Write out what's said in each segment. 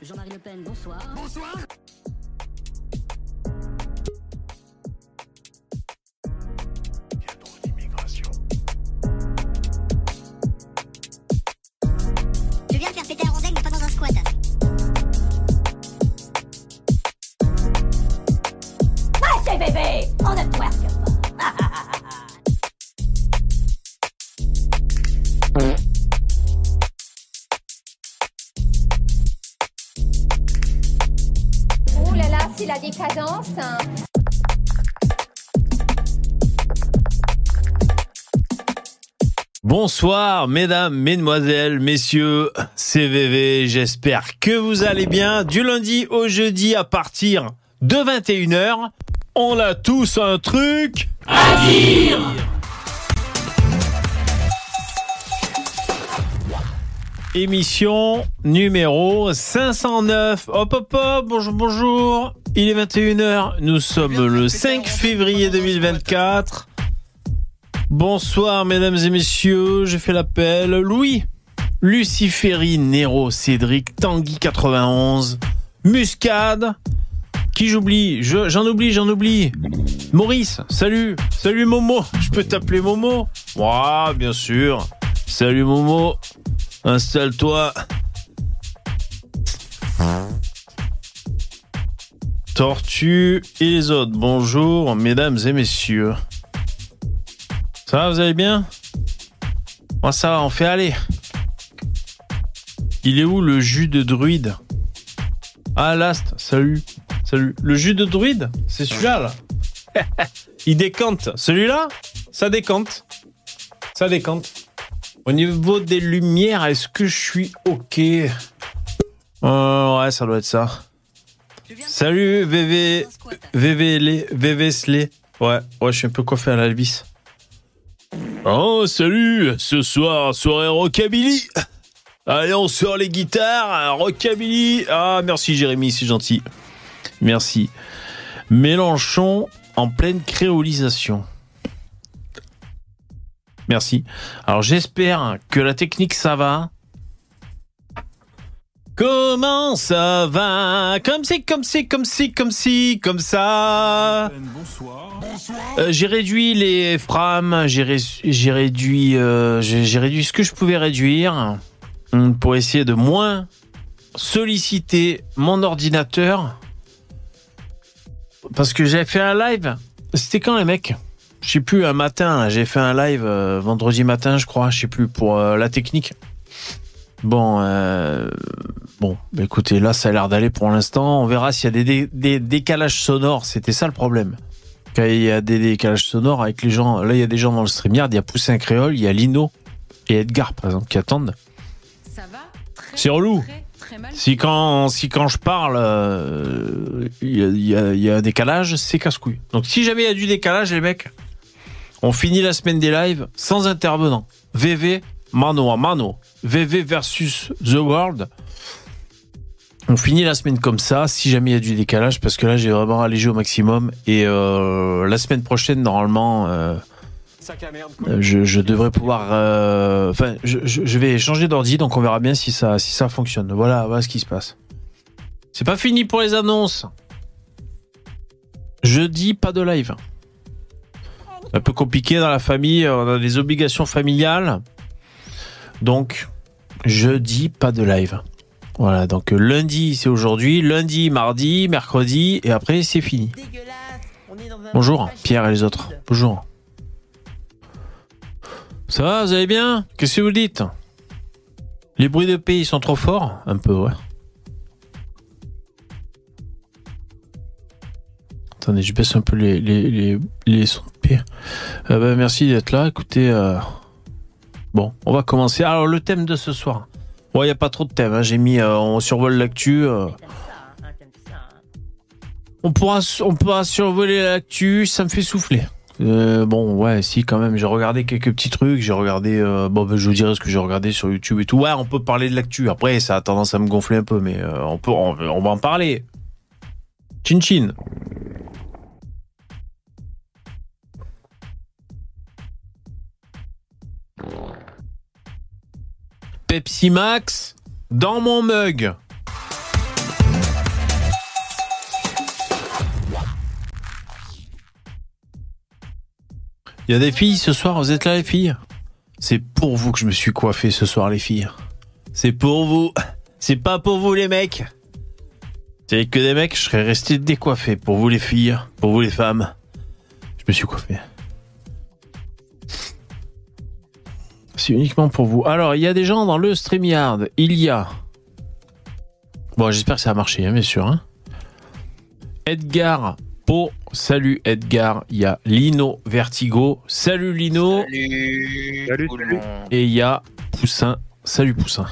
Jean-Marie Le Pen, bonsoir. Bonsoir. Il y a trop d'immigration. Je viens de faire péter un rondel, mais pas dans un squat. Ouais, c'est bébé, on ne twerk pas. Oh là là, c'est la décadence. Bonsoir mesdames, mesdemoiselles, messieurs, c'est VV, j'espère que vous allez bien. Du lundi au jeudi à partir de 21h, on a tous un truc à dire. Émission numéro 509. Hop hop hop, bonjour bonjour. Il est 21h, nous sommes le 5 février 2024. Bonsoir mesdames et messieurs, j'ai fait l'appel. Louis, Luciferi, Nero, Cédric, Tanguy 91, Muscade. Qui j'oublie? J'en oublie. Maurice, salut Momo. Je peux t'appeler Momo? Ouais, bien sûr. Salut Momo. Installe-toi. Tortue et les autres. Bonjour mesdames et messieurs. Ça va, vous allez bien? Moi ça va, on fait aller. Il est où le jus de druide? Ah Last, salut. Le jus de druide? C'est celui-là là. Il décante. Celui-là? Ça décante. Au niveau des lumières, est-ce que je suis ok? Ouais, ça doit être ça. Salut VV Slay. Ouais, je suis un peu coiffé à l'Elvis. Oh, salut! Ce soir, soirée rockabilly! Allez, on sort les guitares, rockabilly! Ah, merci Jérémy, c'est gentil. Merci. Mélenchon en pleine créolisation. Merci. Alors, j'espère que la technique, ça va. Comment ça va? Comme ça. Bonsoir. J'ai réduit les frames, j'ai réduit ce que je pouvais réduire pour essayer de moins solliciter mon ordinateur. Parce que j'avais fait un live. C'était quand les mecs? Je sais plus, un matin, là, j'ai fait un live vendredi matin, je crois, je sais plus, pour la technique. Bon, bah écoutez, là ça a l'air d'aller pour l'instant. On verra s'il y a des décalages sonores. C'était ça le problème. Quand il y a des décalages sonores avec les gens, là il y a des gens dans le StreamYard, il y a Poussin Créole, il y a Lino et Edgar par exemple qui attendent. Ça va C'est relou. très mal. Si quand je parle, il y a un décalage, c'est casse-couille. Donc si jamais il y a du décalage, les mecs, on finit la semaine des lives sans intervenant. VV, mano à mano. VV versus The World. On finit la semaine comme ça, si jamais il y a du décalage, parce que là j'ai vraiment allégé au maximum. Et la semaine prochaine, normalement, je devrais pouvoir... je vais changer d'ordi, donc on verra bien si ça fonctionne. Voilà ce qui se passe. C'est pas fini pour les annonces. Jeudi, pas de live. Un peu compliqué dans la famille, on a des obligations familiales. Donc, jeudi, pas de live. Voilà, donc lundi, c'est aujourd'hui. Lundi, mardi, mercredi, et après, c'est fini. Bonjour, Pierre et les autres. Bonjour. Ça va, vous allez bien? Qu'est-ce que vous dites? Les bruits de paix, ils sont trop forts? Un peu, ouais. Attendez, je baisse un peu les sons de paix. Merci d'être là. Écoutez, bon, on va commencer. Alors, le thème de ce soir. Ouais, il n'y a pas trop de thème. Hein. J'ai mis, on survole l'actu. On pourra survoler l'actu, ça me fait souffler. Bon, ouais, si, quand même, j'ai regardé quelques petits trucs. J'ai regardé, je vous dirai ce que j'ai regardé sur YouTube et tout. Ouais, on peut parler de l'actu. Après, ça a tendance à me gonfler un peu, mais on va en parler. Chin chin. Pepsi Max dans mon mug. Il y a des filles ce soir, vous êtes là les filles? C'est pour vous que je me suis coiffé ce soir les filles. C'est pour vous. C'est pas pour vous les mecs. C'est que des mecs, je serais resté décoiffé. Pour vous les filles, pour vous les femmes. Je me suis coiffé. C'est uniquement pour vous. Alors, il y a des gens dans le StreamYard. Il y a... Bon, j'espère que ça a marché, hein, bien sûr. Hein. Edgar Po. Salut Edgar. Il y a Lino Vertigo. Salut Lino. Salut. Et il y a Poussin. Salut Poussin.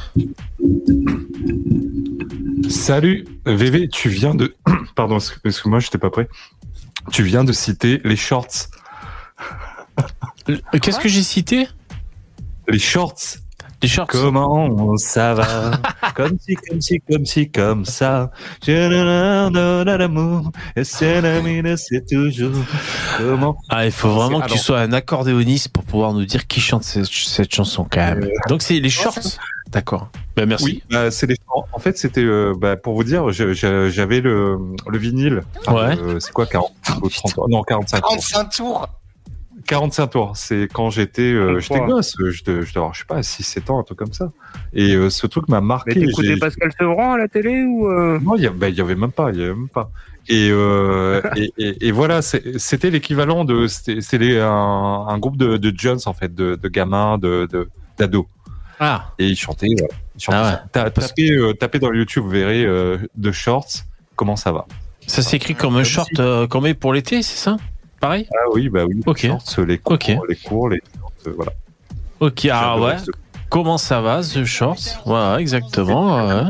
Salut VV, tu viens de... Pardon, excuse-moi, j'étais pas prêt. Tu viens de citer les shorts. Qu'est-ce que j'ai cité? Les shorts. Les shorts. Comment ça va? Comme si, comme ça. Je donne l'amour et c'est l'amour, c'est toujours. Comment? Ah, il faut vraiment que tu sois un accordéoniste pour pouvoir nous dire qui chante cette chanson quand même. Donc c'est les shorts. D'accord. Ben merci. Oui, c'est les shorts. En fait, c'était pour vous dire, j'avais le vinyle. Ouais. C'est quoi 40 ou 30 Non, 45 tours. 45 tours. 45 tours, c'est quand j'étais gosse, je devais avoir, je sais pas, 6-7 ans, un truc comme ça. Et ce truc m'a marqué. Mais t'écoutais Pascal Sevran à la télé ou Non, il y avait même pas. Et voilà, c'était l'équivalent de, c'était un groupe de jeunes en fait, de gamins, d'ados. Ah. Et ils chantaient. Ah ouais. Tapez dans YouTube, vous verrez de shorts. Comment ça va? Ça s'écrit comme un short qu'on met pour l'été, c'est ça? Pareil? Ah oui, bah oui. Ok. Shorts, les cours, les shorts, voilà. Ok, ah ouais. Comment ça va, ce short? Voilà, exactement. Ouais.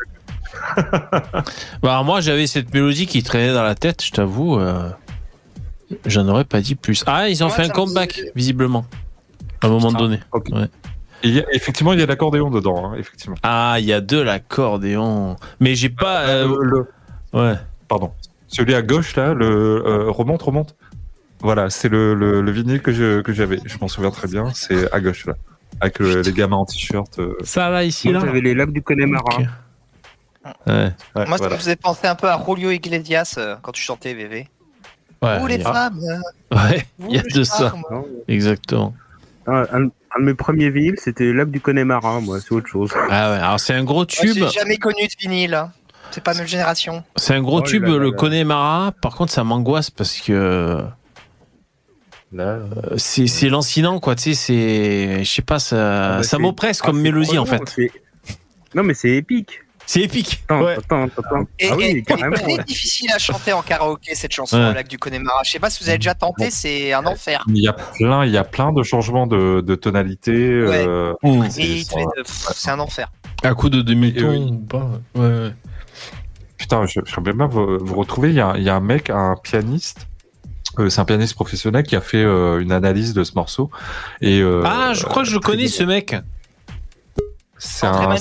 Bah, moi, j'avais cette mélodie qui traînait dans la tête, je t'avoue. J'en aurais pas dit plus. Ah, ils ont fait un comeback, visiblement. À un moment donné. Okay. Ouais. Et effectivement, il y a l'accordéon dedans, hein, effectivement. Ah, il y a de l'accordéon. Mais j'ai pas. Ouais. Pardon. Celui à gauche, là, remonte. Voilà, c'est le vinyle que j'avais. Je m'en souviens très bien. C'est à gauche, là. Avec les gamins en t-shirt. Ça va ici, là. J'avais les lacs du Connemara. Okay. Ouais. Moi, ça me faisait penser un peu à Julio Iglesias quand tu chantais VV. Ouais, vous les femmes. Ouais, il y a de ça. Exactement. Un de mes premiers vinyles, c'était les lacs du Connemara, moi, c'est autre chose. Ah ouais, alors c'est un gros tube. Moi, j'ai jamais connu de vinyle. C'est pas notre génération. C'est un gros tube, le Connemara. Par contre, ça m'angoisse parce que c'est lancinant, quoi. Tu sais, je sais pas, ça m'oppresse comme mélodie, en fait. Non, mais c'est épique. C'est épique. Et très difficile à chanter en karaoké, cette chanson, au lac du Connemara. Je sais pas si vous avez déjà tenté, c'est un enfer. Il y a plein de changements de tonalité. Ouais. C'est un enfer. À coup de demi-ton ou pas. Ouais. Putain, je serais bien vous retrouver. Il y a un mec, un pianiste. C'est un pianiste professionnel qui a fait une analyse de ce morceau. Et, je crois que je le connais, ce mec. C'est un...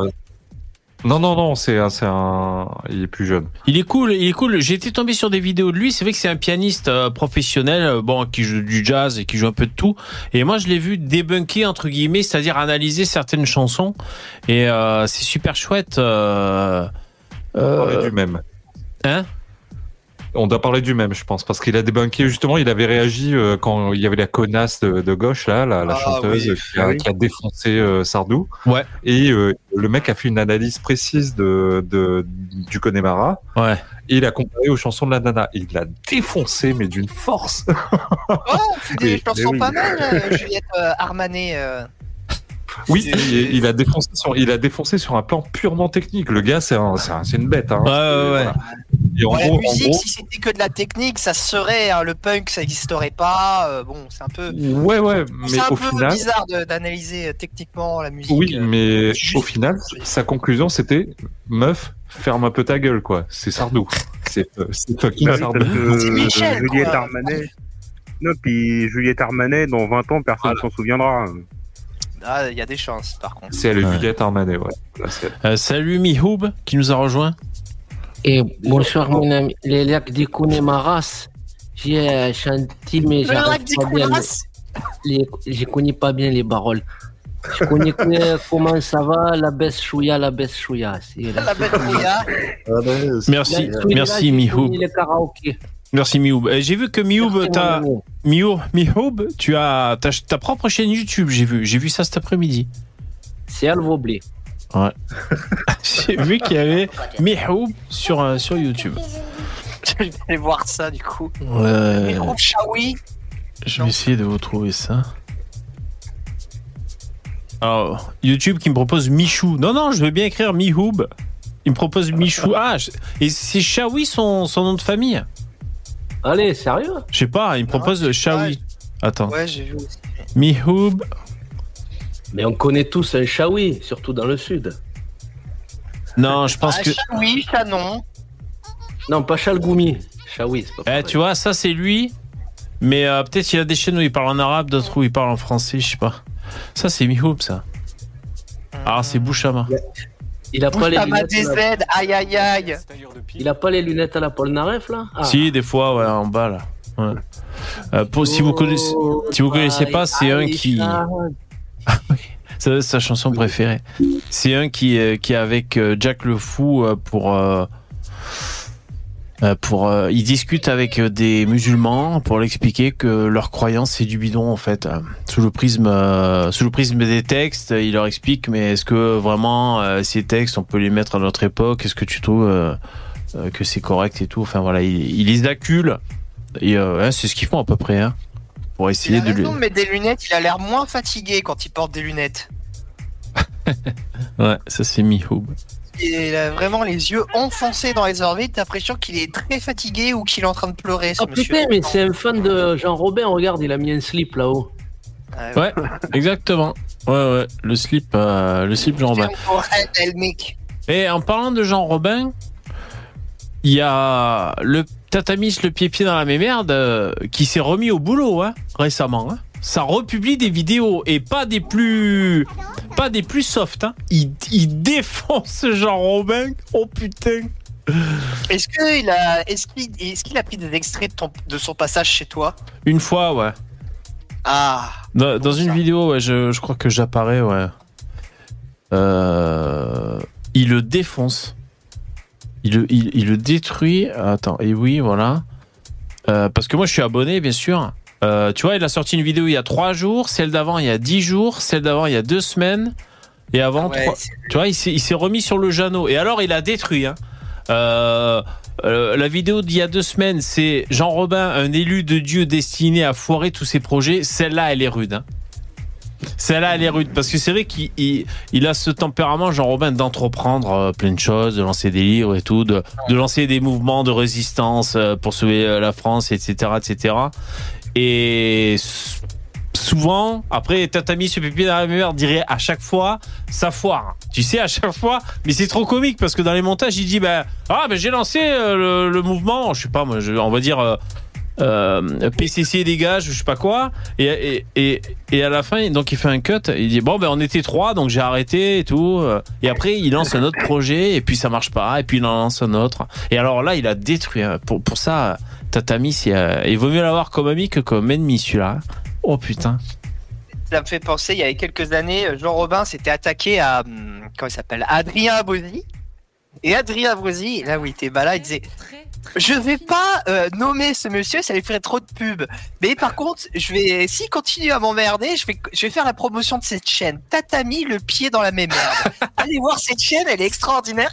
Non, c'est un... Il est plus jeune. Il est cool. J'ai été tombé sur des vidéos de lui. C'est vrai que c'est un pianiste professionnel, qui joue du jazz et qui joue un peu de tout. Et moi, je l'ai vu débunker, entre guillemets, c'est-à-dire analyser certaines chansons. Et c'est super chouette. On parlait du même. Hein? On doit parler du même, je pense, parce qu'il a débunké, justement, il avait réagi quand il y avait la connasse de gauche, là, la chanteuse qui a défoncé Sardou. Ouais. Et le mec a fait une analyse précise du Connemara. Ouais. Et il a comparé aux chansons de la nana. Et il l'a défoncé, mais d'une force. C'est des chansons pas mal, Juliette Armanet. Oui, il a défoncé sur un plan purement technique. Le gars, c'est une bête. Hein. Ouais. Voilà. Et la musique, si c'était que de la technique, ça serait le punk, ça n'existerait pas. Bon, c'est un peu. Ouais, mais c'est au un peu final, bizarre d'analyser techniquement la musique. Oui, mais au final, sa conclusion, c'était meuf, ferme un peu ta gueule, quoi. C'est Sardou. C'est fucking Sardou. C'est Michel. Juliette Armanet. Non, puis Juliette Armanet, dans 20 ans, personne ne s'en souviendra. Ah, il y a des chances, par contre. C'est Juliette Armanet, ouais. Là, salut Mihoub, qui nous a rejoint. Et bonsoir mon ami, les lacs du Connemara, j'ai chanté mais j'arrive pas bien. Je connais pas bien les paroles. Je connais que comment ça va, la baisse chouïa. La baisse chouïa. Merci Mihoub. Le karaoké. Merci Mioub. J'ai vu que Mioub, tu as ta propre chaîne YouTube, j'ai vu ça cet après-midi. C'est Alvoblé. Ouais. J'ai vu qu'il y avait Mioub sur YouTube. Je vais aller voir ça du coup. Mioub Chaoui. Je vais essayer de vous trouver ça. Alors, YouTube qui me propose Michou. Non, je veux bien écrire Mioub. Il me propose Michou. Ah, et c'est Chaoui son nom de famille. Allez, sérieux? Je sais pas, il me propose Chaoui. Attends. Ouais, j'ai vu aussi. Mioub. Mais on connaît tous un Chaoui, surtout dans le sud. Non, je pense que... Chaoui, Chanon. Non, pas Chalgoumi. Chaoui, c'est pas pareil. Tu vois, ça c'est lui. Mais peut-être qu'il y a des chaînes où il parle en arabe, d'autres où il parle en français, je sais pas. Ça c'est Mioub, ça. Ah, c'est Bouchama. Il a pas les lunettes. DZ, aïe aïe aïe. Il a pas les lunettes à la Polnareff là? Si, des fois, ouais, en bas là. Ouais. Si vous connaissez pas, c'est un qui. C'est sa chanson préférée. C'est un qui est avec Jack le Fou il discute avec des musulmans pour leur expliquer que leur croyance c'est du bidon en fait. Sous le prisme des textes, il leur explique mais est-ce que vraiment ces textes on peut les mettre à notre époque? Est-ce que tu trouves que c'est correct et tout? Enfin voilà, il les accule et c'est ce qu'ils font à peu près pour essayer de lui. Mais des lunettes, il a l'air moins fatigué quand il porte des lunettes. Ouais, ça c'est Mioub. Il a vraiment les yeux enfoncés dans les orbites, t'as l'impression qu'il est très fatigué ou qu'il est en train de pleurer, ce monsieur. Putain, mais c'est un fan de Jean Robin, regarde, il a mis un slip là-haut. Ouais, exactement. Ouais, le slip Jean Robin. Et en parlant de Jean Robin, il y a le Tatamis, le pied dans la mémerde, qui s'est remis au boulot récemment. Ça republie des vidéos et pas des plus soft. Il défonce Jean Robin. Oh putain. Est-ce qu'il a pris des extraits de son passage chez toi? Une fois, ouais. Ah. Dans une vidéo, ouais, je crois que j'apparais, ouais. Il le défonce. Il le détruit. Attends, et oui, voilà. Parce que moi, je suis abonné, bien sûr. Tu vois, il a sorti une vidéo il y a 3 jours, celle d'avant il y a 10 jours, celle d'avant il y a 2 semaines, et avant 3... Tu vois, il s'est remis sur le Jeannot. Et alors, il a détruit. La vidéo d'il y a 2 semaines, c'est Jean Robin, un élu de Dieu destiné à foirer tous ses projets. Celle-là, elle est rude. Celle-là, elle est rude. Parce que c'est vrai qu'il a ce tempérament, Jean Robin, d'entreprendre plein de choses, de lancer des livres et tout, de lancer des mouvements de résistance pour sauver la France, etc., etc. Et souvent, après, Tatami se pipi dans la mémoire dirait à chaque fois, ça foire. Tu sais, à chaque fois, mais c'est trop comique parce que dans les montages, il dit, j'ai lancé le mouvement, je sais pas, moi, on va dire, PCC dégage, je sais pas quoi, et à la fin, donc il fait un cut, il dit, on était 3, donc j'ai arrêté et tout, et après, il lance un autre projet, et puis ça marche pas, et puis il en lance un autre. Et alors là, il a détruit, pour ça, Tatami, il vaut mieux l'avoir comme ami que comme ennemi, celui-là. Oh putain. Ça me fait penser, il y a quelques années, Jean Robin s'était attaqué à, comment il s'appelle, Adrien Abosi. Et Adrien Abosi, là où il était malade, il disait, je vais pas nommer ce monsieur, ça lui ferait trop de pub. Mais par contre, s'il continue à m'emmerder, je vais faire la promotion de cette chaîne. Tatami, le pied dans la même merde. Allez voir cette chaîne, elle est extraordinaire.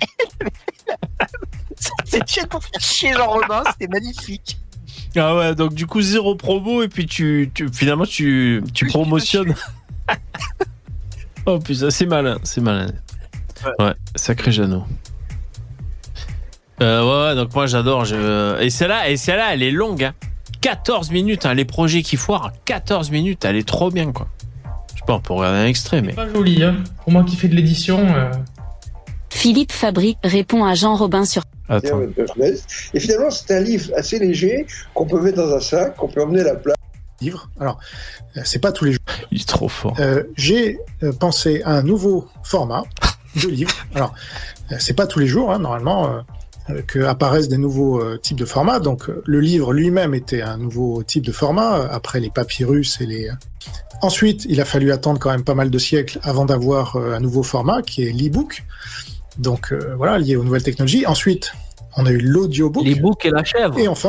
Cette chaîne pour faire chier Jean Robin, c'était magnifique. Ah ouais, donc du coup 0 promo et puis finalement tu promotionnes. Oh putain, c'est malin. Ouais, sacré Jeannot. Ouais, donc moi j'adore. Et celle-là, elle est longue. 14 minutes, les projets qui foirent, 14 minutes, elle est trop bien quoi. Je sais pas, on peut regarder un extrait, mais. C'est pas joli, pour moi qui fais de l'édition. Philippe Fabry répond à Jean Robin sur. Attends. Et finalement, c'est un livre assez léger qu'on peut mettre dans un sac, qu'on peut emmener à la plage. Livre. Alors, c'est pas tous les jours. Il est trop fort. J'ai pensé à un nouveau format de livre. Alors, c'est pas tous les jours, normalement, que apparaissent des nouveaux types de formats. Donc, le livre lui-même était un nouveau type de format, après les papyrus et les. Ensuite, il a fallu attendre quand même pas mal de siècles avant d'avoir un nouveau format qui est l'e-book. Donc voilà, lié aux nouvelles technologies. Ensuite, on a eu l'audiobook. L'e-book et la chèvre. Et enfin,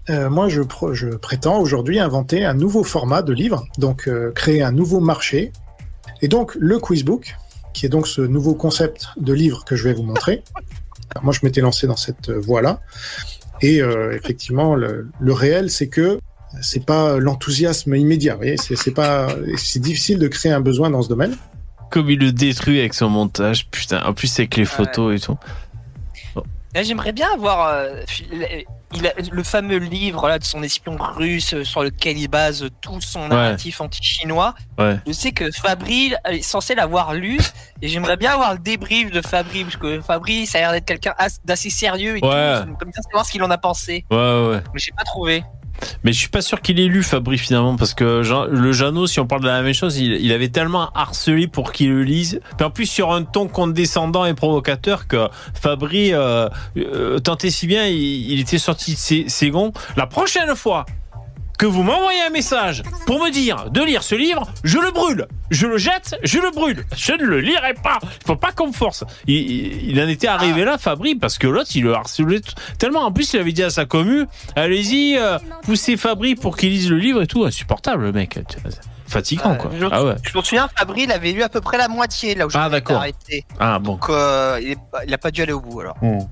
moi, je prétends aujourd'hui inventer un nouveau format de livre, donc créer un nouveau marché. Et donc, le quizbook, qui est donc ce nouveau concept de livre que je vais vous montrer. Alors, moi, je m'étais lancé dans cette voie-là. Et effectivement, le réel, c'est que c'est pas l'enthousiasme immédiat. Vous voyez, c'est difficile de créer un besoin dans ce domaine. Comme il le détruit avec son montage, putain. En plus, avec les photos et tout. Là, j'aimerais bien avoir le fameux livre là, de son espion russe sur lequel il base tout son narratif anti-chinois. Ouais. Je sais que Fabri est censé l'avoir lu et j'aimerais bien avoir le débrief de Fabri parce que Fabri, ça a l'air d'être quelqu'un d'assez sérieux et tout. Comme ça, savoir ce qu'il en a pensé. Ouais. Mais j'ai pas trouvé. Mais je suis pas sûr qu'il ait lu Fabri finalement parce que le Jeannot, si on parle de la même chose, il avait tellement harcelé pour qu'il le lise. Puis en plus sur un ton condescendant et provocateur que Fabri tant et si bien il était sorti de ses gonds. La prochaine fois que vous m'envoyez un message pour me dire de lire ce livre, je le brûle, je le jette, je le brûle, je ne le lirai pas. Il faut pas qu'on me force. Il en était arrivé là, Fabri, parce que l'autre, il le harcelait tellement. En plus, il avait dit à sa commu, allez-y, poussez Fabri pour qu'il lise le livre et tout. Insupportable, le mec. Fatigant, quoi. Je me souviens, Fabri, il avait lu à peu près la moitié là où j'avais été arrêté. Ah bon. Donc, il a pas dû aller au bout alors. Ouais,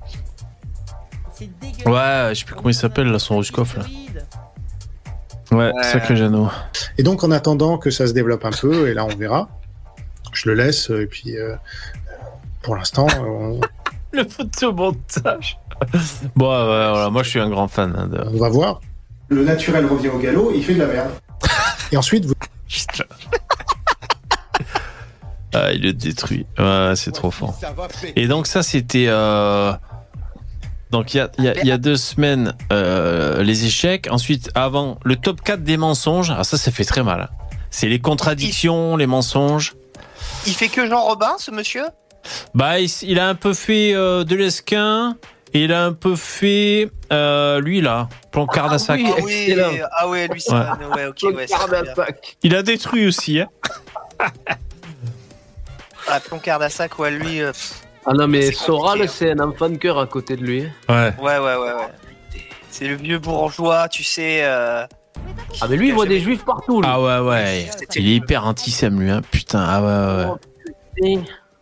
je sais plus comment il s'appelle là, son Ruskov là. Ouais, sacré Jeannot. Et donc, en attendant que ça se développe un peu, et là, on verra. Je le laisse, et puis, pour l'instant... Le photomontage. Bon, voilà, moi, je suis un grand fan. On va voir. Le naturel revient au galop, il fait de la merde. Et ensuite, vous... Ah, il le détruit. Ouais, c'est trop fort. Et donc, ça, c'était... Donc il y a 2 semaines les échecs, ensuite avant le top 4 des mensonges. Ah ça fait très mal. C'est les contradictions, les mensonges. Il fait que Jean Robin ce monsieur ? Bah il a un peu fait de l'Esquin et il a un peu fait lui là, Plan Cardassac. Ah oui, lui c'est OK Cardassac. Il a détruit aussi hein. Plan Cardassac lui Ah non, mais Soral, c'est un enfant de cœur à côté de lui. Ouais. C'est le vieux bourgeois, tu sais. Ah, mais lui, il voit des juifs partout. Lui. Ah ouais. Il est hyper antisème, lui, hein. Putain, ah ouais.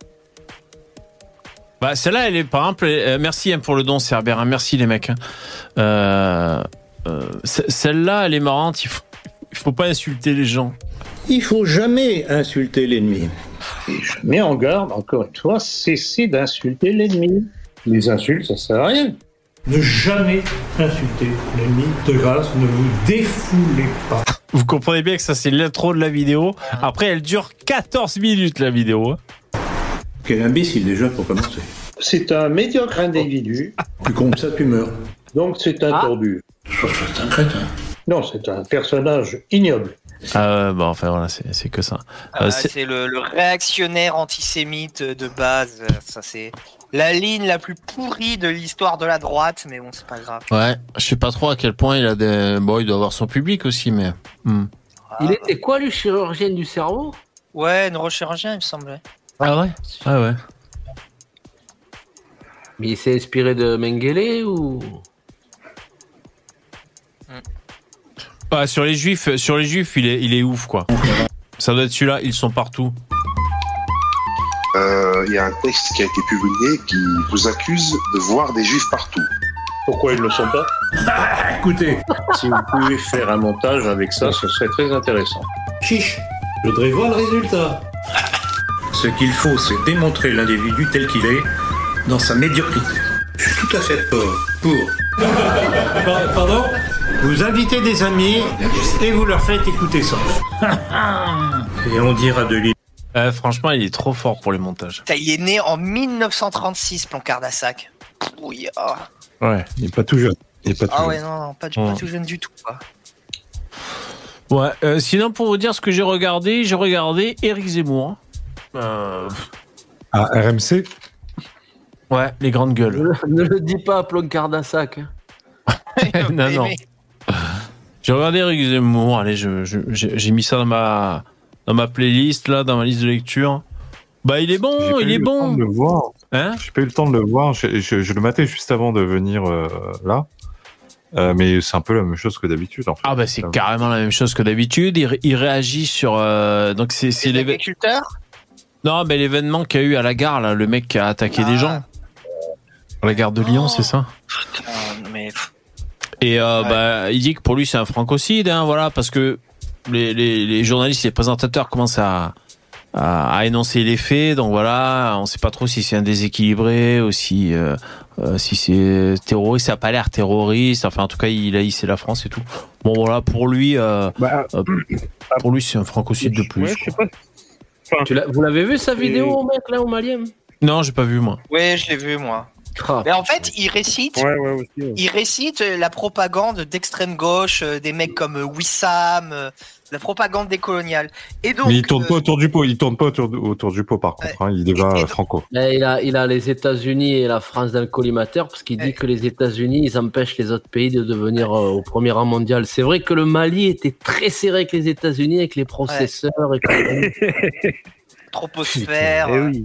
Bah, celle-là, elle est, par exemple, merci pour le don, Cerbère, hein. Merci les mecs. Hein. Celle-là, elle est marrante. Il faut pas insulter les gens. Il faut jamais insulter l'ennemi. Et je mets en garde, encore une fois, cessez d'insulter l'ennemi. Les insultes, ça sert à rien. Ne jamais insulter l'ennemi. De grâce, ne vous défoulez pas. Vous comprenez bien que ça, c'est l'intro de la vidéo. Après, elle dure 14 minutes, la vidéo. Quel imbécile, déjà, pour commencer. C'est un médiocre individu. Tu comptes ça, tu meurs. Donc, c'est un tordu. C'est un crétin. Non, c'est un personnage ignoble. Ah bon, enfin voilà, c'est que ça. C'est le réactionnaire antisémite de base. Ça c'est la ligne la plus pourrie de l'histoire de la droite, mais bon, c'est pas grave. Ouais, je sais pas trop à quel point il a des. Bon, il doit avoir son public aussi, mais. Il était quoi, le chirurgien du cerveau ? Ouais, neurochirurgien, il me semblait. Ah ouais. Ah ouais. Mais il s'est inspiré de Mengele ou ? Ah, sur les juifs, il est ouf quoi. Ça doit être celui-là, ils sont partout. Il y a un texte qui a été publié qui vous accuse de voir des juifs partout. Pourquoi ils ne le sont pas ? Écoutez, si vous pouvez faire un montage avec ça, ce serait très intéressant. Chiche, je voudrais voir le résultat. Ce qu'il faut, c'est démontrer l'individu tel qu'il est, dans sa médiocrité. Je suis tout à fait pour. Pardon ? Vous invitez des amis et vous leur faites écouter ça. Et on dira de lui. Franchement, il est trop fort pour les montages. Il est né en 1936, Plan Cardassac. Oui. Ouais, il est pas tout jeune. Pas tout jeune du tout. Quoi. Ouais. Sinon, pour vous dire ce que j'ai regardé Éric Zemmour. RMC. Ouais, les grandes gueules. Ne le dis pas à Plan Cardassac. Non. J'ai regardé Éric Zemmour. Allez, j'ai mis ça dans ma playlist là, dans ma liste de lecture. Bah, il est bon, il est bon. De le voir. Hein ? J'ai pas eu le temps de le voir. Je le matais juste avant de venir là. Mais c'est un peu la même chose que d'habitude. En fait. Ah bah c'est carrément la même chose que d'habitude. Il réagit sur donc c'est les agriculteurs. Non, mais l'événement qu'il y a eu à la gare, là, le mec qui a attaqué des gens à la gare de Lyon, c'est ça. Putain, mais... Et bah il dit que pour lui c'est un francocide, hein, voilà, parce que les journalistes, les présentateurs commencent à énoncer les faits, donc voilà, on sait pas trop si c'est un déséquilibré ou si c'est terroriste, ça a pas l'air terroriste, enfin en tout cas il a hissé la France et tout. Bon voilà, pour lui c'est un francocide de plus. Ouais, je sais pas. Enfin, vous l'avez vu sa vidéo, mec, là, au Malien? Non, j'ai pas vu moi. Ouais, je l'ai vu moi. Mais en fait, il récite la propagande d'extrême gauche, des mecs comme Wissam, la propagande décoloniale. Et donc, mais il tourne pas autour du pot. Il tourne pas autour du pot par contre. Hein, il va franco. Il a les États-Unis et la France dans le collimateur parce qu'il dit que les États-Unis ils empêchent les autres pays de devenir au premier rang mondial. C'est vrai que le Mali était très serré avec les États-Unis, avec les processeurs et troposphère. Oui.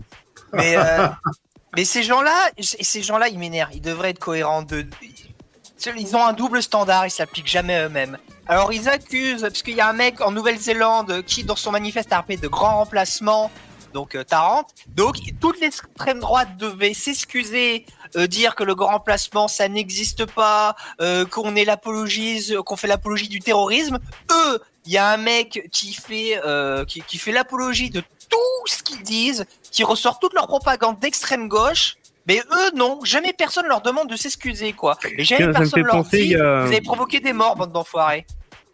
Mais ces gens-là, ils m'énervent. Ils devraient être cohérents. Ils ont un double standard. Ils s'appliquent jamais eux-mêmes. Alors ils accusent, parce qu'il y a un mec en Nouvelle-Zélande qui, dans son manifeste, a appelé de grands remplacements, donc Tarrant. Donc toute l'extrême droite devait s'excuser, dire que le grand remplacement ça n'existe pas, qu'on fait l'apologie du terrorisme. Il y a un mec qui fait l'apologie de tout ce qu'ils disent, qui ressort toute leur propagande d'extrême gauche. Mais eux, non, jamais personne leur demande de s'excuser, quoi. Et jamais personne leur dit, vous avez provoqué des morts, bande d'enfoirés.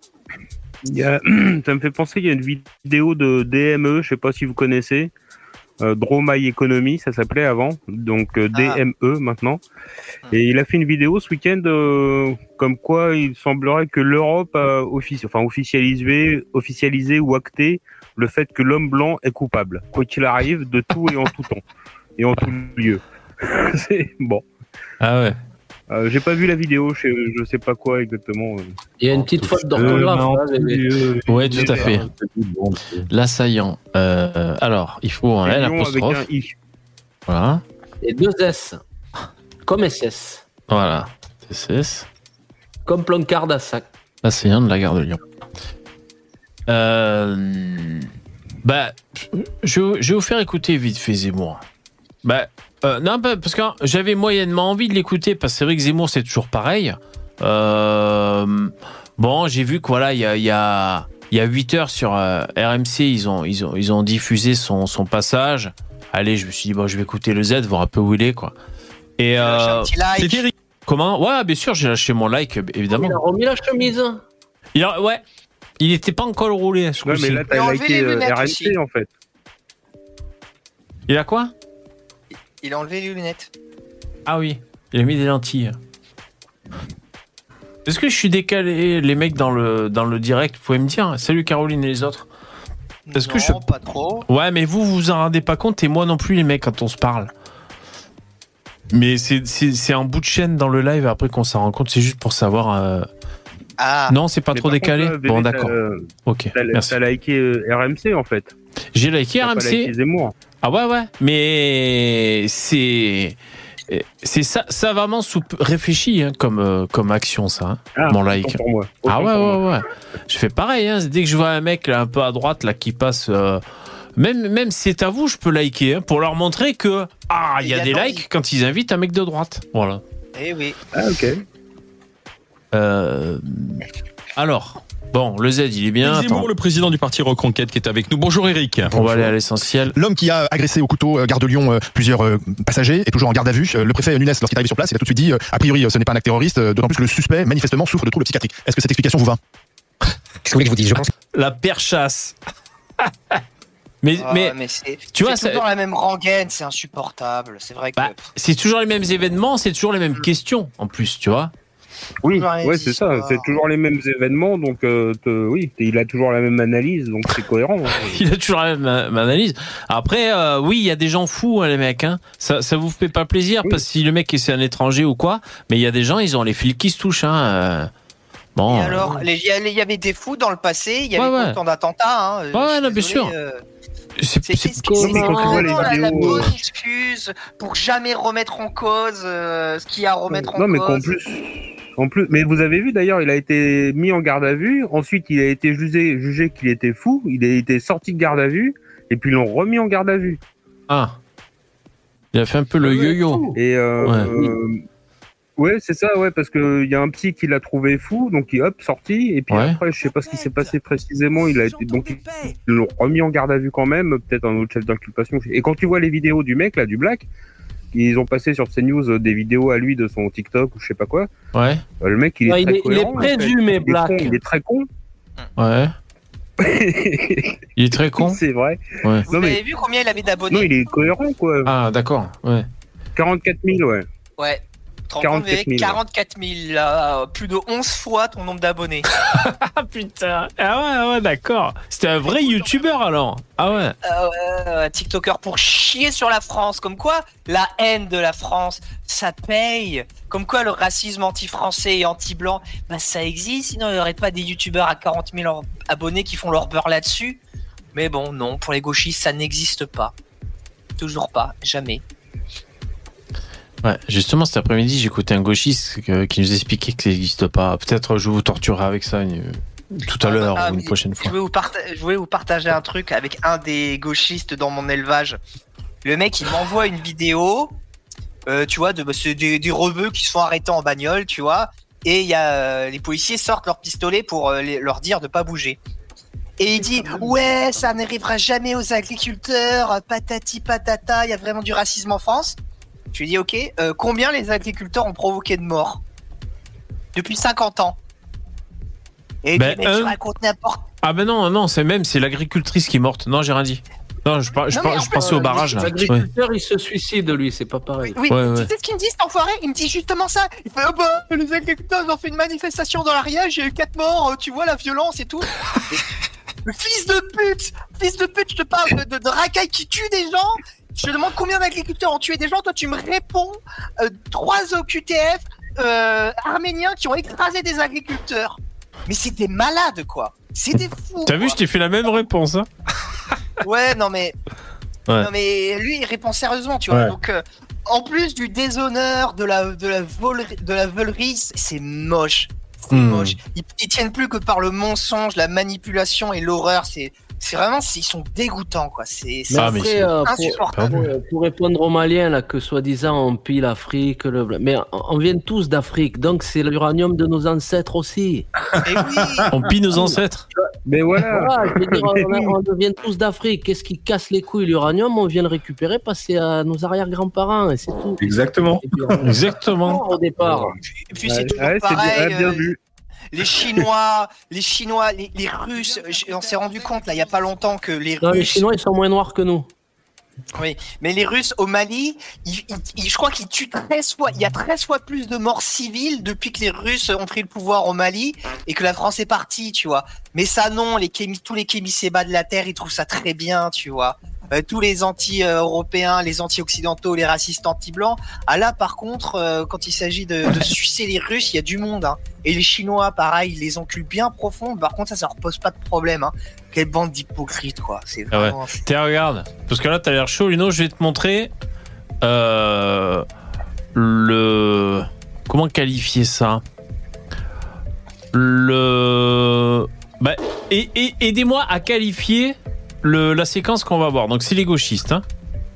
Ça me fait penser, il y a une vidéo de DME, je sais pas si vous connaissez, Draw My Economy, ça s'appelait avant, donc DME maintenant. Et il a fait une vidéo ce week-end comme quoi il semblerait que l'Europe a officialisé ou acté le fait que l'homme blanc est coupable, quoi qu'il arrive, de tout et en tout temps, et en tout lieu. C'est bon. Ah ouais. J'ai pas vu la vidéo, je sais pas quoi exactement. Il y a une petite faute d'orthographe. Ouais, tout à fait. L'assaillant. Alors, il faut un L apostrophe. Avec un I. Voilà. Et 2 S. Comme SS. Voilà. SS. Comme Plancard d'Assac. L'assaillant de la gare de Lyon. Bah, je vais vous faire écouter vite fait Zemmour. Non, parce que j'avais moyennement envie de l'écouter parce que c'est vrai que Zemmour c'est toujours pareil. Bon, j'ai vu que voilà, il y a 8 heures sur RMC, ils ont diffusé son passage. Allez, je me suis dit bon, je vais écouter le Z, voir un peu où il est quoi. Et c'était like. Comment? Ouais, bien sûr, j'ai lâché mon like évidemment. Il a remis la chemise. Ouais. Il était pas encore roulé. Ouais, mais là t'as liké RMC aussi. En fait. Il a quoi? Il a enlevé les lunettes. Ah oui, il a mis des lentilles. Est-ce que je suis décalé, les mecs, dans le direct? Vous pouvez me dire? Salut Caroline et les autres. Non, pas trop. Ouais, mais vous en rendez pas compte et moi non plus, les mecs, quand on se parle. Mais c'est un bout de chaîne dans le live après qu'on s'en rend compte. C'est juste pour savoir. Non, c'est pas trop décalé. Contre, bon, d'accord. Ok. T'as liké RMC en fait. J'ai liké RMC. Pas liké Zemmour. Ah ouais. Mais c'est ça vraiment réfléchi hein, comme action ça. Hein, mon like. Pour moi. Ouais. Je fais pareil. Hein, dès que je vois un mec là un peu à droite là qui passe. Même si c'est à vous, je peux liker hein, pour leur montrer que il y a des likes quand ils invitent un mec de droite. Voilà. Eh oui. Ah ok. Alors, bon, le Z, il est bien. Éric Zemmour, le président du parti Reconquête, qui est avec nous. Bonjour Eric. On va aller à l'essentiel. L'homme qui a agressé au couteau gare de Lyon plusieurs passagers est toujours en garde à vue. Le préfet Nunes, lorsqu'il est arrivé sur place, il a tout de suite dit a priori ce n'est pas un acte terroriste, d'autant plus que le suspect manifestement souffre de troubles psychiatriques. Est-ce que cette explication vous va? Qu'est-ce que vous voulez que je vous dise? Je pense. La perchasse. mais tu vois, c'est toujours la même rengaine, c'est insupportable. C'est vrai que c'est toujours les mêmes événements, c'est toujours les mêmes questions en plus, tu vois. Oui, ouais, c'est ça. C'est toujours les mêmes événements, donc oui, il a toujours la même analyse, donc c'est cohérent. Hein. Il a toujours la même analyse. Après, oui, il y a des gens fous, hein, les mecs. Hein. Ça vous fait pas plaisir parce que si le mec c'est un étranger ou quoi, mais il y a des gens, ils ont les fils qui se touchent. Hein. Bon. Et alors, il y avait des fous dans le passé, il y avait autant d'attentats. Hein. Ouais, non, bien sûr. C'est la bonne excuse pour jamais remettre en cause ce qu'il y a à remettre en cause. Non, mais qu'en plus. En plus, mais vous avez vu d'ailleurs, il a été mis en garde à vue. Ensuite, il a été jugé qu'il était fou. Il a été sorti de garde à vue. Et puis, ils l'ont remis en garde à vue. Ah. Il a fait un peu le yo-yo. Et ouais, c'est ça, ouais, parce que il y a un psy qui l'a trouvé fou, donc il hop sorti. Et puis après, je sais pas ce qui s'est passé précisément. Il a été donc ils l'ont remis en garde à vue quand même, peut-être un autre chef d'inculpation. Et quand tu vois les vidéos du mec là, du Black, ils ont passé sur CNews des vidéos à lui de son TikTok ou je sais pas quoi. Ouais. Le mec, il est très cohérent. Il est présumé Black. Il est très con. Ouais. Il est très con. C'est vrai. Ouais. Vous avez vu combien il avait d'abonnés? Non, il est cohérent, quoi. Ah, d'accord. Ouais. 44 000, ouais. Ouais. 44 000, là, plus de 11 fois ton nombre d'abonnés. Ah putain. Ah ouais, d'accord. C'était un vrai youtubeur alors. Ah ouais. TikToker pour chier sur la France. Comme quoi, la haine de la France, ça paye. Comme quoi, le racisme anti-français et anti-blanc, bah ça existe. Sinon, il n'y aurait pas des youtubeurs à 40 000 abonnés qui font leur beurre là-dessus. Mais bon, non, pour les gauchistes, ça n'existe pas. Toujours pas, jamais. Ouais, justement cet après-midi, j'écoutais un gauchiste qui nous expliquait que ça n'existe pas. Peut-être je vous torturerai avec ça tout à l'heure ou une prochaine fois. Je voulais vous partager un truc avec un des gauchistes dans mon élevage. Le mec, il m'envoie une vidéo, tu vois, c'est des rebeux qui se font arrêter en bagnole, tu vois, et il y a les policiers sortent leur pistolet pour leur dire de pas bouger. Et il dit ouais, ça n'arrivera jamais aux agriculteurs, patati patata, il y a vraiment du racisme en France. Je lui dis ok, combien les agriculteurs ont provoqué de morts depuis 50 ans? Et il dit mais tu racontes n'importe. Ah ben non, c'est l'agricultrice qui est morte. Non, j'ai rien dit. Non, je pensais au barrage. L'agriculteur, il se suicide, lui, c'est pas pareil. Oui, tu sais ce qu'il me dit, cet enfoiré? Il me dit justement ça. Il fait les agriculteurs, ils ont fait une manifestation dans l'Ariège, il y a eu 4 morts, tu vois la violence et tout. Le fils de pute, je te parle de racailles qui tuent des gens. Je te demande combien d'agriculteurs ont tué des gens. Toi, tu me réponds 3 OQTF arméniens qui ont écrasé des agriculteurs. Mais c'est des malades, quoi. C'est des fous. T'as vu, je t'ai fait la même réponse. Hein. Ouais, non mais lui, il répond sérieusement, tu vois. Ouais. Donc, en plus du déshonneur, de la veulerie, c'est moche. C'est moche. Ils tiennent plus que par le mensonge, la manipulation et l'horreur. C'est vraiment, ils sont dégoûtants, quoi. C'est insupportable. Pour répondre aux Maliens, là, que soi-disant on pille l'Afrique, mais on vient tous d'Afrique, donc c'est l'uranium de nos ancêtres aussi. Et oui. On pille nos ancêtres. Mais voilà. Je veux dire, on vient tous d'Afrique. Qu'est-ce qui casse les couilles, l'uranium? On vient le récupérer, passer à nos arrière-grands-parents, et c'est tout. Exactement. Exactement. Au départ. Et puis c'est toujours pareil. Bien vu. Les Chinois, les Russes, on s'est rendu compte là il y a pas longtemps que les Russes. Les Chinois ils sont moins noirs que nous. Oui, mais les Russes au Mali, je crois qu'ils tuent 13 fois. Il y a 13 fois plus de morts civiles depuis que les Russes ont pris le pouvoir au Mali et que la France est partie, tu vois. Mais ça non, tous les kémisébas de la terre, ils trouvent ça très bien, tu vois. Tous les anti-européens, les anti-occidentaux, les racistes anti-blancs. Ah là, par contre, quand il s'agit de sucer les Russes, il y a du monde. Hein. Et les Chinois, pareil, ils les enculent bien profond. Par contre, ça leur pose pas de problème. Hein. Quelle bande d'hypocrites, quoi. C'est vraiment... Tiens, regarde. Parce que là, t'as l'air chaud, Lino. Je vais te montrer comment qualifier ça? Aidez-moi à qualifier la séquence qu'on va voir. Donc c'est les gauchistes. Hein.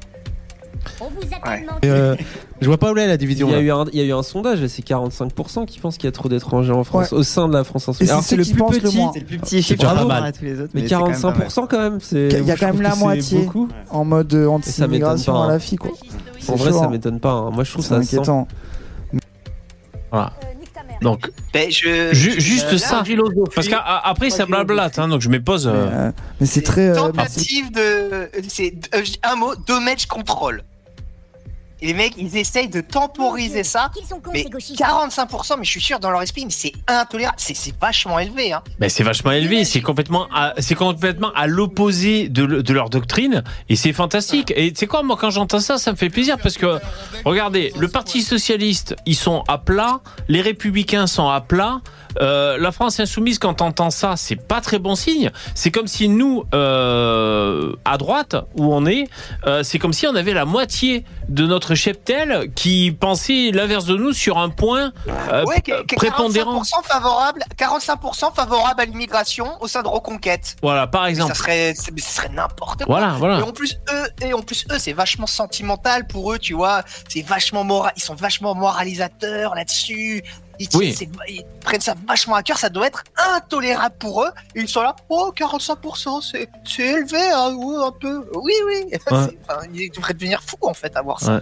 Je vois pas où est la division. Il y a eu un sondage, c'est 45% qui pensent qu'il y a trop d'étrangers en France, au sein de la France insoumise. Alors c'est le plus petit. C'est le plus petit chiffre, pas mal. À tous les autres, mais 45% quand même. Il y a quand même la moitié en mode anti-immigration à la fille, quoi. En vrai, ça m'étonne pas. Hein. Moi, je trouve ça inquiétant. Voilà. Donc, juste ça. Parce qu'après, ça blablate, hein, donc je me pose. Mais c'est très. Tentative c'est un mot, damage control. Et les mecs, ils essayent de temporiser ça. Mais 45%, mais je suis sûr, dans leur esprit, mais c'est intolérable. C'est vachement élevé. Hein. Ben, c'est vachement élevé. C'est complètement à l'opposé de leur doctrine. Et c'est fantastique. Et tu sais quoi, moi, quand j'entends ça, ça me fait plaisir. Parce que, regardez, le Parti Socialiste, ils sont à plat. Les Républicains sont à plat. La France Insoumise, quand on entend ça, c'est pas très bon signe. C'est comme si nous, à droite, où on est, c'est comme si on avait la moitié de notre maître Cheptel qui pensait l'inverse de nous sur un point prépondérant. 45% favorable à l'immigration au sein de Reconquête. Voilà, par exemple. Ce serait n'importe quoi. Voilà. Et en plus, eux, c'est vachement sentimental pour eux, tu vois. C'est vachement ils sont vachement moralisateurs là-dessus. Ils prennent ça vachement à cœur, ça doit être intolérable pour eux. Ils sont là, 45%, c'est élevé, hein, un peu. Oui. Ouais. Ils devraient devenir fous en fait à voir ça.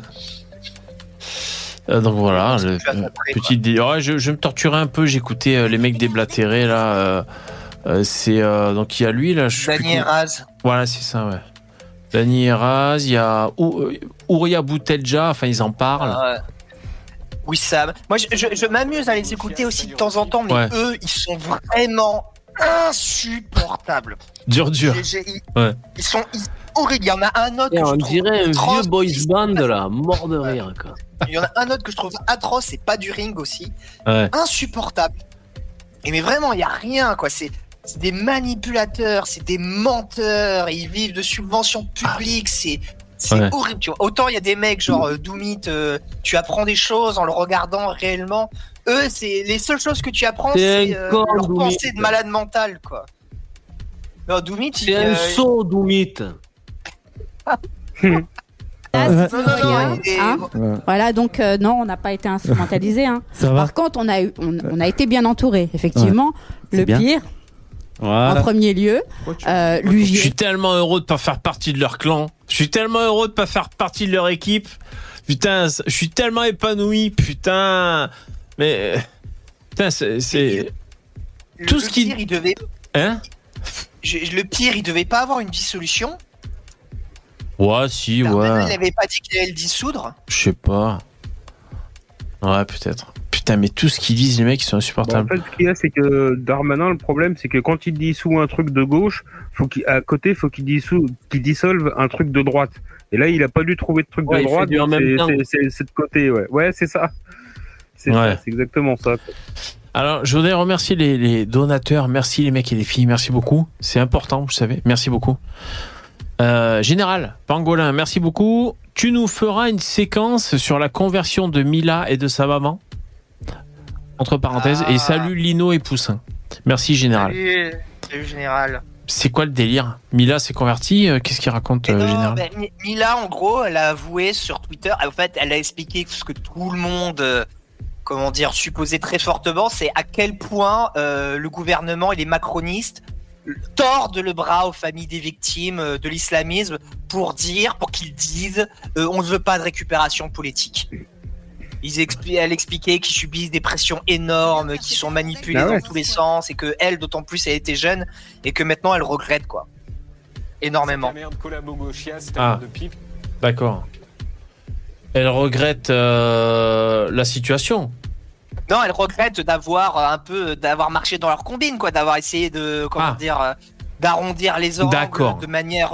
Donc voilà, petit je me torturais un peu, j'écoutais les mecs déblatérés là. Donc il y a lui là. Dany Erhaz. Voilà, c'est ça, ouais. Dany Erhaz, il y a Ouria Boutelja, enfin ils en parlent. Oui, Sam. Moi, je m'amuse à les écouter aussi de temps en temps, mais eux, ils sont vraiment insupportables. Dur. Ils sont horribles. Il y en a un autre. On dirait un vieux boys band là, mort de rire. Quoi. Il y en a un autre que je trouve atroce, c'est pas du ring aussi. Ouais. Insupportable. Mais vraiment, il n'y a rien, quoi. C'est des manipulateurs, c'est des menteurs, ils vivent de subventions publiques, c'est horrible, tu vois. Autant il y a des mecs genre Doomit, tu apprends des choses en le regardant réellement. Eux, c'est les seules choses que tu apprends, c'est leur pensée de malade mental, quoi. Non, Doomit, c'est un saut, Doomit. Voilà, donc non, on n'a pas été instrumentalisé. Hein. Par contre, on a été bien entouré, effectivement. Le pire. Voilà. En premier lieu, je suis tellement heureux de pas faire partie de leur clan. Je suis tellement heureux de pas faire partie de leur équipe. Putain, je suis tellement épanoui. Putain, mais c'est tout ce qui. Il devait. Hein? Le pire, il devait pas avoir une dissolution. Ouais, si, Darmanin, il n'avait pas dit qu'il allait le dissoudre. Je sais pas. Ouais, peut-être. Putain, mais tout ce qu'ils disent, les mecs, ils sont insupportables. En fait, ce qu'il y a, c'est que Darmanin, le problème, c'est que quand il dissout un truc de gauche, faut qu'il dissolve un truc de droite. Et là, il a pas dû trouver de truc de droite. C'est de côté, ouais. Ouais, c'est ça. C'est exactement ça. Alors, je voudrais remercier les donateurs. Merci les mecs et les filles. Merci beaucoup. C'est important, vous savez. Merci beaucoup. Général Pangolin, merci beaucoup. Tu nous feras une séquence sur la conversion de Mila et de sa maman. Entre parenthèses. Et salut Lino et Poussin. Merci Général. Salut Général. C'est quoi le délire? Mila s'est convertie. Qu'est-ce qu'il raconte, Général? Mila, en gros, elle a avoué sur Twitter. En fait, elle a expliqué ce que tout le monde, supposait très fortement, c'est à quel point le gouvernement et les macronistes tordent le bras aux familles des victimes de l'islamisme pour qu'ils disent on ne veut pas de récupération politique. Elle expliquait qu'ils subissent des pressions énormes, qu'ils sont manipulés dans tous les sens, et que elle, d'autant plus, elle était jeune, et que maintenant elle regrette, quoi. Énormément. D'accord. Elle regrette la situation. Non, elle regrette d'avoir marché dans leur combine, quoi, d'avoir essayé de d'arrondir les angles de manière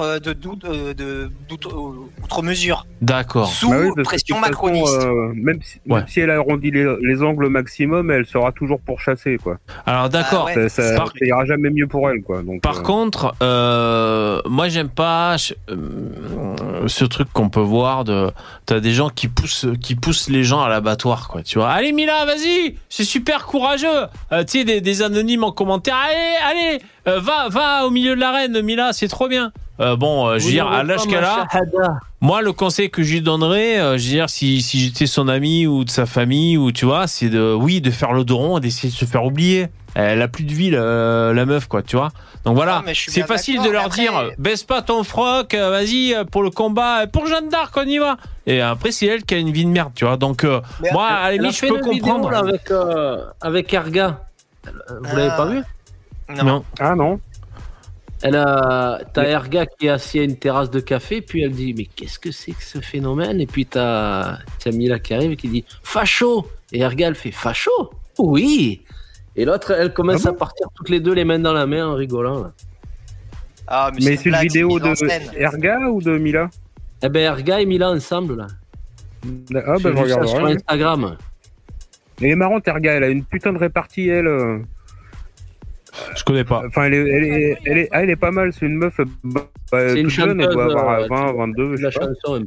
outre mesure. D'accord. Sous pression macroniste. Même si elle arrondit les angles au maximum, elle sera toujours pourchassée, quoi. Alors d'accord. Ça ira jamais mieux pour elle, quoi. Donc, par contre, moi j'aime pas ce truc qu'on peut voir t'as des gens qui poussent les gens à l'abattoir, quoi. Tu vois. Allez Mila, vas-y, c'est super courageux. Tu sais des anonymes en commentaire. Allez. Va au milieu de l'arène, Mila, c'est trop bien. Je veux dire, à l'âge qu'elle a, moi, le conseil que je lui donnerais, je veux dire, si j'étais son ami ou de sa famille, ou tu vois, c'est de faire le dos rond et d'essayer de se faire oublier. Elle a plus de vie, la meuf, quoi, tu vois. Donc voilà, c'est facile de leur dire, baisse pas ton froc, vas-y, pour le combat, pour Jeanne d'Arc, on y va. Et après, c'est elle qui a une vie de merde, tu vois. Donc, moi, à la limite, je peux comprendre. Avec Erga. Vous l'avez pas vu? Non. Ah non. T'as Erga qui est assis à une terrasse de café, puis elle dit mais qu'est-ce que c'est que ce phénomène? Et puis t'as Mila qui arrive et qui dit facho. Et Erga elle fait facho? Oui. Et l'autre elle commence à partir toutes les deux les mains dans la main en rigolant. Là. Ah, mais c'est une vidéo de Erga ou de Mila? Eh ben Erga et Mila ensemble là. Ah ben je regarde ça sur Instagram. Elle est marrante Erga, elle a une putain de répartie elle. Je connais pas. Enfin, elle est pas mal. C'est une meuf. C'est une jeune, elle doit avoir 20, 22. La chanson un peu.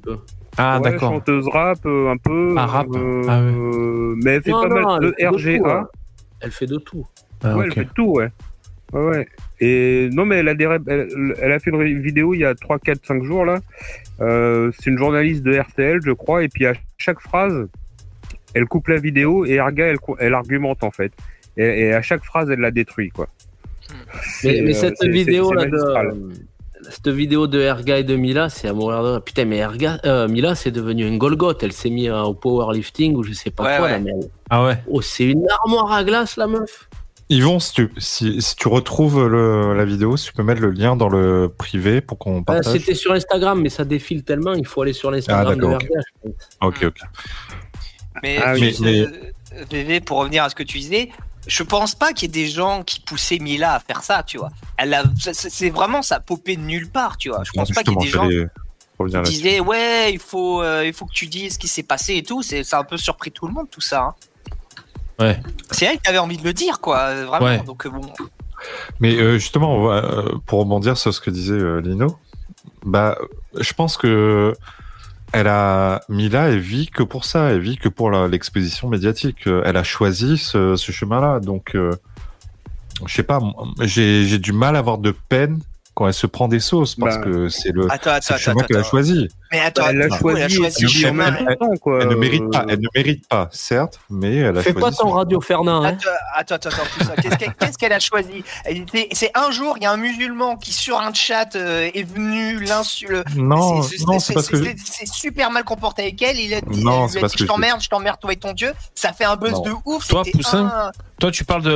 Ah, ouais, d'accord. Chanteuse rap, un peu. Rap. Mais elle fait pas mal de RGA. Elle fait de tout. Ouais, ok. elle fait de tout, ouais. Ouais. Et non, mais elle a fait une vidéo il y a 3, 4, 5 jours, là. C'est une journaliste de RTL, je crois, et puis à chaque phrase, elle coupe la vidéo et Erga, elle argumente, en fait. Et à chaque phrase, elle la détruit, quoi. Mais cette vidéo là cette vidéo de Erga et de Mila, c'est à mourir de... Putain, mais Mila, c'est devenu une Golgoth. Elle s'est mise au powerlifting ou je sais pas quoi. Là, mais... Ah ouais. Oh, c'est une armoire à glace, la meuf. Yvon, si tu retrouves la vidéo, si tu peux mettre le lien dans le privé pour qu'on partage. C'était sur Instagram, mais ça défile tellement, il faut aller sur l'Instagram de Erga. Ok. Mais VV, pour revenir à ce que tu disais, je pense pas qu'il y ait des gens qui poussaient Mila à faire ça, tu vois. C'est vraiment ça popé de nulle part, tu vois. Je pense pas qu'il y ait des gens qui disaient ouais, il faut que tu dises ce qui s'est passé et tout. Ça a un peu surpris tout le monde, tout ça. Hein. Ouais. C'est elle qui avait envie de le dire, quoi. Vraiment. Ouais. Donc bon. Mais justement, pour rebondir sur ce que disait Lino, je pense que Mila, elle vit que pour ça, elle vit que pour l'exposition médiatique. Elle a choisi ce chemin-là, donc je sais pas, j'ai du mal à avoir de peine quand elle se prend des sauces parce que c'est le chemin qu'elle a choisi. Mais attends, elle a choisi le chemin. Elle ne mérite pas, certes, mais elle a choisi. Fais pas ton Radio Fernand. Hein. Attends, qu'est-ce qu'elle a choisi? C'est un jour, il y a un musulman qui sur un chat est venu l'insulter. Non, c'est parce que c'est super mal comporté avec elle. Il a dit, je t'emmerde toi et ton Dieu. Ça fait un buzz de ouf. Toi, Poussin, toi tu parles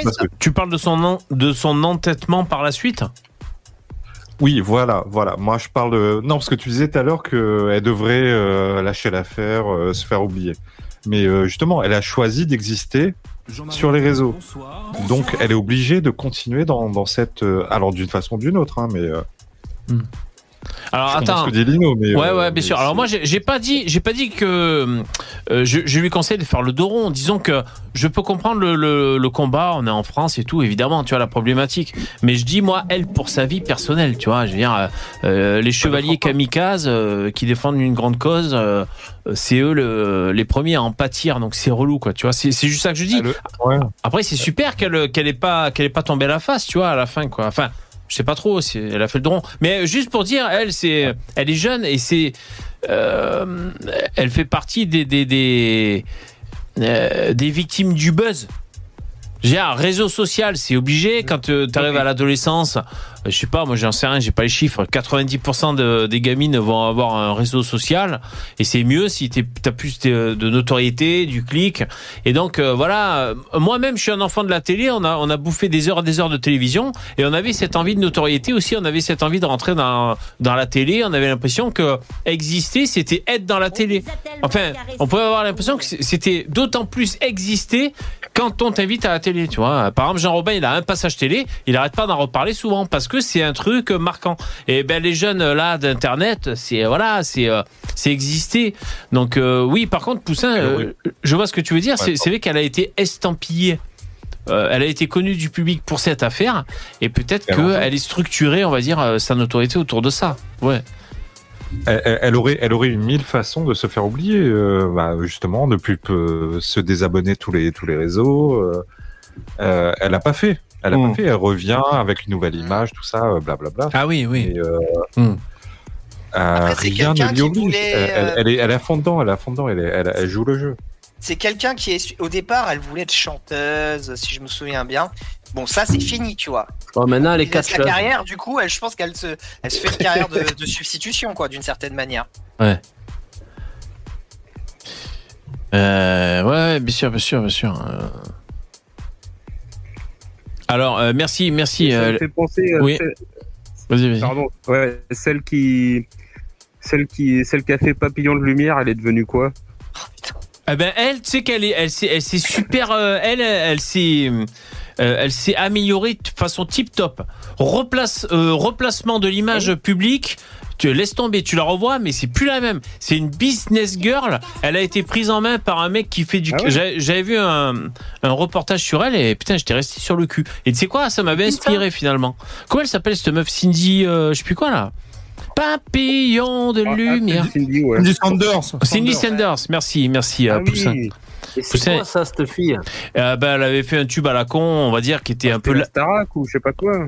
de son entêtement par la suite. Oui, voilà. Moi, je parle de... Non, parce que tu disais tout à l'heure qu'elle devrait lâcher l'affaire, se faire oublier. Mais justement, elle a choisi d'exister sur les réseaux. Donc, elle est obligée de continuer dans cette... alors, d'une façon ou d'une autre, hein, mais... Alors attends. Ce que dit Lino, mais ouais, bien sûr. Alors moi, j'ai pas dit que je lui conseille de faire le dos rond. Disons que je peux comprendre le combat. On est en France et tout, évidemment. Tu vois la problématique. Mais je dis moi, elle pour sa vie personnelle. Tu vois, je veux dire, les chevaliers kamikazes qui défendent une grande cause, c'est eux les premiers à en pâtir. Donc c'est relou, quoi. Tu vois, c'est juste ça que je dis. Après, c'est super qu'elle ait pas tombé à la face, tu vois, à la fin, quoi. Enfin. Je sais pas trop si elle a fait le drôle. Mais juste pour dire, elle est jeune et elle fait partie des victimes du buzz. J'ai un réseau social, c'est obligé quand tu arrives à l'adolescence. Je sais pas, moi j'en sais rien, j'ai pas les chiffres. 90% des gamines vont avoir un réseau social et c'est mieux si t'as plus de notoriété, du clic. Et donc voilà, moi-même je suis un enfant de la télé. On a bouffé des heures de télévision et on avait cette envie de notoriété aussi. On avait cette envie de rentrer dans la télé. On avait l'impression que exister, c'était être dans la télé. Enfin, on pouvait avoir l'impression que c'était d'autant plus exister quand on t'invite à la télé, tu vois. Par exemple, Jean Robin, il a un passage télé, il arrête pas d'en reparler souvent parce que c'est un truc marquant. Et ben les jeunes là d'internet, c'est exister. Donc oui, par contre, Poussin, je vois ce que tu veux dire. C'est vrai qu'elle a été estampillée. Elle a été connue du public pour cette affaire et peut-être qu'elle est structurée, on va dire, sa notoriété autour de ça. Ouais. Elle aurait eu 1000 façons de se faire oublier, justement, ne plus se désabonner tous les réseaux. Elle n'a pas fait. Elle revient avec une nouvelle image, tout ça, blablabla. Ah oui. Et, rien ne lui oblige. Elle est à fond dedans. Elle joue le jeu. C'est quelqu'un qui au départ, elle voulait être chanteuse, si je me souviens bien. Bon, ça c'est fini, tu vois. Bon, maintenant elle est catcheuse. Sa carrière, du coup, je pense qu'elle se fait une carrière de substitution, quoi, d'une certaine manière. Ouais. Ouais, bien sûr. Alors, merci. Ça me fait penser. Oui. Vas-y. Pardon. Ouais, celle qui a fait Papillon de lumière, elle est devenue quoi? Eh ben elle, tu sais elle s'est super, elle s'est améliorée de façon tip top. Replacement de l'image publique. Tu laisses tomber, tu la revois, mais c'est plus la même. C'est une business girl. Elle a été prise en main par un mec qui fait du. J'avais vu un reportage sur elle et putain, j'étais resté sur le cul. Et tu sais quoi, ça m'avait inspiré finalement. Comment elle s'appelle cette meuf, Cindy, je sais plus quoi là. Papillon de lumière. Cindy, ouais. Cindy Sanders. Cindy Sanders, merci Poussin. Et c'est quoi ça, cette fille? Elle avait fait un tube à la con, on va dire, qui était un peu... la Starac ou je sais pas quoi.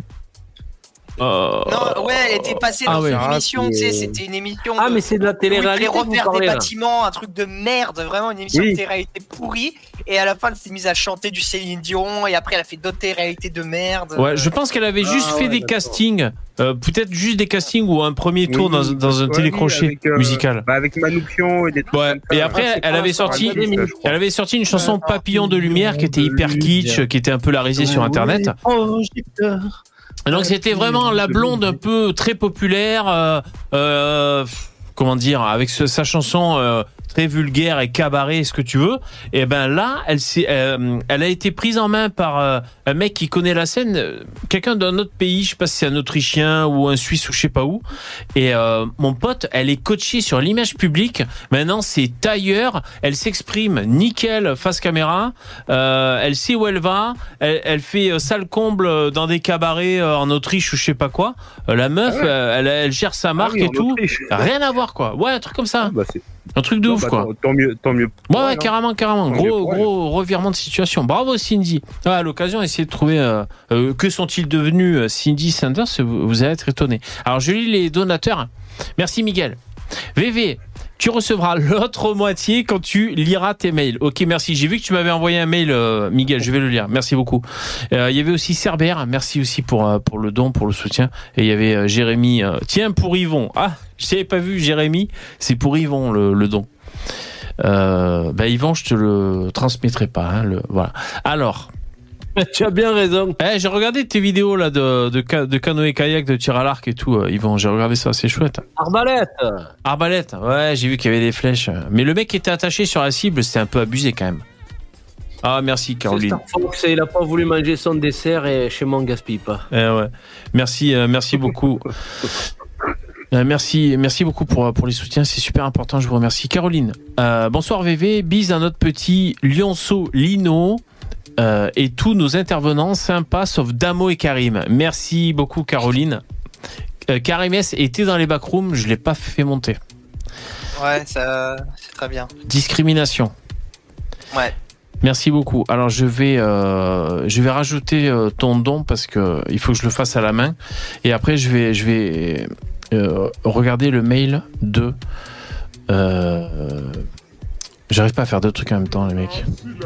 Non, ouais, elle était passée dans une émission, tu sais, c'était une émission. Ah, mais c'est de la télé-réalité. Où ils voulaient refaire vous des parlez, là. bâtiments, un truc de merde, vraiment une émission de télé-réalité pourrie. Et à la fin, elle s'est mise à chanter du Céline Dion, et après, elle a fait d'autres télé-réalités de merde. Ouais, je pense qu'elle avait juste fait des castings, peut-être juste des castings ou un premier tour dans un télécrochet musical. Avec Manoukian et des trucs. Ouais. Et après, elle avait sorti une chanson Papillon de lumière qui était hyper kitsch, qui était un peu la risée sur Internet. Oh, j'ai peur. Donc c'était vraiment la blonde un peu très populaire, comment dire, avec sa chanson très vulgaire et cabaret, ce que tu veux. Et ben là, elle a été prise en main par un mec qui connaît la scène, quelqu'un d'un autre pays, je sais pas si c'est un Autrichien ou un Suisse ou je sais pas où. Et mon pote, elle est coachée sur l'image publique. Maintenant, c'est tailleur. Elle s'exprime nickel face caméra. Elle sait où elle va. Elle fait sale comble dans des cabarets en Autriche ou je sais pas quoi. La meuf, elle gère sa marque et tout. Rien à voir quoi. Ouais, un truc comme ça. Un truc de ouf quoi. Tant mieux. Ouais, carrément. Gros revirement de situation. Bravo Cindy. À l'occasion, essayez de trouver que sont-ils devenus Cindy Sanders. Vous allez être étonné. Alors je lis les donateurs. Merci Miguel. VV, tu recevras l'autre moitié quand tu liras tes mails. Ok, merci. J'ai vu que tu m'avais envoyé un mail, Miguel. Je vais le lire. Merci beaucoup. Il y avait aussi Cerbère. Merci aussi pour le don, pour le soutien. Et il y avait Jérémy. Tiens, pour Yvon. Ah, je t'avais pas vu, Jérémy. C'est pour Yvon le don. Yvon, je te le transmettrai pas. Voilà. Alors. Tu as bien raison. J'ai regardé tes vidéos là de canoë-kayak, de tir à l'arc et tout, Yvon. J'ai regardé ça, c'est chouette. Arbalète. Ouais, j'ai vu qu'il y avait des flèches. Mais le mec qui était attaché sur la cible, c'était un peu abusé quand même. Ah, merci Caroline. Star Fox, il a pas voulu manger son dessert et chez moi on gaspille pas. Ouais. Merci beaucoup. Merci beaucoup pour les soutiens, c'est super important, je vous remercie. Caroline, bonsoir VV, bise à notre petit lionceau Lino. Et tous nos intervenants sympas sauf Damo et Karim. Merci beaucoup Caroline. Karim S était dans les backrooms, je l'ai pas fait monter. Ouais, ça c'est très bien. Discrimination. Ouais. Merci beaucoup. Alors je vais rajouter ton don parce que il faut que je le fasse à la main et après je vais regarder le mail de j'arrive pas à faire deux trucs en même temps, les mecs.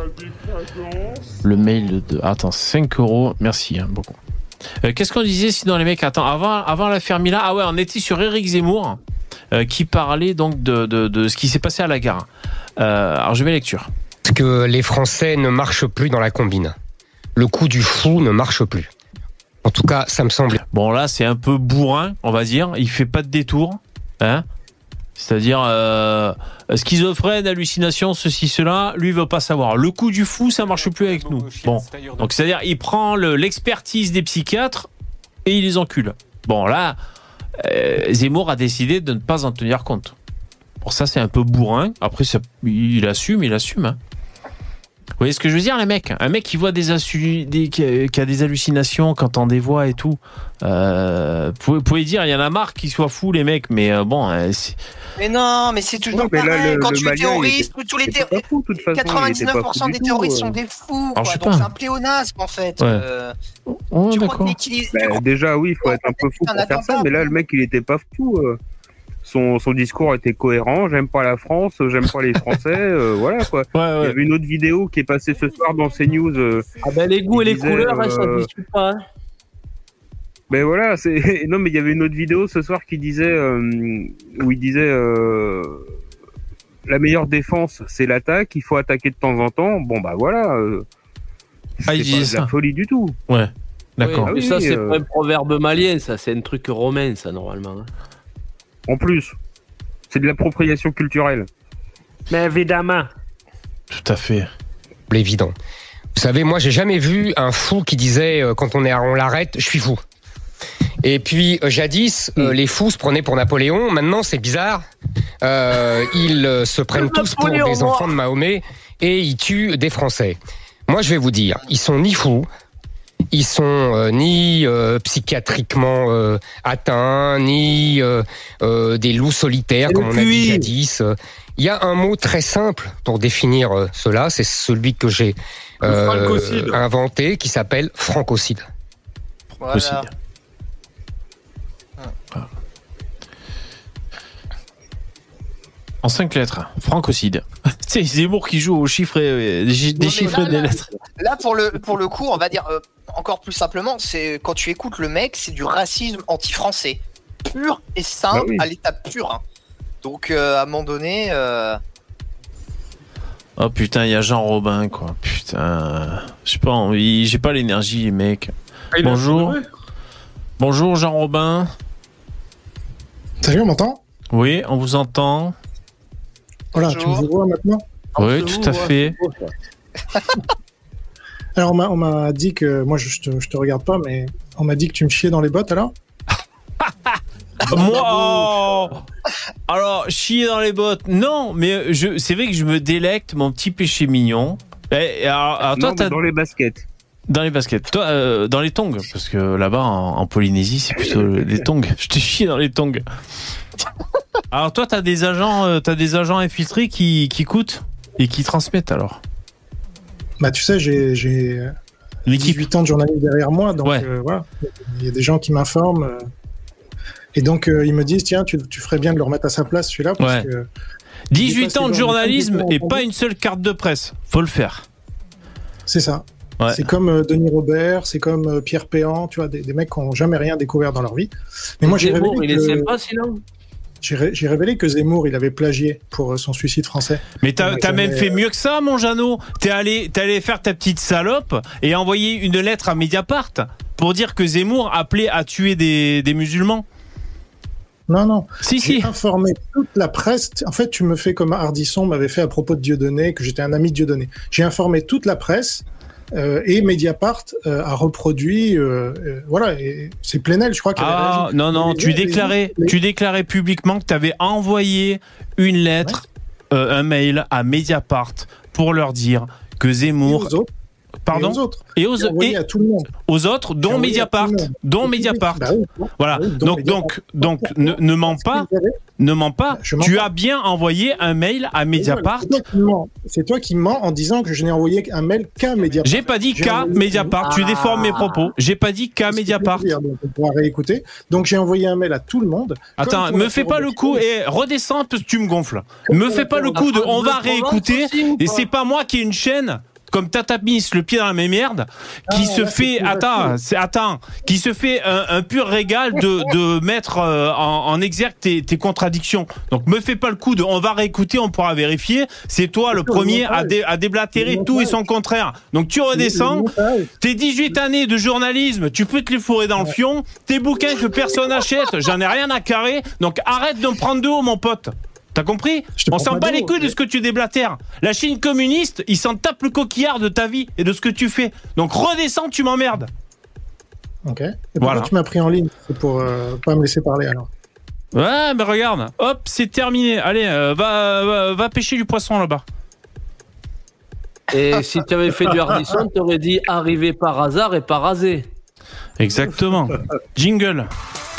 Le mail de... Attends, 5 €. Merci, beaucoup. Qu'est-ce qu'on disait sinon, les mecs? Attends, avant la Fermila... Ah ouais, on était sur Éric Zemmour, qui parlait donc de ce qui s'est passé à la gare. Alors, je vais lecture. Parce que les Français ne marchent plus dans la combine. Le coup du fou ne marche plus. En tout cas, ça me semble... Bon, là, c'est un peu bourrin, on va dire. Il fait pas de détour. Hein? C'est-à-dire schizophrène, hallucination, ceci, cela, lui il veut pas savoir. Le coup du fou, ça marche plus avec nous. Bon, donc c'est-à-dire il prend l'expertise des psychiatres et il les encule. Bon là, Zemmour a décidé de ne pas en tenir compte. Bon ça c'est un peu bourrin. Après il assume. Hein. Vous voyez ce que je veux dire, les mecs? Un mec qui voit qui a des hallucinations, qui entend des voix et tout. Vous pouvez dire, il y en a marre qu'ils soient fous, les mecs, mais bon. Mais non, mais c'est toujours pareil. Quand tu es terroriste, tous les 99% des terroristes sont des fous. Quoi. Donc c'est un pléonasme en fait. Ouais. Tu crois que déjà, oui, il faut être un peu fou pour faire ça, mais là, le mec, il était pas fou. Son discours était cohérent. J'aime pas la France, j'aime pas les Français, voilà quoi. Ouais. Il y avait une autre vidéo qui est passée ce soir dans CNews. Les goûts et les couleurs, ça ne discute pas. Hein. Ben voilà, non mais il y avait une autre vidéo ce soir qui disait où il disait la meilleure défense c'est l'attaque, il faut attaquer de temps en temps. Bon bah voilà. C'est pas de la folie du tout. Ouais. D'accord. Oui, ça c'est pas un proverbe malien, ça c'est un truc romain ça normalement. En plus, c'est de l'appropriation culturelle. Mais évidemment. Tout à fait. Évident. Vous savez, moi, j'ai jamais vu un fou qui disait, quand on l'arrête, je suis fou. Et puis, jadis, les fous se prenaient pour Napoléon. Maintenant, c'est bizarre. Ils se prennent tous pour des enfants de Mahomet et ils tuent des Français. Moi, je vais vous dire, ils sont ni fous, ils sont ni psychiatriquement atteints, ni des loups solitaires, comme on a dit jadis. Il y a un mot très simple pour définir cela, c'est celui que j'ai inventé, qui s'appelle francocide. Voilà. En 5 lettres, francocide. C'est Zemmour qui joue aux chiffres, des chiffres et des lettres. Là, pour le coup, on va dire encore plus simplement, c'est quand tu écoutes le mec, c'est du racisme anti-français. Pur et simple, à l'état pur. Hein. Donc, à un moment donné... Oh putain, il y a Jean Robin, quoi. Putain, j'ai pas envie, j'ai pas l'énergie, les mecs. Bonjour. Bonjour, Jean Robin. Salut, on m'entend? Oui, on vous entend. Voilà, tu me vois maintenant? Oui, tout à fait. Alors, on m'a dit que... Moi, je te regarde pas, mais on m'a dit que tu me chiais dans les bottes, alors? Moi, alors, chier dans les bottes, non, mais c'est vrai que je me délecte mon petit péché mignon. Alors, toi, dans les baskets. Dans les baskets. Toi, dans les tongs, parce que là-bas, en Polynésie, c'est plutôt les tongs. Je te chie dans les tongs. Alors, toi, t'as des agents infiltrés qui écoutent et qui transmettent, alors? Bah, tu sais, j'ai 18 ans de journalisme derrière moi, donc voilà. Il y a des gens qui m'informent. Et donc, ils me disent, tiens, tu ferais bien de le remettre à sa place, celui-là, parce que... 18 ans de journalisme et pas une seule carte de presse. Faut le faire. C'est ça. Ouais. C'est comme Denis Robert, c'est comme Pierre Péan, tu vois, des mecs qui n'ont jamais rien découvert dans leur vie. Mais moi, j'ai révélé que Zemmour, il avait plagié pour son suicide français. Mais t'as même fait mieux que ça, mon Jeannot. T'es allé faire ta petite salope et envoyer une lettre à Mediapart pour dire que Zemmour appelait à tuer des musulmans. Non. J'ai informé toute la presse. En fait, tu me fais comme Ardisson m'avait fait à propos de Dieudonné, que j'étais un ami de Dieudonné. J'ai informé toute la presse et Mediapart a reproduit. Voilà, et c'est Plenel, je crois. Non, tu déclarais publiquement que tu avais envoyé une lettre, un mail à Mediapart pour leur dire que Zemmour. Pardon. Et aux autres. Et à tout le monde. Aux autres, dont Mediapart. Bah oui. Voilà. Donc, ne mens pas. Ne mens pas. Tu as bien envoyé un mail à Mediapart. C'est toi qui mens en disant que je n'ai envoyé un mail qu'à Mediapart. J'ai pas dit qu'à Mediapart. Tu déformes mes propos. J'ai pas dit qu'à Mediapart. On pourra réécouter. Donc j'ai envoyé un mail à tout le monde. Attends, me fais pas le coup et redescends parce que tu me gonfles. Me fais pas le coup de on va réécouter et c'est pas moi qui ai une chaîne. Comme Tata Miss, le pied dans la même merde, qui se fait, qui se fait un pur régal de mettre en exergue tes contradictions. Donc me fais pas le coup de, on va réécouter, on pourra vérifier. C'est toi le premier à déblatérer tout et son contraire. Donc tu redescends. Tes 18 années de journalisme, tu peux te les fourrer dans le fion. Tes bouquins que personne n'achète, j'en ai rien à carrer. Donc arrête de me prendre de haut, mon pote. T'as compris? On s'en bat les couilles de ce que tu déblatères. La Chine communiste, ils s'en tapent le coquillard de ta vie et de ce que tu fais. Donc redescends, tu m'emmerdes. Ok. Et pourquoi tu m'as pris en ligne? C'est pour pas me laisser parler alors. Ouais, mais regarde. Hop, c'est terminé. Allez, va pêcher du poisson là-bas. Et si tu avais fait du Ardisson, tu aurais dit arrivé par hasard et pas rasé. Exactement. Jingle.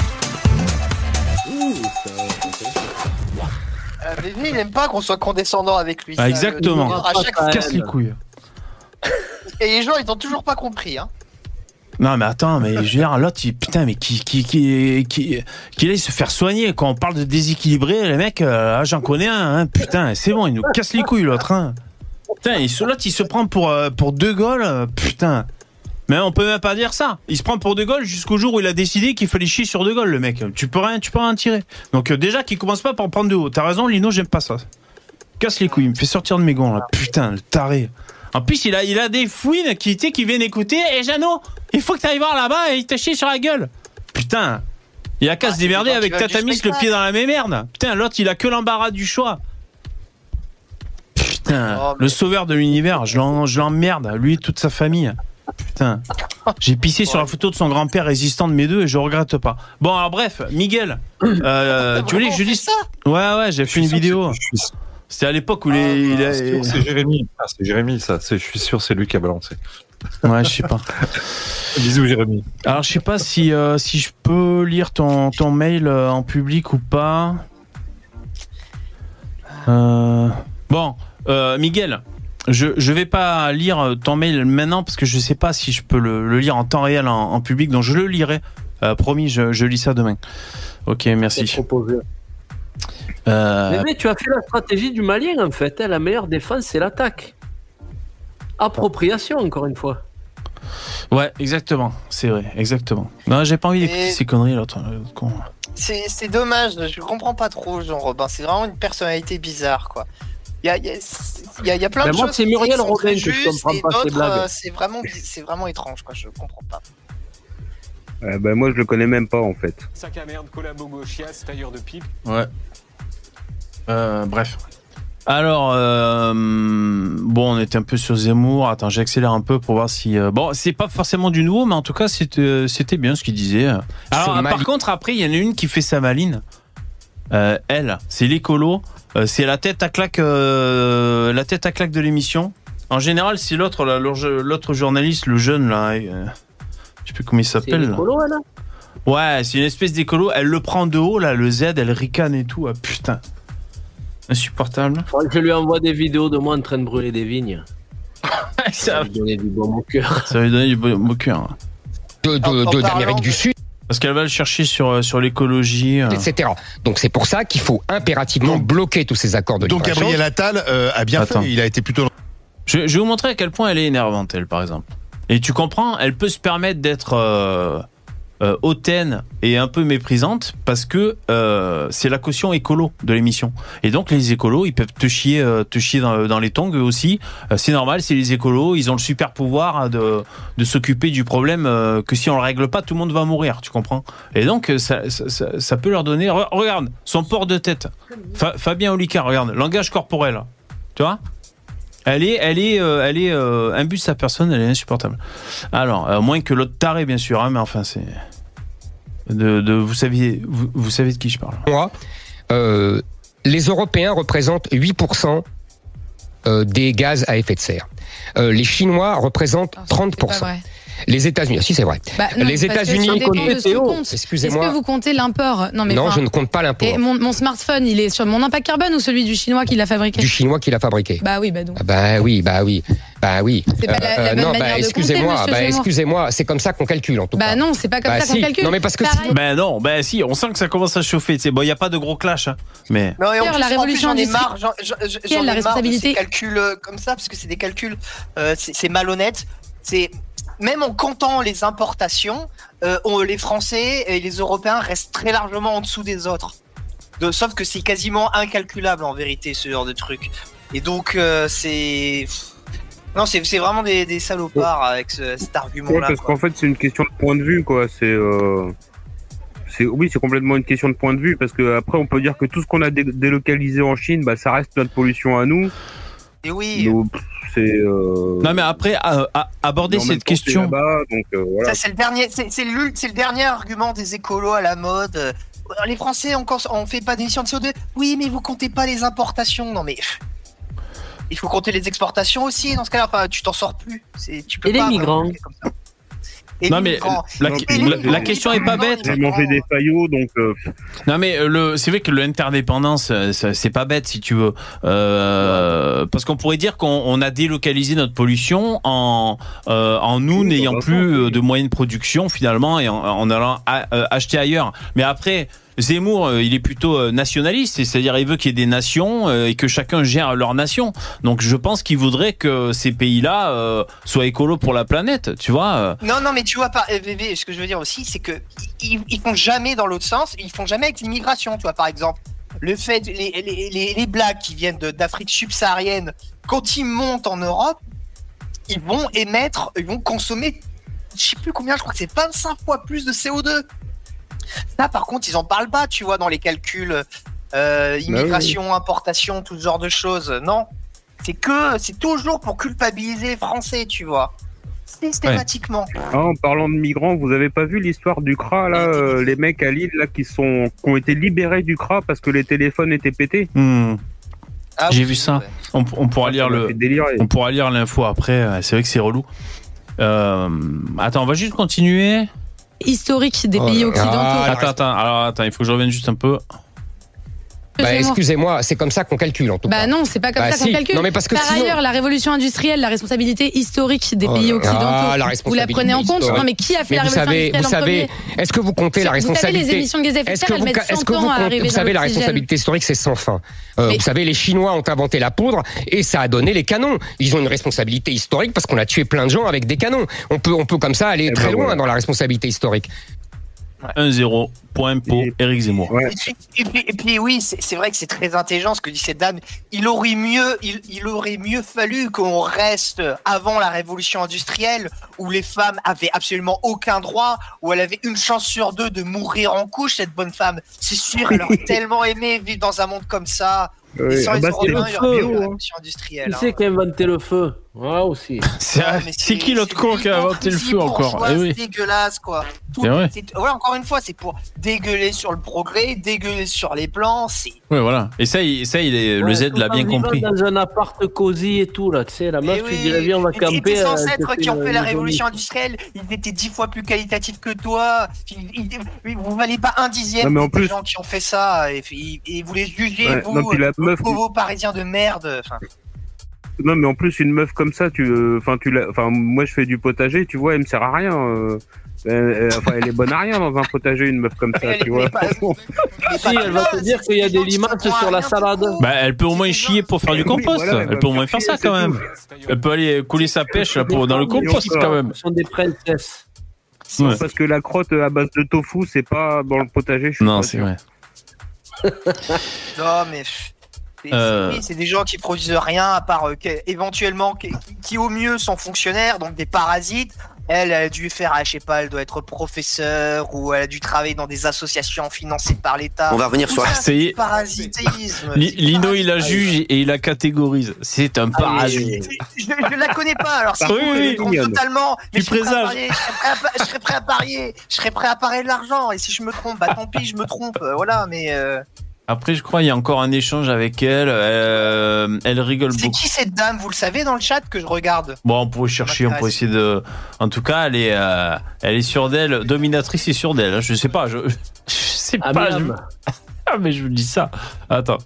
Mais il n'aime pas qu'on soit condescendant avec lui. Ah, exactement. À chaque fois. Casse les couilles. Et les gens, ils n'ont toujours pas compris. Hein. Non, mais attends, mais je veux dire, l'autre, putain, mais qui allait se faire soigner. Quand on parle de déséquilibré, les mecs, j'en connais un, hein, putain, c'est bon, il nous casse les couilles, l'autre. Hein. Putain, l'autre, il se prend pour De Gaulle, putain. Mais on peut même pas dire ça. Il se prend pour De Gaulle jusqu'au jour où il a décidé qu'il fallait chier sur De Gaulle, le mec. Tu peux rien tirer. Donc déjà qu'il commence pas par prendre de haut. T'as raison, Lino, j'aime pas ça. Casse les couilles, il me fait sortir de mes gonds là. Putain, le taré. En plus, il a des fouines qui viennent écouter. Et Jeannot, il faut que t'ailles voir là-bas et il t'a chié sur la gueule. Putain, il a qu'à se démerder avec Tatamis le pied dans la même merde. Putain, l'autre, il a que l'embarras du choix. Putain, le sauveur de l'univers, je l'emmerde, lui et toute sa famille. Putain, j'ai pissé sur la photo de son grand-père résistant de mes deux et je regrette pas. Bon, alors bref, Miguel, tu voulais que je dise ça? Ouais, j'ai fait une vidéo. C'était à l'époque où C'est Jérémy. Ah, c'est Jérémy, ça. Je suis sûr, c'est lui qui a balancé. Ouais, je sais pas. Bisous, Jérémy. Alors, je sais pas si je peux lire ton mail en public ou pas. Bon, Miguel, je vais pas lire ton mail maintenant parce que je sais pas si je peux le lire en temps réel en public, donc je le lirai. Promis, je lis ça demain. Ok, merci. Mais tu as fait la stratégie du malien en fait. La meilleure défense, c'est l'attaque. Appropriation, encore une fois. Ouais, exactement. C'est vrai, exactement. Non, j'ai pas envie d'écouter ces conneries, l'autre con. C'est dommage, je comprends pas trop Jean Robin. C'est vraiment une personnalité bizarre, quoi. Il y a plein de choses. Moi, c'est Muriel Robin que je comprends pas ces blagues. C'est vraiment étrange, quoi. Je comprends pas. Moi, je le connais même pas, en fait. Sac à merde, collabo gauchias, tailleur de pipe. Ouais. Bref. Alors, bon, on était un peu sur Zemmour. Attends, j'accélère un peu pour voir si... Bon, c'est pas forcément du nouveau, mais en tout cas, c'était bien ce qu'il disait. Alors, par contre, après, il y en a une qui fait sa maline. Elle, c'est l'écolo. C'est la tête à claque de l'émission. En général, c'est l'autre journaliste, le jeune, là. Je sais plus comment il s'appelle. C'est l'écolo, elle, là ? Ouais, c'est une espèce d'écolo. Elle le prend de haut, là, le Z, elle ricane et tout. Ah, putain. Insupportable. Je lui envoie des vidéos de moi en train de brûler des vignes. Ça va lui donner du baume au cœur. Ça va lui donner du baume au cœur. D'Amérique du Sud. Parce qu'elle va le chercher sur l'écologie. Etc. Donc c'est pour ça qu'il faut impérativement bloquer tous ces accords de libre-échange. Donc Gabriel Attal a bien fait. Il a été plutôt... Je vais vous montrer à quel point elle est énervante, elle, par exemple. Et tu comprends, elle peut se permettre d'être hautaine et un peu méprisante parce que c'est la caution écolo de l'émission. Et donc les écolos, ils peuvent te chier dans les tongs eux aussi. C'est normal, c'est les écolos, ils ont le super pouvoir de s'occuper du problème que si on le règle pas, tout le monde va mourir, tu comprends? Et donc ça peut leur donner... Regarde, son port de tête. Fabien Olicard, regarde, langage corporel. Tu vois? Elle est imbue de sa personne, elle est insupportable. Alors, moins que l'autre taré, bien sûr, hein, mais enfin, c'est... vous savez de qui je parle. Moi, les Européens représentent 8% des gaz à effet de serre. Les Chinois représentent 30%. Les États-Unis, si c'est vrai. Non, les États-Unis, excusez-moi. Est-ce que vous comptez l'import? Non, je ne compte pas l'import. Et mon smartphone, il est sur mon impact carbone ou celui du Chinois qui l'a fabriqué? Du Chinois qui l'a fabriqué. Bah oui, bah donc. Bah oui. C'est pas la bonne manière de compter, excusez-moi, c'est comme ça qu'on calcule en tout cas. Bah non, c'est pas comme ça qu'on calcule. Non mais parce que si, on sent que ça commence à chauffer. Bon, il y a pas de gros clash, hein, mais. Non, et la révolution industrielle. J'en ai marre de ces responsabilité calculs comme ça parce que c'est des calculs, c'est malhonnête. C'est même en comptant les importations, les Français et les Européens restent très largement en dessous des autres. Sauf que c'est quasiment incalculable en vérité ce genre de truc. Et donc c'est vraiment des salopards avec cet argument-là. Ouais, parce qu'en fait c'est une question de point de vue, quoi. Oui, c'est complètement une question de point de vue parce que après on peut dire que tout ce qu'on a délocalisé en Chine, ça reste notre pollution à nous. Et oui. Donc, non mais après aborder cette question. Là-bas, donc, voilà. Ça c'est le dernier argument des écolos à la mode. Les Français on fait pas d'émissions de CO2. Oui, mais vous comptez pas les importations. Non mais il faut compter les exportations aussi. Dans ce cas-là, enfin, tu t'en sors plus. Tu peux et pas les migrants. Comme ça. Non mais la question est pas bête. J'ai mangé des faillots donc. Non mais c'est vrai que l'interdépendance c'est pas bête si tu veux parce qu'on pourrait dire qu'on a délocalisé notre pollution en nous n'ayant plus de moyens de production finalement et en allant acheter ailleurs. Mais après Zemmour, il est plutôt nationaliste, c'est-à-dire il veut qu'il y ait des nations et que chacun gère leur nation. Donc je pense qu'il voudrait que ces pays-là soient écolos pour la planète, tu vois. Non, mais tu vois, ce que je veux dire aussi, c'est que ils font jamais dans l'autre sens, ils font jamais avec l'immigration, tu vois, par exemple. Le fait, les Blacks qui viennent d'Afrique subsaharienne, quand ils montent en Europe, ils vont consommer, je sais plus combien, je crois que c'est 25 fois plus de CO2. Ça, par contre, ils en parlent pas, tu vois, dans les calculs immigration, importation, tout ce genre de choses. Non, c'est toujours pour culpabiliser les Français, tu vois, systématiquement. Ah, en parlant de migrants, vous avez pas vu l'histoire du CRA là, les mecs à Lille là qui ont été libérés du CRA parce que les téléphones étaient pétés. J'ai vu ça. On pourra lire on pourra lire l'info après. C'est vrai que c'est relou. Attends, on va juste continuer. Historique des pays occidentaux. Attends, il faut que je revienne juste un peu. Excusez-moi, c'est comme ça qu'on calcule en tout cas. Non, c'est pas comme ça qu'on calcule. Non, mais parce que par ailleurs, la révolution industrielle, la responsabilité historique des pays occidentaux, vous la prenez en compte. Non, mais qui a fait la révolution industrielle en premier ? Est-ce que vous comptez la responsabilité ? Vous savez, les émissions de gaz à effet de serre, elles mettent 100 ans à arriver. Vous savez, la responsabilité historique, c'est sans fin. Vous savez, les Chinois ont inventé la poudre et ça a donné les canons. Ils ont une responsabilité historique parce qu'on a tué plein de gens avec des canons. On peut comme ça aller très loin dans la responsabilité historique. 1-0, point pour Éric Zemmour. Et puis oui, c'est vrai que c'est très intelligent ce que dit cette dame. Il aurait mieux fallu qu'on reste avant la révolution industrielle où les femmes avaient absolument aucun droit, où elle avait une chance sur 2 de mourir en couche, cette bonne femme. C'est sûr, elle aurait tellement aimé vivre dans un monde comme ça. Et sans les Européens, il y aurait eu la révolution industrielle. Qui c'est qui a inventé le feu ? Aussi. C'est qui l'autre con qui a inventé le feu encore ? C'est dégueulasse, quoi. Encore une fois, c'est pour dégueuler sur le progrès, dégueuler sur les plans. Ouais, voilà. Et ça, le Z l'a bien compris. Dans un appart cosy et tout, là, tu sais, la meuf, tu dis la vie, on va camper. Tes ancêtres qui ont fait la révolution industrielle, ils étaient 10 fois plus qualitatifs que toi. Vous ne valez pas un dixième des gens qui ont fait ça. Et vous les jugez, vous, pauvres parisiens de merde. Non, mais en plus, une meuf comme ça, moi je fais du potager, tu vois, elle me sert à rien. Elle est bonne à rien dans un potager, une meuf comme ça, tu vois. Si, elle va te dire qu'il y a des limaces sur la salade. Elle peut au moins chier pour faire du compost. Elle peut au moins faire ça quand même. Elle peut aller couler sa pêche dans le compost quand même. Ce sont des princesses. Parce que la crotte à base de tofu, c'est pas dans le potager. Non, c'est vrai. Non, mais. C'est des gens qui produisent rien à part éventuellement qui au mieux sont fonctionnaires, donc des parasites. Elle a dû faire, je sais pas, elle doit être professeure ou elle a dû travailler dans des associations financées par l'État. On va revenir sur c'est parasitisme. Lino, il la juge et il la catégorise. C'est un parasite. Je la connais pas, alors ça me trompe totalement. Tu présages. Je serais prêt à parier. Je serais prêt à parier de l'argent. Et si je me trompe, tant pis, je me trompe. Voilà, mais. Après, je crois, il y a encore un échange avec elle. Elle rigole beaucoup. C'est qui cette dame ? Vous le savez dans le chat que je regarde ? Bon, on pourrait chercher, on pourrait essayer de. En tout cas, elle est sûre d'elle, dominatrice et sûre d'elle. Je sais pas, je sais pas. Mais je vous dis ça. Attends.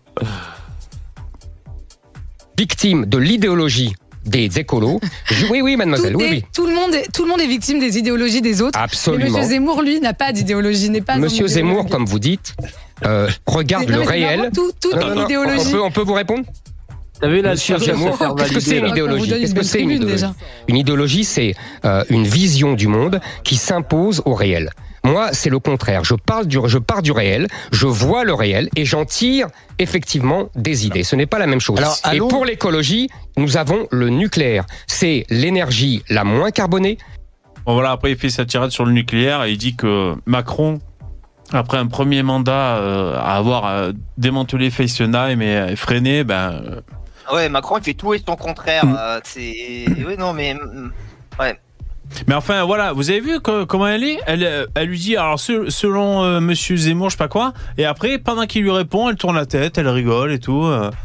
Victime de l'idéologie des écolos. Oui, mademoiselle. Tout le monde est victime des idéologies des autres. Absolument. Mais Monsieur Zemmour, lui, n'a pas d'idéologie. Monsieur Zemmour, comme vous dites, regarde le réel. Toute idéologie. On peut vous répondre ? T'as vu la Monsieur Zemmour, qu'est-ce que c'est une idéologie ? Une idéologie, c'est une vision du monde qui s'impose au réel. Moi, c'est le contraire. Je pars du réel, je vois le réel et j'en tire effectivement des idées. Ce n'est pas la même chose. Et pour l'écologie, nous avons le nucléaire. C'est l'énergie la moins carbonée. Bon voilà, après il fait sa tirade sur le nucléaire et il dit que Macron, après un premier mandat à avoir démantelé Fessenheim et freiné, ouais, Macron il fait tout et son contraire. Oui, non mais ouais. Mais enfin voilà, vous avez vu comment elle est ? Elle lui dit alors selon Monsieur Zemmour, je sais pas quoi, et après pendant qu'il lui répond, elle tourne la tête, elle rigole et tout.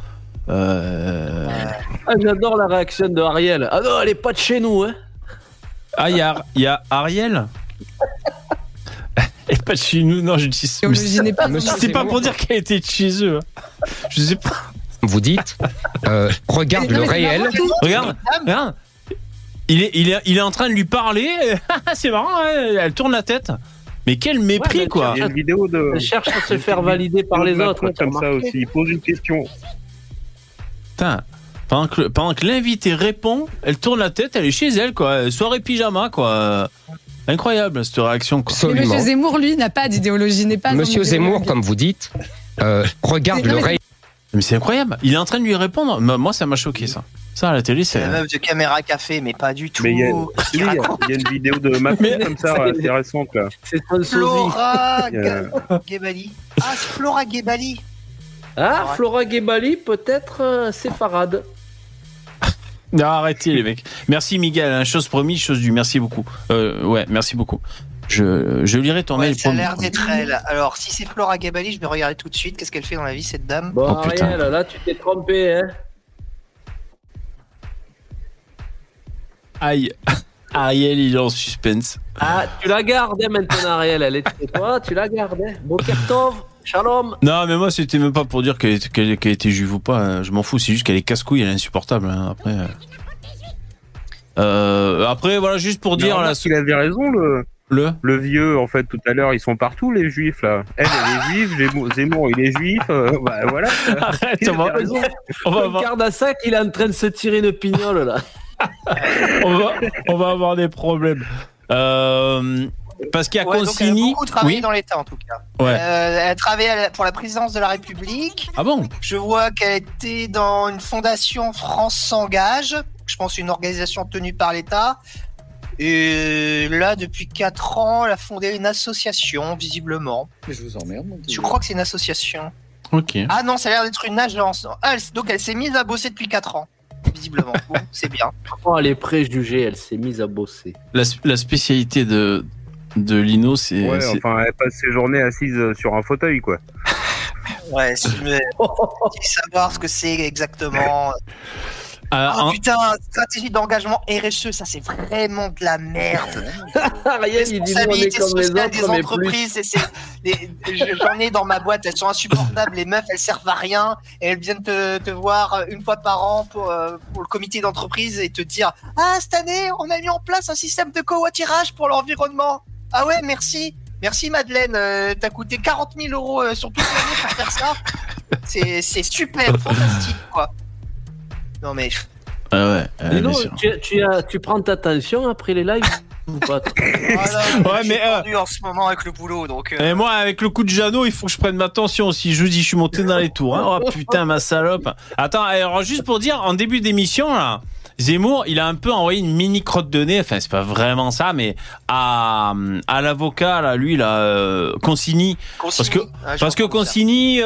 J'adore la réaction de Ariel. Ah non, elle est pas de chez nous, hein. Ah il y a Ariel. Elle est pas de chez nous, non je dis. C'est pas pour dire qu'elle était de chez eux. Je sais pas. Vous dites, regarde le réel. Regarde. Il est en train de lui parler. C'est marrant, hein, elle tourne la tête. Mais quel mépris, quoi. Il y a une vidéo de. Elle cherche à se faire valider par les autres. Comme ça aussi. Il pose une question. Putain. Pendant que l'invité répond, elle tourne la tête, elle est chez elle, quoi. Soirée pyjama, quoi. Incroyable, cette réaction, quoi. Mais Monsieur Zemmour, lui, n'a pas d'idéologie, n'est pas. Monsieur Zemmour, comme vous dites, regarde le réel. Mais c'est incroyable. Il est en train de lui répondre. Moi, ça m'a choqué, ça. Ça, à la télé, c'est. La meuf de Caméra Café, mais pas du tout. Mais il y a une vidéo de Macron comme ça, assez récente, là. C'est Flora Ghebali. Ah, c'est Flora Ghebali. Ah, Flora Ghebali, peut-être séfarade. Non, arrêtez, les mecs. Merci, Miguel. Chose promise, chose due. Merci beaucoup. Ouais, merci beaucoup. Je lirai ton mail. Ça a l'air d'être elle. Alors, si c'est Flora Gabali, je vais regarder tout de suite. Qu'est-ce qu'elle fait dans la vie, cette dame? Bon, Ariel, là, tu t'es trompé, hein. Aïe. Ariel, il est en suspense. Ah, tu la gardes maintenant, Ariel. Elle est chez toi, tu la gardes. Bokertov, shalom. Non, mais moi, c'était même pas pour dire qu'elle était juive ou pas. Hein. Je m'en fous, c'est juste qu'elle est casse-couille, elle est insupportable. Hein. Après, voilà, juste pour dire. Là, il avait raison, le vieux, en fait, tout à l'heure, ils sont partout, les juifs, là. Elle est juive, Zemmour, il est juif. Bah, voilà. Arrête, on va voir. Regarde à ça qu'il est en train de se tirer une pignole, là. on va avoir des problèmes. Parce qu'il y a Consigny. Elle a beaucoup travaillé dans l'État, en tout cas. Ouais. Elle a travaillé pour la présidence de la République. Ah bon? Je vois qu'elle était dans une fondation France s'engage. Je pense une organisation tenue par l'État. Et là, depuis 4 ans, elle a fondé une association, visiblement. Mais je vous emmerde. Je crois que c'est une association. Ok. Ah non, ça a l'air d'être une agence. Donc elle s'est mise à bosser depuis 4 ans. Visiblement. Bon, c'est bien. Oh, les préjugés, elle s'est mise à bosser. La spécialité de Lino, c'est. Ouais, enfin, elle passe ses journées assise sur un fauteuil, quoi. Ouais, si tu veux savoir ce que c'est exactement. Putain, stratégie d'engagement RSE, ça c'est vraiment de la merde. Responsabilité sociale des entreprises, j'en ai dans ma boîte, elles sont insupportables, les meufs elles servent à rien et elles viennent te voir une fois par an pour le comité d'entreprise et te dire ah cette année on a mis en place un système de covoiturage pour l'environnement. Ah ouais merci Madeleine, t'as coûté 40 000 € sur toute l'année pour faire ça. C'est super, fantastique quoi. Non mais. Ah ouais. Non, tu prends ta tension après les lives ou pas? Ouais, mais en ce moment avec le boulot donc. Et moi avec le coup de Jeannot, il faut que je prenne ma tension. Si je dis je suis monté dans les tours. Hein. Oh putain ma salope. Attends, alors juste pour dire en début d'émission là, Zemmour, il a un peu envoyé une mini crotte de nez. Enfin c'est pas vraiment ça, mais à l'avocat là, lui là, Consigny. Parce que Consigny.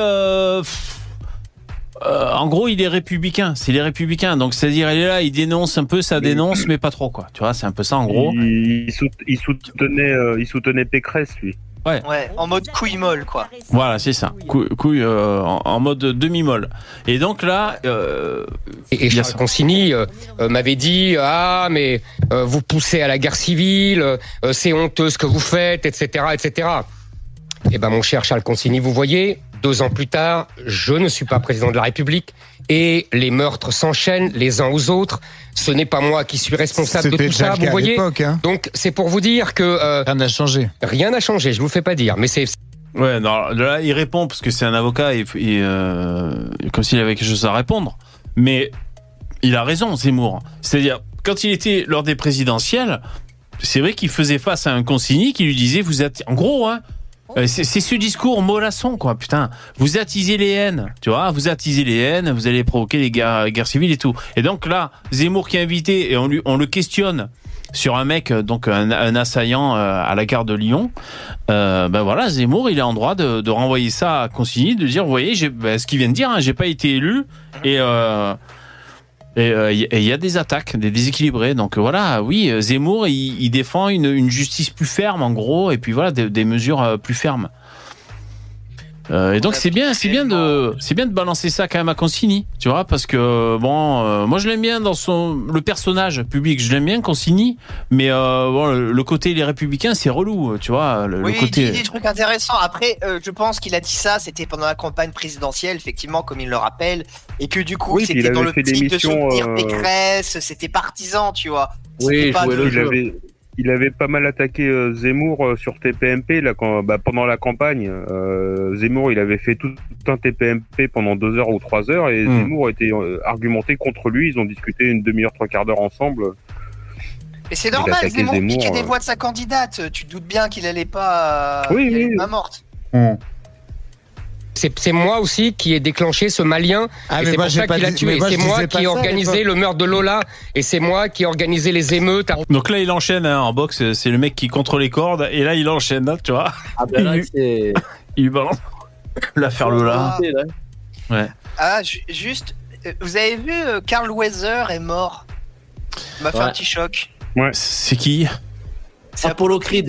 En gros, il est républicain. C'est les républicains. Donc, c'est-à-dire, il est là, il dénonce un peu, ça dénonce, mais pas trop, quoi. Tu vois, c'est un peu ça, en gros. Il soutenait Pécresse, lui. Ouais, en mode couille molle, quoi. Voilà, c'est ça. Couille en mode demi-molle. Et donc là... Et Charles Consigny m'avait dit « Ah, mais vous poussez à la guerre civile, c'est honteux ce que vous faites, etc. etc. » Eh ben, mon cher Charles Consigny, vous voyez... 2 ans plus tard, je ne suis pas président de la République et les meurtres s'enchaînent les uns aux autres. Ce n'est pas moi qui suis responsable de tout ça, vous voyez. Hein. Donc c'est pour vous dire que rien n'a changé. Rien n'a changé, je vous fais pas dire, mais c'est. Ouais, non, là il répond parce que c'est un avocat et comme s'il avait quelque chose à répondre. Mais il a raison, Zemmour. C'est-à-dire quand il était lors des présidentielles, c'est vrai qu'il faisait face à un Consigny qui lui disait vous êtes en gros hein. C'est ce discours mollasson, quoi, putain. Vous attisez les haines, tu vois, vous allez provoquer les guerres civiles et tout. Et donc là, Zemmour qui est invité et on le questionne sur un mec, donc un assaillant à la gare de Lyon. Ben voilà, Zemmour, il est en droit de renvoyer ça à Consigny, de dire, vous voyez, ce qu'il vient de dire, hein, j'ai pas été élu et il y a des attaques, des déséquilibrés. Donc voilà, oui, Zemmour, il défend une justice plus ferme, en gros, et puis voilà, des mesures plus fermes. Et donc c'est bien de balancer ça quand même à Consigny, tu vois, parce que bon, moi je l'aime bien dans le personnage public, je l'aime bien Consigny, mais bon, le côté les Républicains c'est relou, tu vois. Oui, le côté... il dit des trucs intéressants. Après, je pense qu'il a dit ça, c'était pendant la campagne présidentielle, effectivement, comme il le rappelle, et que du coup c'était dans le petit de soutenir Pécresse, c'était partisan, tu vois. Oui, il avait pas mal attaqué Zemmour sur TPMP là, pendant la campagne. Zemmour, il avait fait tout un TPMP pendant 2 heures ou 3 heures et Zemmour était argumenté contre lui. Ils ont discuté une demi-heure, 3/4 d'heure ensemble. Mais c'est normal, Zemmour piquait des voix de sa candidate. Tu te doutes bien qu'il allait pas pas morte. C'est moi aussi qui ai déclenché ce malien et c'est pour ça qu'il a tué. C'est moi qui ai organisé le meurtre de Lola et c'est moi qui ai organisé les émeutes. Donc là il enchaîne hein, en boxe, c'est le mec qui contrôle les cordes et là il enchaîne, hein, tu vois. Ah ben là c'est... Il balance l'affaire Lola. Ouais. Ah juste, vous avez vu Carl Weather est mort. Ça m'a fait un petit choc. Ouais. C'est qui? C'est Apollo Creed.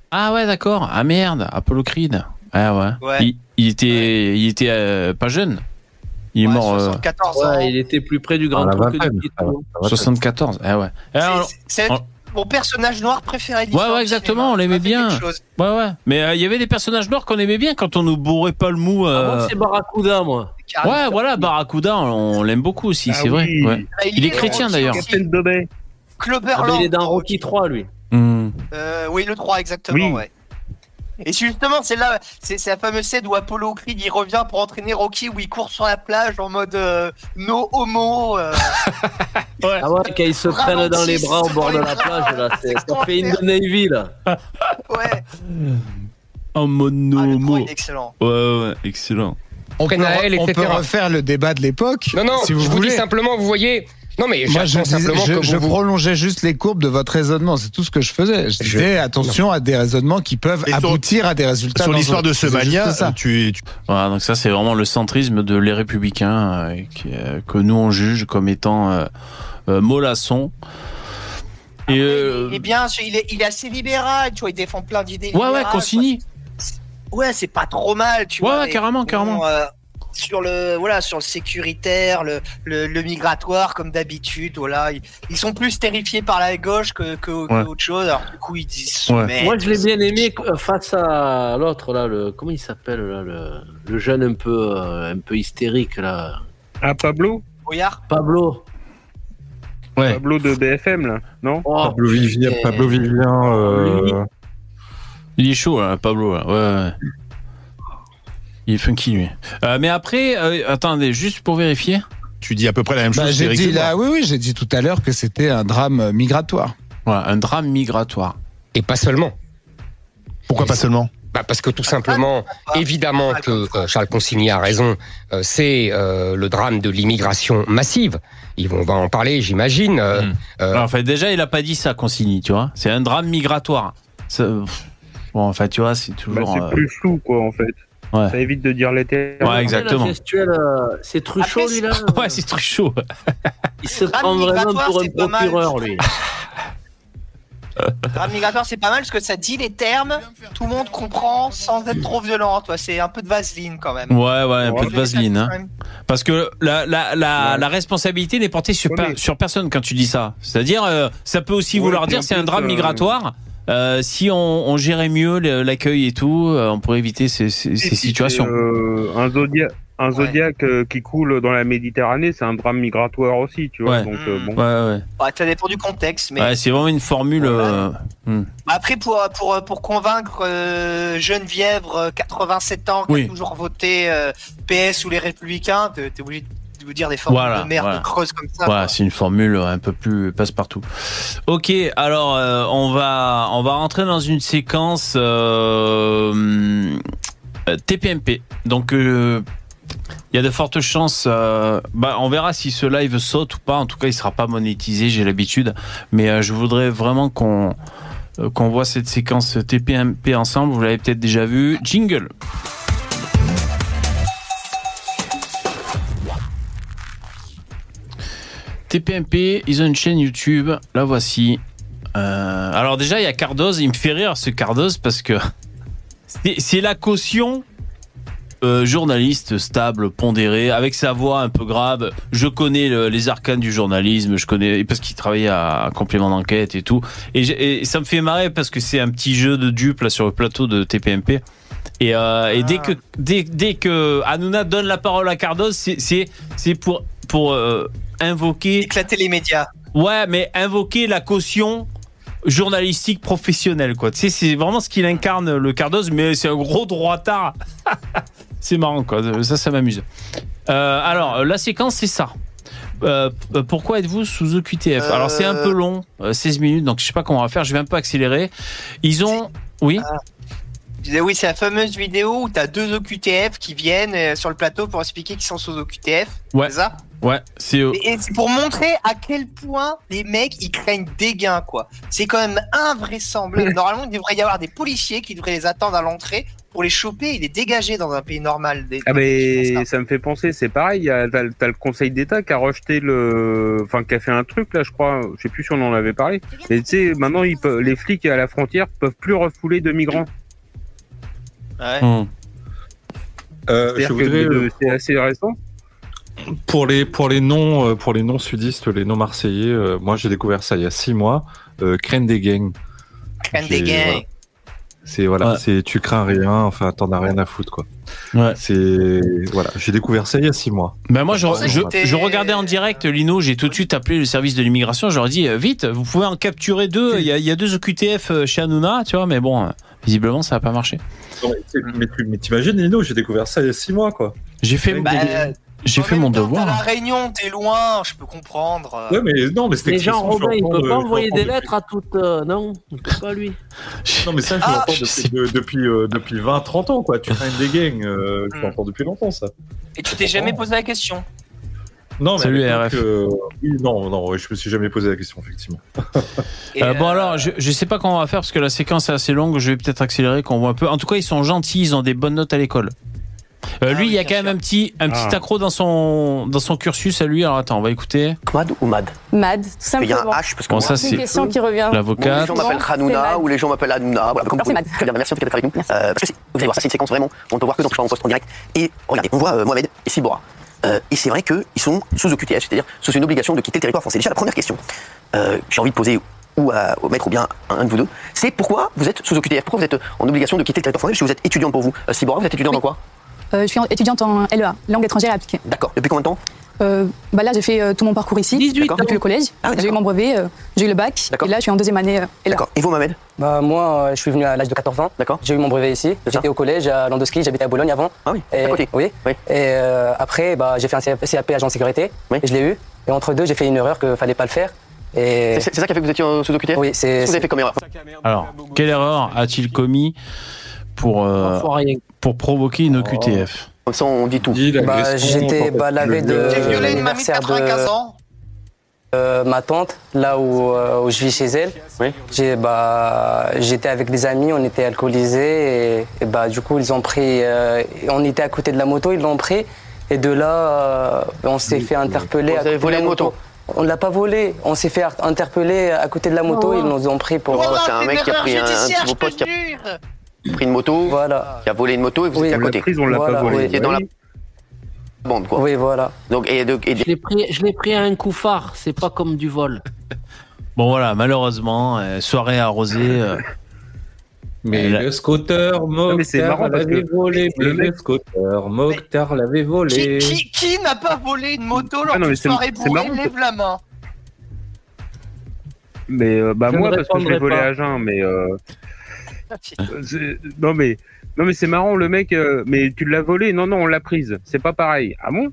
Ah ouais, d'accord. Ah merde, Apollo Creed. Ah ouais. Il était pas jeune. Il est mort. 74 ans. Ouais, il était plus près du grand tour que du petit tour. 74. Ah ouais. C'est mon personnage noir préféré. Ouais, exactement. On l'aimait bien. Ouais. Mais il y avait des personnages noirs qu'on aimait bien quand on nous bourrait pas le mou. Moi, c'est Barracuda, moi. Ouais, voilà, Barracuda, on l'aime beaucoup aussi, c'est vrai. Ouais. Il est chrétien d'ailleurs. Cloverland. Il est dans Rocky 3, lui. Oui, le 3, exactement, ouais. Et justement, c'est la fameuse scène où Apollo Creed il revient pour entraîner Rocky, où il court sur la plage en mode no homo. Ouais. Ah ouais, quand ils se prennent dans les bras au bord de la plage, là, ça fait une de Navy, là. Ouais. En mode no homo. Il est excellent. Ouais, excellent. On peut refaire le débat de l'époque. Non, si vous je voulez. vous dis simplement, vous voyez. Non, mais moi, je prolongeais juste les courbes de votre raisonnement. C'est tout ce que je faisais. Je disais attention à des raisonnements qui peuvent aboutir à des résultats. Sur l'histoire de ce mania, Voilà, donc ça, c'est vraiment le centrisme de les Républicains que nous on juge comme étant mollassons. Il est bien, il est assez libéral, tu vois, il défend plein d'idées. Ouais, Consigny. Ouais, c'est pas trop mal, tu vois. Ouais, carrément. Sur le sécuritaire, le migratoire, comme d'habitude, voilà, ils sont plus terrifiés par la gauche que autre chose. Alors du coup, ils disent. Ouais. Moi, je l'ai bien aimé face à l'autre là, comment il s'appelle là, le jeune un peu hystérique là. Ah, Pablo. Brouillard. Pablo. Ouais. Pablo de BFM là, non? Pablo Vivien. Il est chaud là, Pablo là. Ouais. Il est funky lui. Mais après, attendez, juste pour vérifier. Tu dis à peu près la même chose. J'ai dit là, oui, j'ai dit tout à l'heure que c'était un drame migratoire. Ouais, un drame migratoire. Et pas seulement. Pourquoi pas seulement? Parce que tout simplement, évidemment que Charles Consigny a raison, c'est le drame de l'immigration massive. On va en parler, j'imagine. En fait, déjà, il a pas dit ça, Consigny, tu vois. C'est un drame migratoire. Bon, en fait, tu vois, c'est toujours. C'est plus flou, quoi, en fait. Ouais. Ça évite de dire les termes. Ouais, exactement. C'est Truchot, lui, là. Ouais, c'est Truchot. Il se prend vraiment pour un procureur, lui. Drame migratoire, c'est pas mal parce que ça dit les termes, tout le monde comprend sans être trop violent. Toi, c'est un peu de vaseline quand même. Ouais, un peu de vaseline. Hein. Parce que la responsabilité n'est portée sur personne quand tu dis ça. C'est-à-dire, ça peut aussi vouloir dire c'est un drame migratoire. Si on gérait mieux l'accueil et tout, on pourrait éviter ces situations. Un zodiaque qui coule dans la Méditerranée, c'est un drame migratoire aussi, tu vois. Ouais. Donc, bon. Ouais. Ça dépend du contexte. Mais... Ouais, c'est vraiment une formule. Après, pour convaincre Geneviève, 87 ans, qui a toujours voté PS ou les Républicains, t'es obligé de vous dire des formules de merde creuses comme ça. Ouais, c'est une formule un peu plus passe-partout. Ok, alors on va rentrer dans une séquence TPMP. Donc il y a de fortes chances. On verra si ce live saute ou pas. En tout cas, il sera pas monétisé, j'ai l'habitude. Mais je voudrais vraiment qu'on voit cette séquence TPMP ensemble. Vous l'avez peut-être déjà vu. Jingle. TPMP, ils ont une chaîne YouTube. La voici. Alors déjà, il y a Cardoz. Il me fait rire ce Cardoz parce que c'est la caution. Journaliste stable, pondéré, avec sa voix un peu grave. Je connais les arcanes du journalisme, je connais parce qu'il travaillait à complément d'enquête et tout. Et ça me fait marrer parce que c'est un petit jeu de dupes là sur le plateau de TPMP. Et dès que Hanouna donne la parole à Cardoz, c'est pour invoquer éclater les médias. Ouais, mais invoquer la caution journalistique professionnelle, quoi. Tu sais, c'est vraiment ce qu'il incarne, le Cardoz, mais c'est un gros droitard. C'est marrant, quoi. Ça m'amuse. Alors, la séquence, c'est ça. Pourquoi êtes-vous sous OQTF? Alors, c'est un peu long, 16 minutes, donc je sais pas comment on va faire. Je vais un peu accélérer. Ils ont... Oui. Oui, c'est la fameuse vidéo où t'as deux OQTF qui viennent sur le plateau pour expliquer qu'ils sont sous OQTF. Ouais. C'est ça? Ouais, et c'est pour montrer à quel point les mecs ils craignent des gains, quoi. C'est quand même invraisemblable. Normalement, il devrait y avoir des policiers qui devraient les attendre à l'entrée pour les choper, il est dégagé dans un pays normal. Mais ça me fait penser, c'est pareil, t'as le Conseil d'État qui a rejeté qui a fait un truc là, je crois, je sais plus si on en avait parlé. Mais tu sais, maintenant les flics à la frontière peuvent plus refouler de migrants. Ouais. C'est assez récent. Pour les non sudistes, les non marseillais, moi j'ai découvert ça il y a 6 mois. Crème des gangs. Crème des gangs. C'est tu crains rien, enfin t'en as rien à foutre quoi. Ouais. J'ai découvert ça il y a 6 mois. Ben moi je regardais en direct Lino, j'ai tout de suite appelé le service de l'immigration, je leur ai dit vite, vous pouvez en capturer 2, il y a 2 OQTF chez Hanouna, tu vois, mais bon, visiblement ça n'a pas marché. Mais t'imagines Lino, j'ai découvert ça il y a 6 mois quoi. J'ai fait mon devoir. À la Réunion, t'es loin, je peux comprendre. Ouais, mais c'était. Mais Jean Robin, il peut pas envoyer des lettres à toutes. Non, il peut pas lui. Non, mais ça, je l'entends depuis 20-30 ans, quoi. Tu crains des gangs, je l'entends depuis longtemps, ça. Et tu t'es jamais posé la question? Non, mais salut RF. Oui, non, je me suis jamais posé la question, effectivement. Bon alors, je sais pas comment on va faire parce que la séquence est assez longue. Je vais peut-être accélérer, qu'on voit un peu. En tout cas, ils sont gentils, ils ont des bonnes notes à l'école. Lui, il y a quand même un petit accro dans son cursus à lui. Alors attends, on va écouter. Mad ou Mad? Mad, tout simplement. Il y a un H parce que ça, c'est une question qui revient. L'avocat. Les gens m'appellent Hanouna ou les gens m'appellent Hanouna. Voilà, comme c'est Mad. Très bien, merci en tout cas d'être avec nous. Parce que vous allez voir, ça c'est une séquence vraiment, on peut voir que dans le poste en direct. Et regardez, on voit Mohamed et Sibora. Et c'est vrai qu'ils sont sous OQTF, c'est-à-dire sous une obligation de quitter le territoire français. Déjà, la première question, j'ai envie de poser au maître ou bien à un de vous deux, c'est pourquoi vous êtes sous OQTF? Pourquoi vous êtes en obligation de quitter le territoire français? Parce que vous êtes étudiante pour vous. Sibora, vous êtes étudiante dans quoi? Je suis étudiante en LEA, langue étrangère appliquée. D'accord. Depuis combien de temps? Là, j'ai fait tout mon parcours ici, 18 depuis le collège. J'ai eu mon brevet, j'ai eu le bac, et là, je suis en deuxième année. D'accord. Et vous, Mohamed? Moi, je suis venu à l'âge de 14 ans. D'accord. J'ai eu mon brevet ici. J'étais au collège à Landoski, j'habitais à Bologne avant. Ah oui, à côté. Oui. Et après, j'ai fait un CAP agent de sécurité, et je l'ai eu. Et entre deux, j'ai fait une erreur qu'il fallait pas le faire. Et... C'est ça qui a fait que vous étiez sous OQTF? Oui, c'est. Vous avez fait comme erreur? Alors, quelle erreur a-t-il commis pour provoquer une OQTF? Comme ça, on dit tout. J'étais lavé de J'ai violé une mamie de 95 ans. Ma tante, là où je vis chez elle. Oui. J'étais avec des amis, on était alcoolisés et du coup ils ont pris. On était à côté de la moto, ils l'ont pris et de là on s'est fait interpeller. Vous avez volé une moto? On l'a pas volé, on s'est fait interpeller à côté de la moto, ils nous ont pris pour. C'est un mec qui a pris un de vos potes qui a pris une moto, qui a volé une moto et vous étiez à côté. On l'a pas volé. Qui est dans la bande, quoi. Oui, voilà. Donc, je l'ai pris à un coup phare, c'est pas comme du vol. Bon voilà, malheureusement, soirée arrosée. Mais le scooter, Mokhtar l'avait volé. Le scooter, Mokhtar l'avait volé. Qui n'a pas volé une moto lors d'une soirée bourrée? Lève la main. Mais moi, parce que je l'ai volé à jeun, mais. Non mais c'est marrant le mec. Mais tu l'as volé? Non, on l'a prise. C'est pas pareil. Ah bon?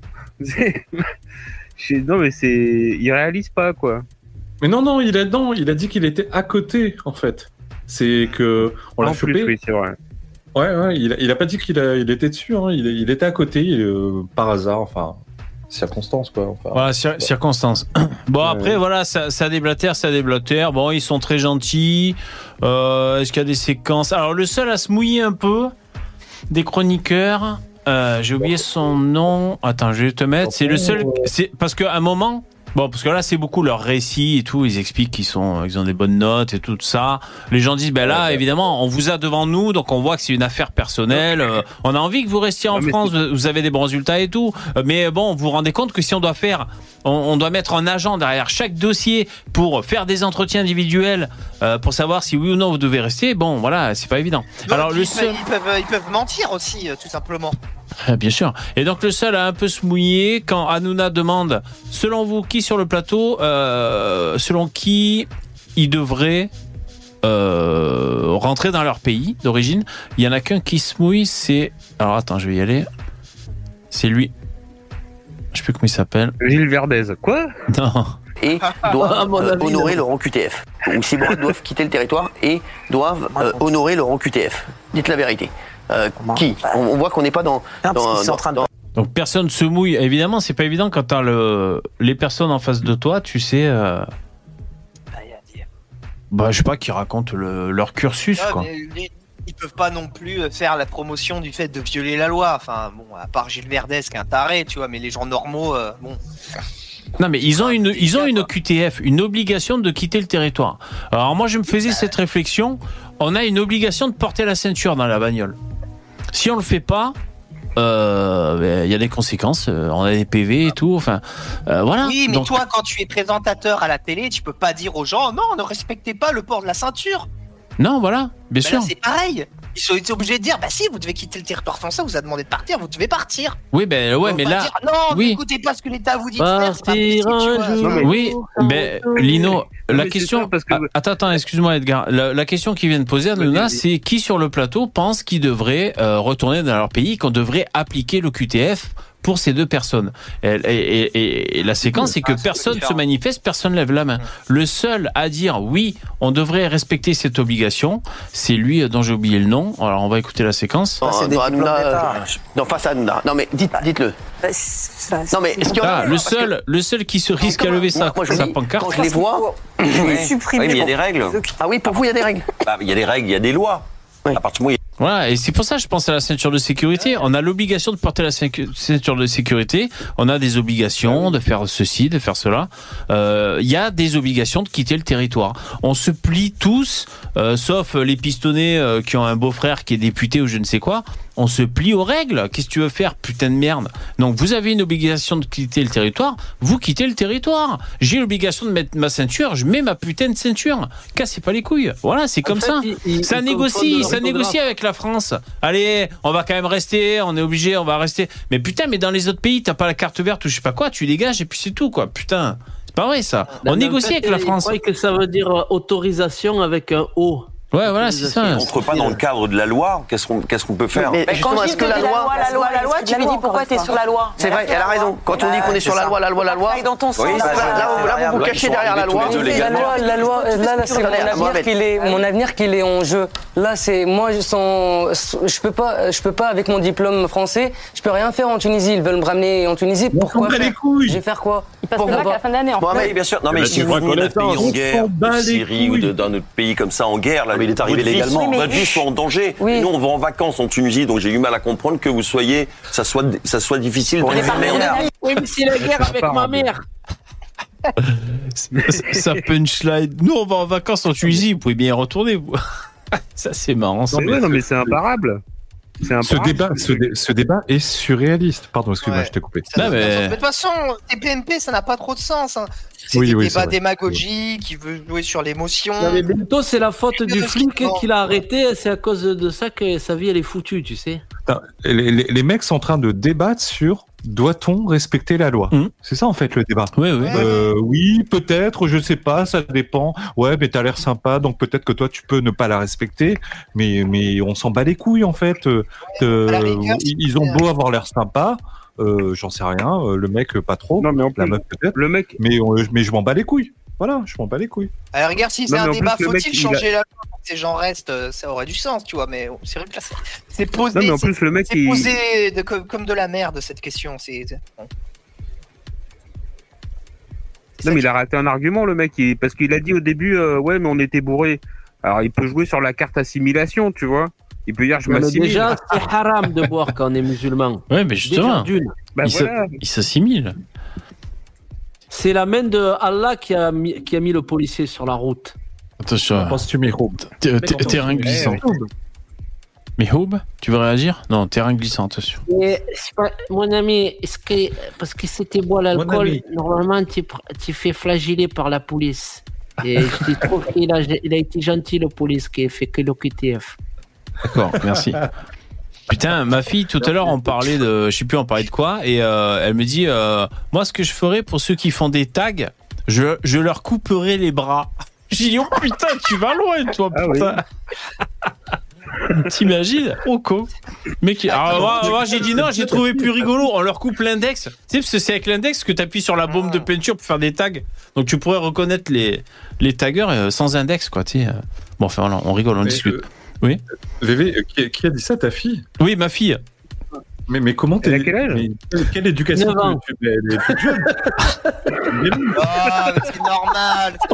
Non mais il réalise pas quoi. Mais non, il a dit qu'il était à côté en fait. C'est que on l'a chopé. Oui, c'est vrai. Ouais, il a pas dit qu'il était dessus. Hein. Il était à côté par hasard. Enfin, circonstance quoi. Enfin, voilà, circonstance. Bon après voilà, ça déblatère. Bon, ils sont très gentils. Est-ce qu'il y a des séquences? Alors le seul à se mouiller un peu des chroniqueurs, j'ai oublié son nom. Attends, je vais te mettre. C'est le seul. C'est parce qu'à un moment. Bon, parce que là, c'est beaucoup leur récit et tout. Ils expliquent qu'ils ont des bonnes notes et tout ça. Les gens disent, là, évidemment, on vous a devant nous, donc on voit que c'est une affaire personnelle. On a envie que vous restiez en France, vous avez des bons résultats et tout. Mais bon, vous vous rendez compte que si on doit on doit mettre un agent derrière chaque dossier pour faire des entretiens individuels, pour savoir si oui ou non vous devez rester. Bon, voilà, c'est pas évident. Non, alors ils peuvent mentir aussi, tout simplement. Bien sûr. Et donc le seul à un peu se mouiller quand Hanouna demande, selon vous, qui sur le plateau, selon qui ils devraient rentrer dans leur pays d'origine. Il y en a qu'un qui se mouille, c'est... Alors attends, je vais y aller. C'est lui. Je sais plus comment il s'appelle. Gilles Verdez. Quoi? Non. Et doivent honorer leur OQTF. Donc si doivent quitter le territoire et doivent honorer leur OQTF. Dites la vérité. Qui? On voit qu'on n'est pas dans Donc personne se mouille. Évidemment, c'est pas évident quand t'as les personnes en face de toi, tu sais. Je sais pas, qui racontent leur cursus, quoi. ils peuvent pas non plus faire la promotion du fait de violer la loi. Enfin, bon, à part Gilles Verdez qui est un taré, tu vois, mais les gens normaux, bon. Non, mais ils ont une OQTF, une obligation de quitter le territoire. Alors moi, je me faisais cette réflexion. On a une obligation de porter la ceinture dans la bagnole. Si on le fait pas, y a des conséquences. On a des PV et tout. Enfin, voilà. Oui, mais toi, quand tu es présentateur à la télé, tu peux pas dire aux gens non, ne respectez pas le port de la ceinture. Non, voilà, bien sûr. Là, c'est pareil. Ils sont obligés de dire, bah si, vous devez quitter le territoire français, on vous a demandé de partir, vous devez partir. Oui, ben ouais, mais là, dire, non, n'écoutez pas ce que l'État vous dit de faire. C'est pas possible, oui, mais Lino, la question. Parce que... Attends, excuse-moi, Edgar. La question qui vient de poser à Nouna, c'est qui sur le plateau pense qu'ils devraient retourner dans leur pays, qu'on devrait appliquer le QTF pour ces deux personnes. Et la séquence, c'est que personne se manifeste, personne lève la main. Le seul à dire oui, on devrait respecter cette obligation, c'est lui dont j'ai oublié le nom. Alors on va écouter la séquence. Non, face à Hanouna. Non mais dites-le. Non mais est-ce qu'il y en a le seul qui se risque à lever sa pancarte. Quand je les vois, oui, mais il y a des règles. Ah oui, pour vous il y a des règles. Il y a des règles, il y a des lois. À partir du moment où voilà, et c'est pour ça que je pense à la ceinture de sécurité. On a l'obligation de porter la ceinture de sécurité. On a des obligations de faire ceci, de faire cela. Il y a des obligations de quitter le territoire. On se plie tous, sauf les pistonnés qui ont un beau-frère qui est député ou je ne sais quoi. On se plie aux règles. Qu'est-ce que tu veux faire, putain de merde? Donc vous avez une obligation de quitter le territoire. Vous quittez le territoire. J'ai l'obligation de mettre ma ceinture. Je mets ma putain de ceinture. Cassez pas les couilles. Voilà, c'est comme ça. Ça négocie avec la France. Allez, on va quand même rester. On est obligé, on va rester. Mais putain, mais dans les autres pays, t'as pas la carte verte ou je sais pas quoi. Tu dégages et puis c'est tout, quoi. Putain, c'est pas vrai ça. On négocie avec la France. Je crois que ça veut dire autorisation avec un O. Ouais, voilà, c'est ça. on ne rentre pas dans le cadre de la loi, qu'est-ce qu'on peut faire? Mais justement, est-ce que la loi, tu lui dis pourquoi tu es sur la loi? C'est vrai, elle a raison. Quand on dit qu'on est sur la loi. Dans ton sens. Là, vous vous cachez derrière la loi. La loi, là, c'est mon avenir qui est en jeu. Là, c'est moi, je peux pas avec mon diplôme français, je peux rien faire en Tunisie. Ils veulent me ramener en Tunisie. Pourquoi? Je vais faire quoi? Ils passent le bac à la fin de l'année. Oui, bien sûr. Non, mais si vous venez d'un pays en guerre, de Syrie ou d'un autre pays comme ça en guerre, là, il est arrivé légalement. Votre vie soit en danger. Oui. Nous, on va en vacances en Tunisie, donc j'ai eu mal à comprendre que ça soit difficile. Oui, mais c'est la guerre avec ma mère. Ça punchline. Nous, on va en vacances en Tunisie. Vous pouvez bien y retourner. Vous. Ça, c'est marrant. Non, mais c'est imparable. Ce débat est surréaliste. Pardon, excuse-moi, je t'ai coupé. Mais de toute façon, TPMP, ça n'a pas trop de sens. Hein. C'est des débats démagogiques qui veut jouer sur l'émotion. Mais bientôt, c'est la faute du flic qui l'a arrêté. C'est à cause de ça que sa vie, elle est foutue, tu sais. Les mecs sont en train de débattre sur doit-on respecter la loi? C'est ça en fait le débat. Oui, peut-être, je sais pas, ça dépend. Ouais, mais t'as l'air sympa, donc peut-être que toi tu peux ne pas la respecter, mais on s'en bat les couilles en fait. Ils ont beau avoir l'air sympa, j'en sais rien. Le mec pas trop, non, mais en plus, la meuf peut-être. Le mec, mais je m'en bats les couilles. Voilà, je m'en bats les couilles. Alors regarde, si c'est un débat, faut-il changer la loi pour que ces gens restent? Ça aurait du sens, tu vois, mais c'est vrai que là, c'est posé. Non, mais en plus, le mec, c'est posé comme de la merde, cette question. Non, mais il a raté un argument, le mec, parce qu'il a dit au début, ouais, mais on était bourrés. Alors, il peut jouer sur la carte assimilation, tu vois. Il peut dire, je m'assimile. Déjà, c'est haram de boire quand on est musulman. Ouais, mais justement, il s'assimile. C'est la main de Allah qui a mis le policier sur la route. Attention. Terrain glissant. Mihoub, tu veux réagir? Non, terrain glissant, attention. Mon ami, parce que si tu bois l'alcool, normalement tu fais flageller par la police. Et je trouve qu'il a été gentil, le police, qui a fait que le QTF. D'accord, merci. Putain, ma fille, tout à l'heure, on parlait de quoi, et elle me dit, moi, ce que je ferais pour ceux qui font des tags, je leur couperai les bras. J'ai dit, oh putain, tu vas loin, toi, putain. T'imagines? Oh, con. Mec, alors, moi, j'ai dit non, j'ai trouvé plus rigolo. On leur coupe l'index. Tu sais, parce que c'est avec l'index que t'appuies sur la bombe de peinture pour faire des tags. Donc, tu pourrais reconnaître les taggers sans index, quoi, tu sais. Bon, enfin, on rigole, on discute. Oui. VV, qui a dit ça, ta fille? Oui, ma fille. Mais comment t'es? Quel âge? Quelle éducation? Elle est toute jeune. Mais c'est normal.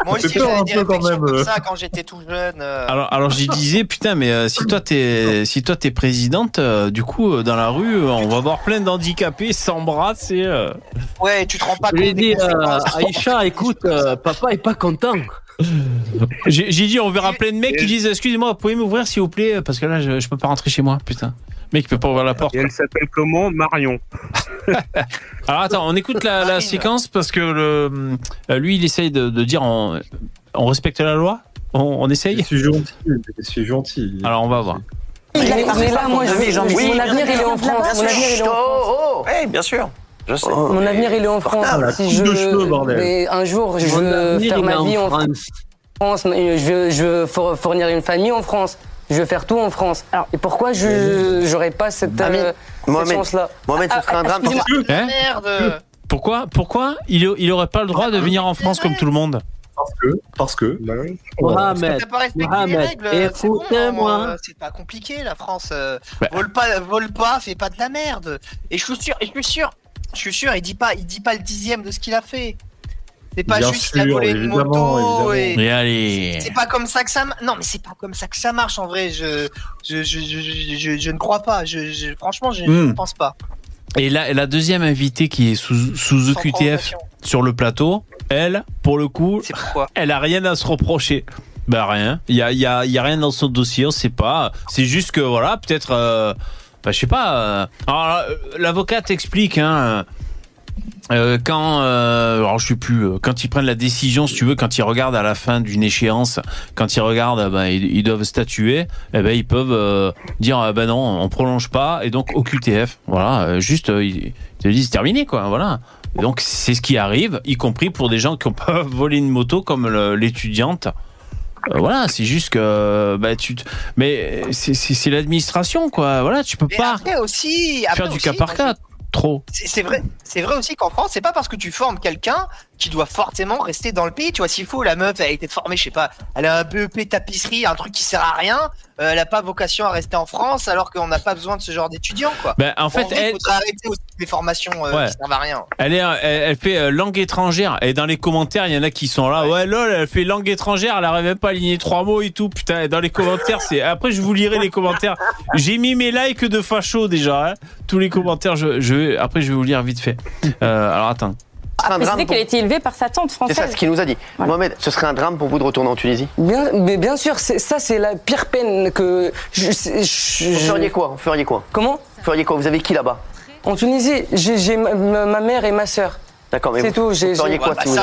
Moi aussi, j'avais des réflexions comme ça quand j'étais tout jeune. Alors je disais, putain, mais si toi t'es présidente, du coup, dans la rue, on va voir plein d'handicapés s'embrasser. Ouais, tu te rends pas compte. J'ai dit, Aïcha, écoute, papa est pas content. J'ai dit, on verra plein de mecs qui disent, excusez-moi, vous pouvez m'ouvrir s'il vous plaît, parce que là, je peux pas rentrer chez moi, putain. Le mec, il peut pas ouvrir la porte. Et elle s'appelle comment? Marion. Alors attends, on écoute la séquence parce que lui, il essaye de dire on respecte la loi. On essaye. Je suis gentil. Alors on va voir. Mais là, moi, mon avenir, il est en France. Oui, bien sûr. Je sais. Mon avenir, il est en France. Si mais un jour, je veux faire ma vie en France. Je veux fournir une famille en France. Je veux faire tout en France. Alors, et pourquoi j'aurais pas cette chance-là? Mohamed, ce serait un drame. Merde. Pourquoi il aurait pas le droit de venir en France comme tout le monde? Parce que. Mohamed, écoutez-moi. C'est pas compliqué, la France. Vole pas, fais pas de la merde. Et je suis sûr, il dit pas le 10e de ce qu'il a fait. C'est pas bien juste qu'il a volé une moto. Et allez. C'est pas comme ça que ça marche. Non, mais c'est pas comme ça que ça marche en vrai. Je ne crois pas. Franchement, je ne pense pas. Et la deuxième invitée qui est sous EQTF sur le plateau, elle, pour le coup, elle a rien à se reprocher. Bah rien. Il y a rien dans son dossier. On sait pas. C'est juste que voilà, peut-être. Je sais pas. Alors l'avocate explique. Alors je sais plus, quand ils prennent la décision, si tu veux, quand ils regardent à la fin d'une échéance, quand ils regardent, ils doivent statuer, ils peuvent dire non, on prolonge pas, et donc au QTF, voilà, juste ils te disent terminé quoi, voilà. Et donc c'est ce qui arrive, y compris pour des gens qui ont pas volé une moto comme l'étudiante. Voilà, c'est juste que mais c'est l'administration quoi, voilà, tu peux pas faire du cas par cas. Trop. C'est vrai aussi qu'en France, c'est pas parce que tu formes quelqu'un qui doit forcément rester dans le pays. Tu vois, s'il faut, la meuf, elle a été formée, je sais pas, elle a un BEP tapisserie, un truc qui sert à rien, elle a pas vocation à rester en France alors qu'on n'a pas besoin de ce genre d'étudiants, quoi. En fait, il faudrait arrêter aussi les formations qui servent à rien. Elle fait langue étrangère, et dans les commentaires, il y en a qui sont là, ouais, lol, elle fait langue étrangère, elle arrive même pas à aligner 3 mots et tout, putain, et dans les commentaires, après je vous lirai les commentaires. J'ai mis mes likes de facho déjà, tous les commentaires, après je vais vous lire vite fait. Alors attends. Préciser qu'elle a été élevée par sa tante française. C'est ça ce qu'il nous a dit. Voilà. Mohamed, ce serait un drame pour vous de retourner en Tunisie? Bien sûr, c'est la pire peine que... Vous feriez quoi? Comment? Vous feriez quoi? Vous avez qui là-bas? En Tunisie, j'ai ma mère et ma sœur. D'accord, mais c'est tout. Vous feriez quoi si vous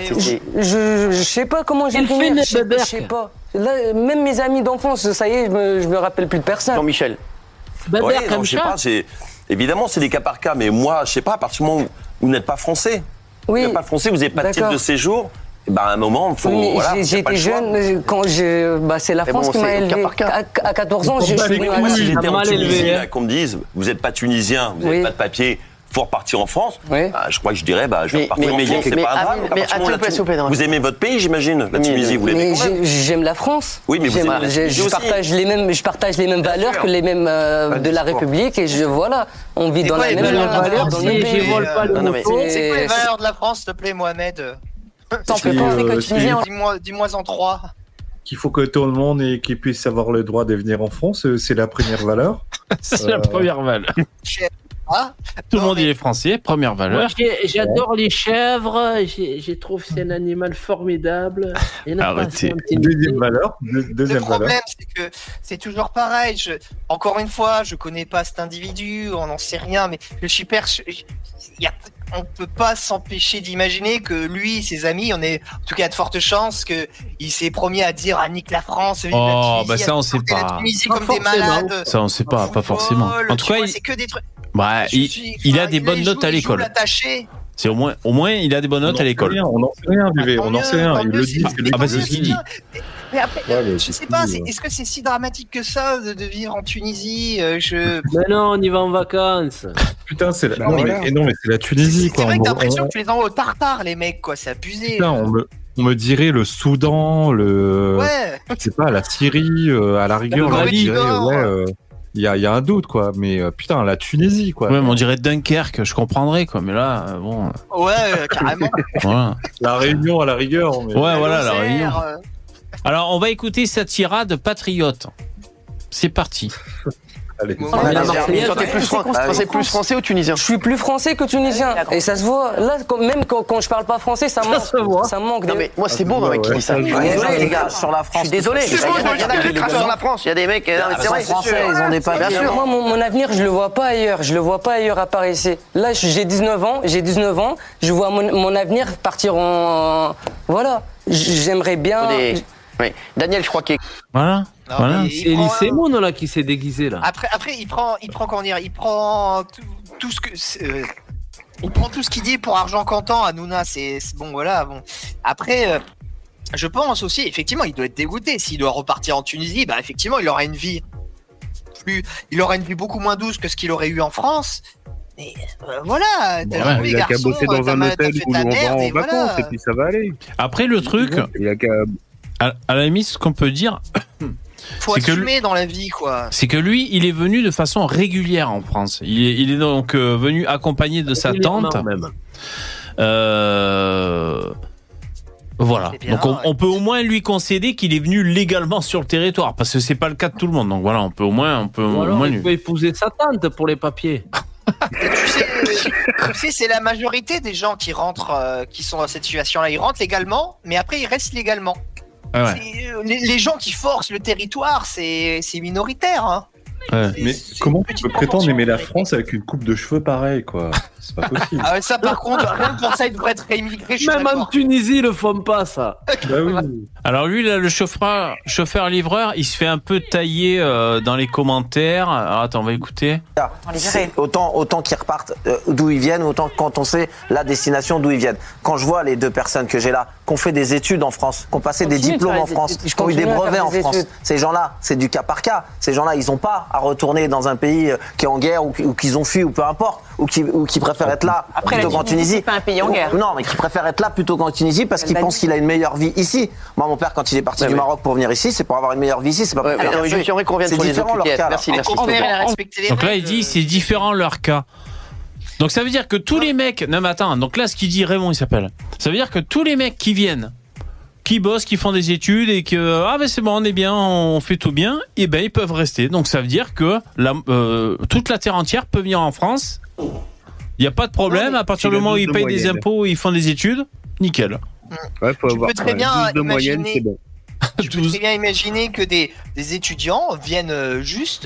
je sais pas comment j'ai fini. Je sais pas. Là, même mes amis d'enfance, ça y est, je me rappelle plus de personne. Jean-Michel. Je sais pas, évidemment, c'est des cas par cas, mais moi, je sais pas, à partir du moment où vous n'êtes pas français, vous n'êtes pas français, vous n'avez pas de titre de séjour, à un moment, il faut. Oui, j'étais jeune, quand c'est la France qui m'a élevé. À 14 ans, je suis venu à si j'étais en Tunisie, qu'on me dise, vous n'êtes pas tunisien, vous n'avez pas de papier, faut repartir en France, je crois que je dirais, je vais repartir en France, c'est pas grave. Vous aimez votre pays, j'imagine, la Tunisie, vous l'aimez quand même. J'aime la France. Oui, mais je partage les mêmes valeurs que les mêmes de la République, et voilà, on vit dans la même valeur dans le même pays. C'est quoi les valeurs de la France, s'il te plaît, Mohamed? T'en peux pas, c'est que Tunisien. Dis-moi en 3. Qu'il faut que tout le monde puisse avoir le droit de venir en France, c'est la première valeur. C'est la première valeur. Tout le monde il est français, première valeur. Moi, j'adore les chèvres, je trouve que c'est un animal formidable. Arrêtez. Deuxième valeur. Le problème, c'est que c'est toujours pareil. Encore une fois, je connais pas cet individu, on n'en sait rien, mais je suis on peut pas s'empêcher d'imaginer que lui, ses amis, en tout cas, il y a de fortes chances qu'il s'est promis à dire nique la France. Ça on sait pas. Comme des malades. Ça on sait pas forcément. En tout cas, c'est que des trucs. Il a des bonnes notes à l'école. C'est au moins il a des bonnes notes à l'école. On n'en sait rien, Vivé, on n'en sait rien. Il le dit. C'est ce qu'il dit. Mais après, je sais pas, est-ce que c'est si dramatique que ça de vivre en Tunisie? Mais non, on y va en vacances. Putain, c'est non, mais c'est la Tunisie, quoi. C'est vrai que t'as l'impression que tu les envoies au tartare, les mecs, quoi. C'est abusé. Putain, on me dirait le Soudan, c'est pas la Syrie, à la rigueur, là, je dirais, il y a un doute, quoi. Mais putain, la Tunisie, quoi. Ouais, mais on dirait Dunkerque, je comprendrais, quoi. Mais là, bon. Ouais, carrément. Voilà. La Réunion à la rigueur. Mais... Ouais, voilà, la Réunion. Alors, on va écouter sa tirade patriote. C'est parti. Allez. C'est plus français ou tunisien? Je suis plus français que tunisien. Et ça se voit. Là, même quand je parle pas français, ça manque. Ça manque. Non, mais moi, c'est beau, un mec qui dit ça. Je suis désolé, les gars, sur la France. Je suis désolé. Il y en a qui crachent sur la France. Il y a des mecs. C'est vrai, français, ils ont des papiers. Bien sûr. Moi, mon avenir, je le vois pas ailleurs. Je le vois pas ailleurs à part ici. Là, j'ai 19 ans. Je vois mon avenir partir en. Voilà. J'aimerais bien. Oui. Daniel, je crois qu'il est. Voilà. Non, voilà. C'est Elie Semoun là qui s'est déguisé là. Après, il prend comment dire, il prend tout ce que, il prend tout ce qu'il dit pour argent comptant. Hanouna, c'est bon, voilà, bon. Après, je pense aussi, effectivement, il doit être dégoûté s'il doit repartir en Tunisie. Bah, effectivement, il aura une vie beaucoup moins douce que ce qu'il aurait eu en France. Mais voilà, il a qu'à bosser dans un hôtel où on va en vacances et puis ça va aller. Après, le truc. Il a qu'à. À la limite, ce qu'on peut dire, faut assumer dans la vie, quoi. C'est que lui, il est venu de façon régulière en France. Il est donc venu accompagné de sa tante. Voilà. Bien, donc on peut au moins lui concéder qu'il est venu légalement sur le territoire, parce que c'est pas le cas de tout le monde. Donc voilà, on peut au moins il peut épouser sa tante pour les papiers. Tu sais, c'est la majorité des gens qui rentrent, qui sont dans cette situation-là. Ils rentrent légalement, mais après ils restent légalement. Ah ouais. Les gens qui forcent le territoire, c'est minoritaire. Hein. Ouais. Mais comment tu peux prétendre aimer la France avec une coupe de cheveux pareille, quoi? C'est pas possible. Ah ouais, ça, par contre, rien que pour ça, il devrait être réimmigré. Même en Tunisie, ils le font pas, ça. Bah oui. Alors lui, là, le chauffeur-livreur, il se fait un peu tailler dans les commentaires. Alors attends, on va écouter. Autant qu'ils repartent d'où ils viennent, autant quand on sait la destination d'où ils viennent. Quand je vois les deux personnes que j'ai là, qui ont fait des études en France, qui ont passé des diplômes en France, qui ont eu des brevets en France, ces gens-là, c'est du cas par cas. Ces gens-là, ils n'ont pas à retourner dans un pays qui est en guerre ou qu'ils ont fui ou peu importe, ou qui préfèrent être là plutôt qu'en Tunisie. C'est pas un pays en guerre. Non, mais qui préfèrent être là plutôt qu'en Tunisie parce qu'ils pensent qu'il a une meilleure vie ici. Moi, mon père, quand il est parti du Maroc pour venir ici, c'est pour avoir une meilleure vie ici. C'est pas pour j'aimerais qu'on revienne sur les différent leur cas. Merci. Donc là, il dit c'est différent leur cas. Donc ça veut dire que tous les mecs. Non mais attends. Donc là, ce qu'il dit Raymond, il s'appelle. Ça veut dire que tous les mecs qui viennent, qui bossent, qui font des études et que ben c'est bon, on est bien, on fait tout bien, et ben ils peuvent rester. Donc ça veut dire que toute la terre entière peut venir en France. Il y a pas de problème à partir du moment où ils payent des impôts, ils font des études, nickel. Ouais, faut avoir très bien 12 de moyenne, c'est bon. Tu peux très bien imaginer que des étudiants viennent juste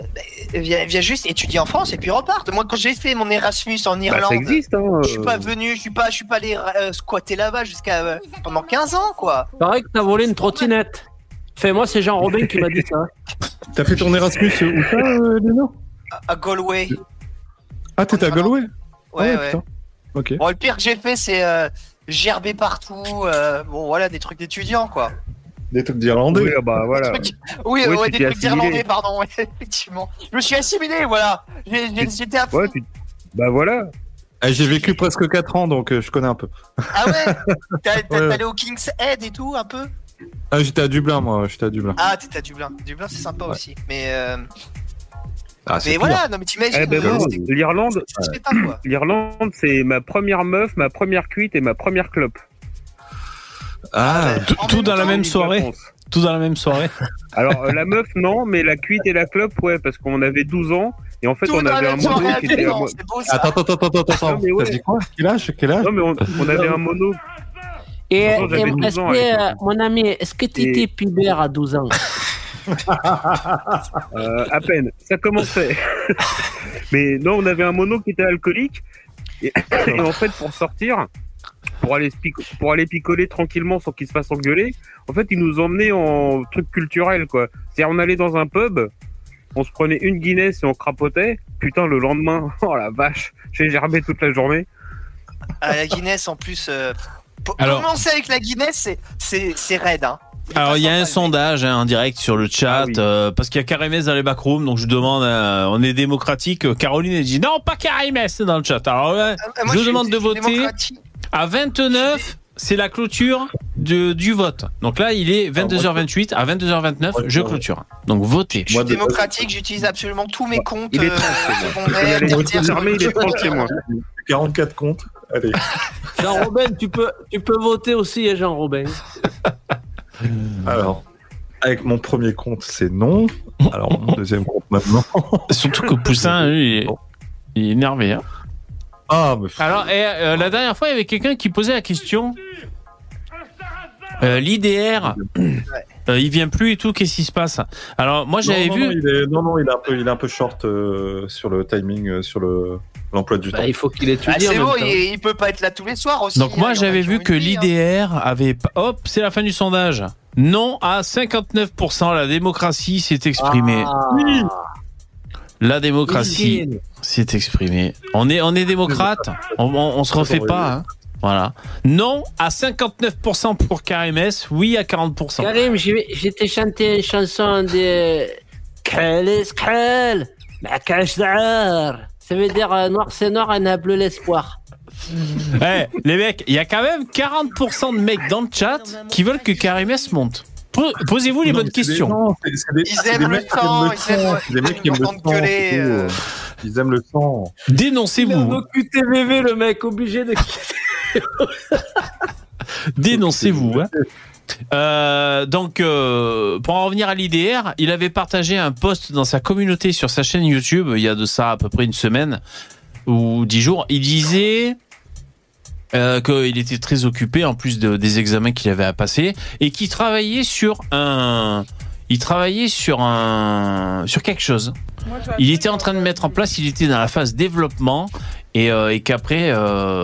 étudier en France et puis repartent. Moi, quand j'ai fait mon Erasmus en Irlande, ça existe, hein, je suis pas venu, je suis pas allé squatter là-bas jusqu'à pendant 15 ans, quoi. Pareil que t'as volé une trottinette. Moi, c'est Jean Robin qui m'a dit ça. T'as fait ton Erasmus où ça, Lino? À Galway. Ah, t'étais à Galway? Ouais. Putain. Ok. Bon, le pire que j'ai fait, c'est gerber partout. Bon, voilà, des trucs d'étudiants, quoi. Des trucs d'Irlandais. Oui, bah voilà. Oui, des trucs d'Irlandais, pardon, ouais, effectivement. Je me suis assimilé, voilà. J'étais à fond. Ouais, bah voilà. J'ai vécu presque 4 ans, donc je connais un peu. Ah ouais? T'es allé au King's Head et tout, un peu? Ah, j'étais à Dublin, moi. Ah, t'étais à Dublin. Dublin, c'est sympa aussi. Mais mais voilà, non mais t'imagines. L'Irlande, c'est ma première meuf, ma première cuite et ma première clope. Ah, tout dans la même soirée. Tout dans la même soirée. Alors la meuf non, mais la cuite et la clope ouais, parce qu'on avait 12 ans et en fait on avait un mono qui était. Attends. T'as dit quoi? Quel âge? Non mais on avait un mono. Et mon ami, est-ce que tu étais pubère à 12 ans? À peine, ça commençait. Mais non, on avait un mono qui était alcoolique et en fait pour sortir, pour aller picoler tranquillement sans qu'il se fasse engueuler, en fait il nous emmenait en truc culturel quoi. C'est-à-dire on allait dans un pub, on se prenait une Guinness et on crapotait. Putain le lendemain, oh la vache, j'ai gerbé toute la journée. La Guinness en plus. Commencer avec la Guinness, c'est raide hein. Alors il y a un sondage en direct sur le chat parce qu'il y a Karimès dans les backrooms, donc je demande, on est démocratique. Caroline elle dit non pas Karimès dans le chat. Alors je demande de voter. À 29, c'est la clôture du vote. Donc là, il est 22h28. À 22h29, je clôture. Donc votez. Je suis démocratique, j'utilise absolument tous mes comptes. Il est 30e, moi. 44 comptes. Allez. Jean-Robin, tu peux voter aussi, hein, Jean-Robin. Alors, avec mon premier compte, c'est non. Alors, mon deuxième compte maintenant. Surtout que Poussin, lui, il est énervé. Hein. Ah, mais... Alors, la dernière fois, il y avait quelqu'un qui posait la question. L'IDR, il vient plus et tout, qu'est-ce qui se passe? Alors, moi, j'avais vu... il est un peu short sur le timing, sur l'emploi du temps. Il faut qu'il étudie. C'est bon, il peut pas être là tous les soirs aussi. Donc moi, j'avais vu que l'IDR avait... Hop, c'est la fin du sondage. Non à 59%, la démocratie s'est exprimée. Oui. La démocratie s'est exprimée. On est démocrate, on se refait pas. Hein. Voilà. Non à 59% pour Karim S, oui à 40%. Karim, j'étais chanté une chanson de Krell, ça veut dire noir c'est noir, un bleu l'espoir. Hey, les mecs, il y a quand même 40% de mecs dans le chat qui veulent que Karim S monte. Posez-vous les bonnes questions. Ils aiment le sang, ils aiment gueuler. Ils aiment le sang. Dénoncez-vous. Le QTVV, le mec, obligé de... Dénoncez-vous. Hein. Donc, pour en revenir à l'IDR, il avait partagé un post dans sa communauté sur sa chaîne YouTube, il y a de ça à peu près une semaine ou 10 jours. Il disait qu'il était très occupé en plus des examens qu'il avait à passer et qu'il travaillait sur quelque chose. Il était en train de mettre en place, il était dans la phase développement et qu'après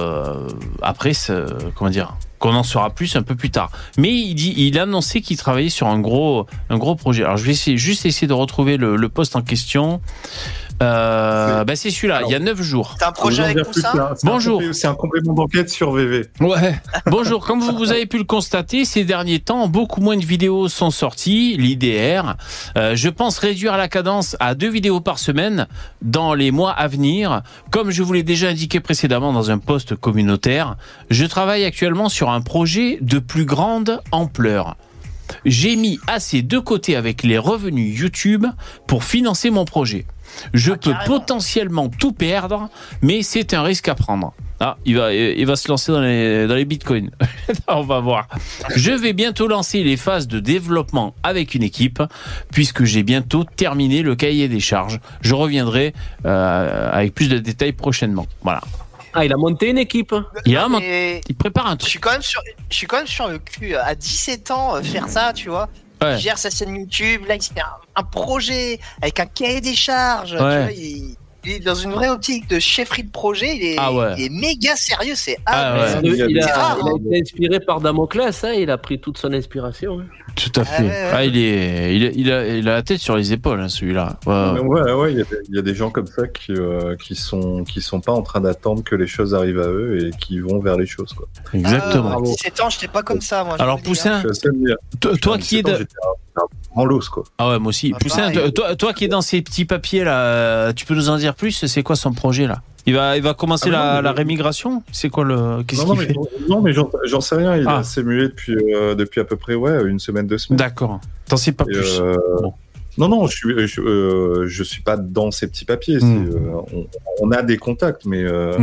comment dire, qu'on en saura plus un peu plus tard. Mais il a annoncé qu'il travaillait sur un gros projet. Alors je vais essayer de retrouver le post en question. C'est celui-là, il y a 9 jours. C'est un projet avec Poussin. Bonjour. C'est un complément d'enquête sur VV. Ouais. Bonjour. Comme vous avez pu le constater, ces derniers temps, beaucoup moins de vidéos sont sorties. L'IDR. Je pense réduire la cadence à 2 vidéos par semaine dans les mois à venir. Comme je vous l'ai déjà indiqué précédemment dans un post communautaire, je travaille actuellement sur un projet de plus grande ampleur. J'ai mis assez de côté avec les revenus YouTube pour financer mon projet. Je peux potentiellement tout perdre, mais c'est un risque à prendre. Ah, il va se lancer dans les bitcoins. On va voir. Je vais bientôt lancer les phases de développement avec une équipe, puisque j'ai bientôt terminé le cahier des charges. Je reviendrai avec plus de détails prochainement. Voilà. Ah, il a monté une équipe. Il prépare un truc. Je suis quand même sur le cul. À 17 ans, faire ça, tu vois. Ouais. Il gère sa chaîne YouTube, là il se fait un projet avec un cahier des charges. Ouais. Tu vois, il est dans une vraie optique de chefferie de projet. Il est méga sérieux, c'est rare. Il a été inspiré par Damoclès, hein, il a pris toute son inspiration. Hein. Tout à fait. Il a la tête sur les épaules, hein, celui-là. Ouais, il y a des gens comme ça qui sont pas en train d'attendre que les choses arrivent à eux et qui vont vers les choses, quoi. Exactement. À 17 ans, j'étais pas comme ça, moi. Alors Poussin, toi qui es en l'os, quoi. Ah ouais, moi aussi. Poussin, toi qui es dans ces petits papiers là, tu peux nous en dire plus? C'est quoi son projet là? Il va commencer la rémigration? C'est quoi qu'est-ce qu'il fait? Non, mais j'en sais rien. Il a simulé depuis à peu près une semaine, 2 semaines. D'accord. T'en sais pas plus. Bon. Non, je suis pas dans ces petits papiers. On a des contacts, mais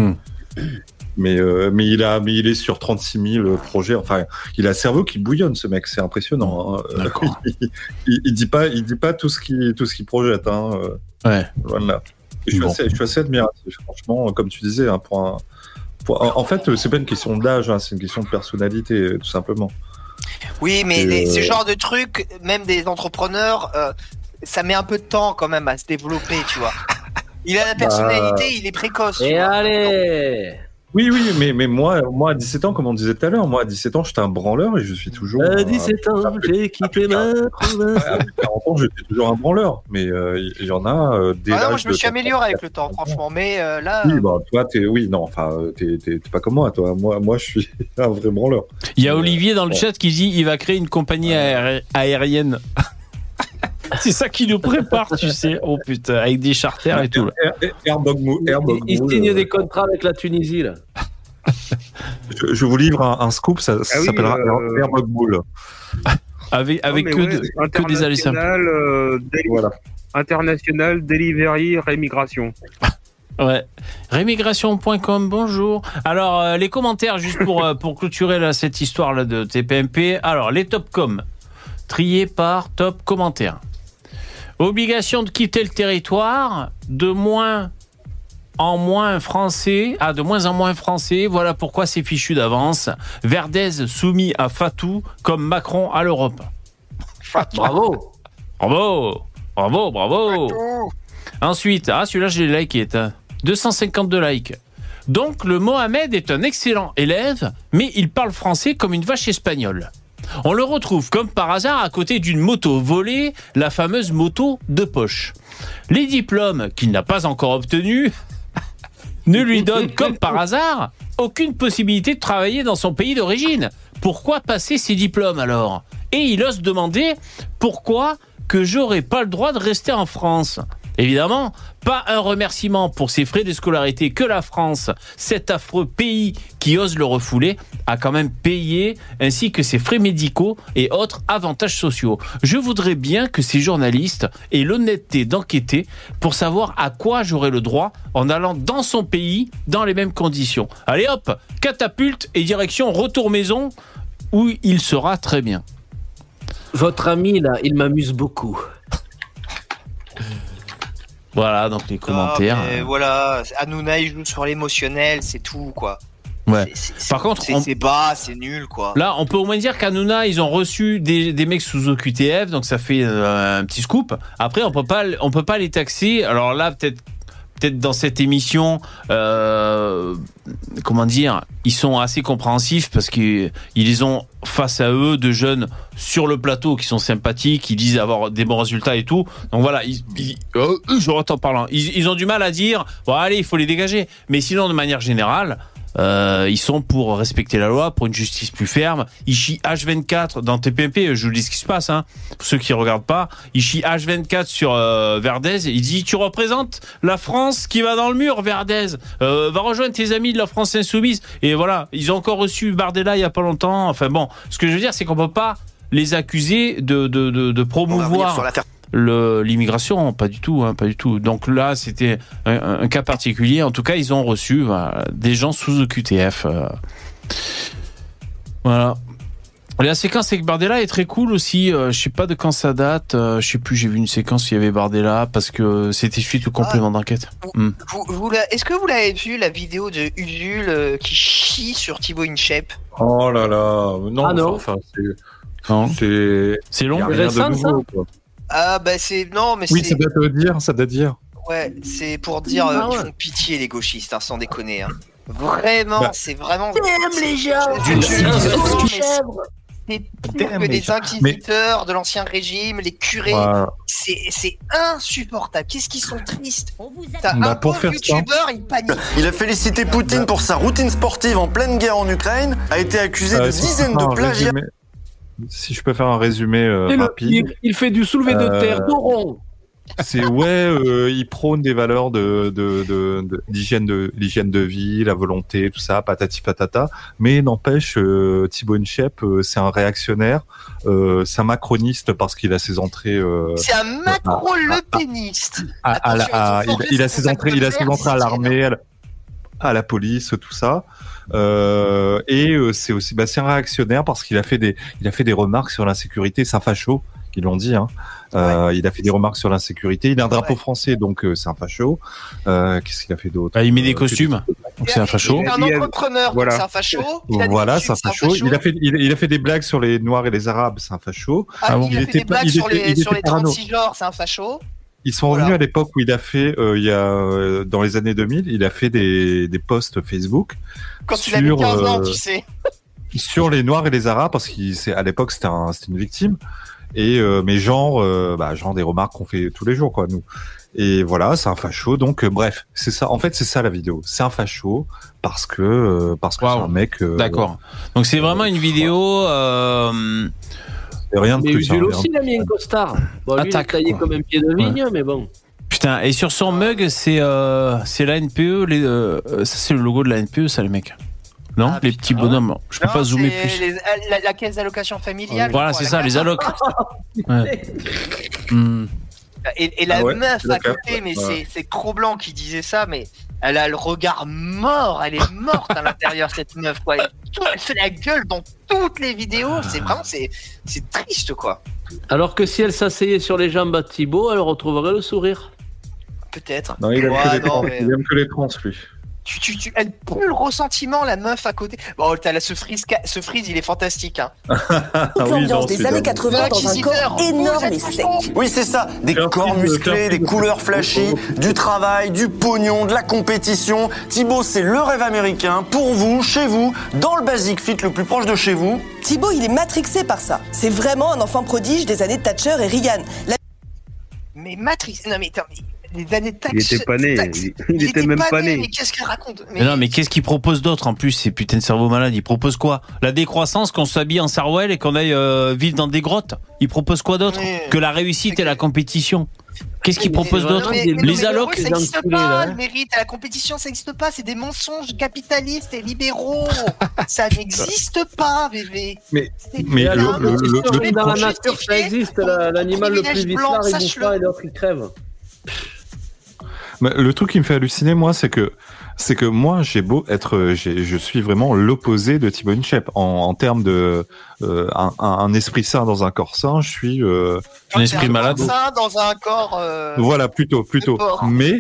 il est sur 36 000 projets. Enfin, il a un cerveau qui bouillonne, ce mec. C'est impressionnant. Hein. D'accord. il dit pas tout ce qu'il projette. Hein. Ouais. Voilà. Je suis assez admiratif, franchement, comme tu disais. Hein, en fait, c'est pas une question d'âge, hein, c'est une question de personnalité, tout simplement. Oui, mais ce genre de trucs, même des entrepreneurs, ça met un peu de temps quand même à se développer, tu vois. Il a la personnalité, il est précoce. Et allez. Oui, mais moi, à 17 ans, comme on disait tout à l'heure, moi, à 17 ans, j'étais un branleur et je suis toujours... À 17 ans, j'ai quitté ma province. À 40 ans, j'étais toujours un branleur, mais il y en a des... moi, je me suis amélioré avec le temps, franchement, mais là... Oui, toi, t'es pas comme moi, toi. Moi, je suis un vrai branleur. Il y a Olivier dans le chat qui dit il va créer une compagnie aérienne. C'est ça qui nous prépare, tu sais. Oh putain, avec des charters et tout. Airbag il signe des contrats avec la Tunisie, là. Je vous livre un scoop, ça s'appellera Airbag Bull. Avec que des allées simples. Voilà. International Delivery Rémigration. Ouais. Rémigration.com, bonjour. Alors, les commentaires, juste pour clôturer là, cette histoire-là de TPMP. Alors, les top com, triés par top commentaires. Obligation de quitter le territoire, de moins en moins français. De moins en moins français. Voilà pourquoi c'est fichu d'avance. Verdez soumis à Fatou, comme Macron à l'Europe. Bravo. Bravo. Bravo, bravo. Ensuite, celui-là, je l'ai liké. 252 likes. Donc, le Mohamed est un excellent élève, mais il parle français comme une vache espagnole. On le retrouve comme par hasard à côté d'une moto volée, la fameuse moto de poche. Les diplômes qu'il n'a pas encore obtenus ne lui donnent comme par hasard aucune possibilité de travailler dans son pays d'origine. Pourquoi passer ces diplômes alors ? Et il ose demander pourquoi que j'aurais pas le droit de rester en France. Évidemment, pas un remerciement pour ses frais de scolarité que la France, cet affreux pays qui ose le refouler, a quand même payé, ainsi que ses frais médicaux et autres avantages sociaux. Je voudrais bien que ces journalistes aient l'honnêteté d'enquêter pour savoir à quoi j'aurai le droit en allant dans son pays dans les mêmes conditions. Allez hop, catapulte et direction retour maison où il sera très bien. Votre ami là, il m'amuse beaucoup. Voilà, donc les commentaires. Voilà, Hanouna il joue sur l'émotionnel, c'est tout quoi. Ouais. Par contre, c'est bas, c'est nul quoi. Là, on peut au moins dire qu'Hanouna, ils ont reçu des mecs sous OQTF, donc ça fait un petit scoop. Après, on peut pas les taxer. Alors là, peut-être dans cette émission, comment dire, ils sont assez compréhensifs parce qu'ils ont face à eux de jeunes sur le plateau qui sont sympathiques, qui disent avoir des bons résultats et tout. Donc voilà, je retends parlant. Ils ont du mal à dire, bon allez, il faut les dégager. Mais sinon, de manière générale, ils sont pour respecter la loi, pour une justice plus ferme. Ils chient H24 dans TPMP, je vous dis ce qui se passe, hein, pour ceux qui regardent pas. Ils chient H24 sur Verdez. Il dit, tu représentes la France qui va dans le mur, Verdez. Va rejoindre tes amis de la France insoumise. Et voilà, ils ont encore reçu Bardella il y a pas longtemps. Enfin bon, ce que je veux dire, c'est qu'on peut pas les accuser de promouvoir l'immigration, pas du tout, hein, pas du tout. Donc là, c'était un cas particulier. En tout cas, ils ont reçu des gens sous OQTF. Voilà. La séquence avec Bardella est très cool aussi. Je sais pas de quand ça date. Je sais plus. J'ai vu une séquence où il y avait Bardella parce que c'était suite au complément d'enquête. Est-ce que vous l'avez vu la vidéo de Usul qui chie sur Thibaut Inchep? Oh là là, non. Non. Enfin, c'est long. Il y a rien de nouveau, quoi. C'est non mais oui, c'est... ça doit dire. Ouais, c'est pour dire qu'ils font pitié les gauchistes, hein, sans déconner. Hein. Vraiment, c'est vraiment. T'aimes les gens. C'est pire que des inquisiteurs de l'ancien régime, les curés. Voilà. C'est insupportable. Qu'est-ce qu'ils sont tristes. T'as un pauvre youtubeur, il panique. Il a félicité Poutine pour sa routine sportive en pleine guerre en Ukraine, a été accusé de dizaines de plagiats. Si je peux faire un résumé rapide. Il fait du soulevé de terre d'Oron. C'est il prône des valeurs d'hygiène de vie, la volonté, tout ça, patati patata. Mais n'empêche, Thibaut Inchep, c'est un réactionnaire, c'est un macroniste parce qu'il a ses entrées. C'est un macro-lepéniste. Il a ses entrées à l'armée, à la police, tout ça. C'est aussi, c'est un réactionnaire parce qu'il a fait des remarques sur l'insécurité. C'est un facho, ils l'ont dit, hein. Il a fait des remarques sur l'insécurité. Il a un drapeau français, donc c'est un facho. Qu'est-ce qu'il a fait d'autre? Il met des costumes, donc c'est un facho. Il est un entrepreneur, donc c'est un facho. Voilà, c'est un facho. Il a fait des blagues sur les Noirs et les Arabes, c'est un facho. Il a fait des blagues sur les 36 genres, c'est un facho. Ils sont revenus à l'époque où il a fait, dans les années 2000, il a fait des posts Facebook. Quand il avait 15 ans, tu sais. Sur les Noirs et les Arabes, parce qu'à l'époque, c'était une victime. Mais genre des remarques qu'on fait tous les jours, quoi, nous. Et voilà, c'est un facho. Donc, bref, c'est ça. En fait, c'est ça la vidéo. C'est un facho parce que c'est un mec. D'accord. Donc, c'est vraiment une vidéo. Rien de plus. Mais aussi, il a mis une costard. Bon, lui, il a taillé comme un pied de vigne, mais bon. Putain, et sur son mug, c'est la NPE. Ça, c'est le logo de la NPE, ça, les mecs. Non, les petits bonhommes. Je peux pas zoomer plus. La caisse d'allocation familiale. Voilà, c'est ça, les allocs. Et la meuf à côté, mais c'est Cro-Blanc qui disait ça, mais elle a le regard mort, elle est morte à l'intérieur, cette meuf, quoi. Elle fait la gueule dans toutes les vidéos, c'est vraiment, c'est triste, quoi. Alors que si elle s'asseyait sur les jambes à Thibaut, elle retrouverait le sourire. Peut-être. Non, il aime que les trans, lui. Elle pue le ressentiment, la meuf à côté. Bon, t'as là ce freeze, il est fantastique. Hein. L'ambiance des années 80 dans un corps énorme et sec. Oui, c'est ça. Des corps musclés, des couleurs flashy, du travail, du pognon, de la compétition. Thibaut, c'est le rêve américain pour vous, chez vous, dans le Basic Fit le plus proche de chez vous. Thibaut, il est matrixé par ça. C'est vraiment un enfant prodige des années Thatcher et Reagan. Mais matrixé... Non, mais attends... Les années de taxes. Il était pas né. Il était même pas né. Mais qu'est-ce qu'il raconte? Mais non, mais qu'est-ce qu'il propose d'autre en plus, ces putains de cerveaux malades? Il propose quoi? La décroissance, qu'on s'habille en sarouel et qu'on aille vivre dans des grottes? Il propose quoi d'autre que la réussite et la compétition? Qu'est-ce qu'il propose d'autre? Les allocs, ça n'existe pas. Le mérite et la compétition, ça n'existe pas. C'est des mensonges capitalistes et libéraux. Ça n'existe pas, bébé. Mais dans la nature, ça existe. L'animal le plus vicelard, il bouffe pas et l'autre, il crève. Le truc qui me fait halluciner, moi, c'est que moi, j'ai beau être, je suis vraiment l'opposé de Thibaut Inchep en termes de un esprit sain dans un corps sain. Je suis un esprit malade sain dans un corps. Voilà, plutôt. Mais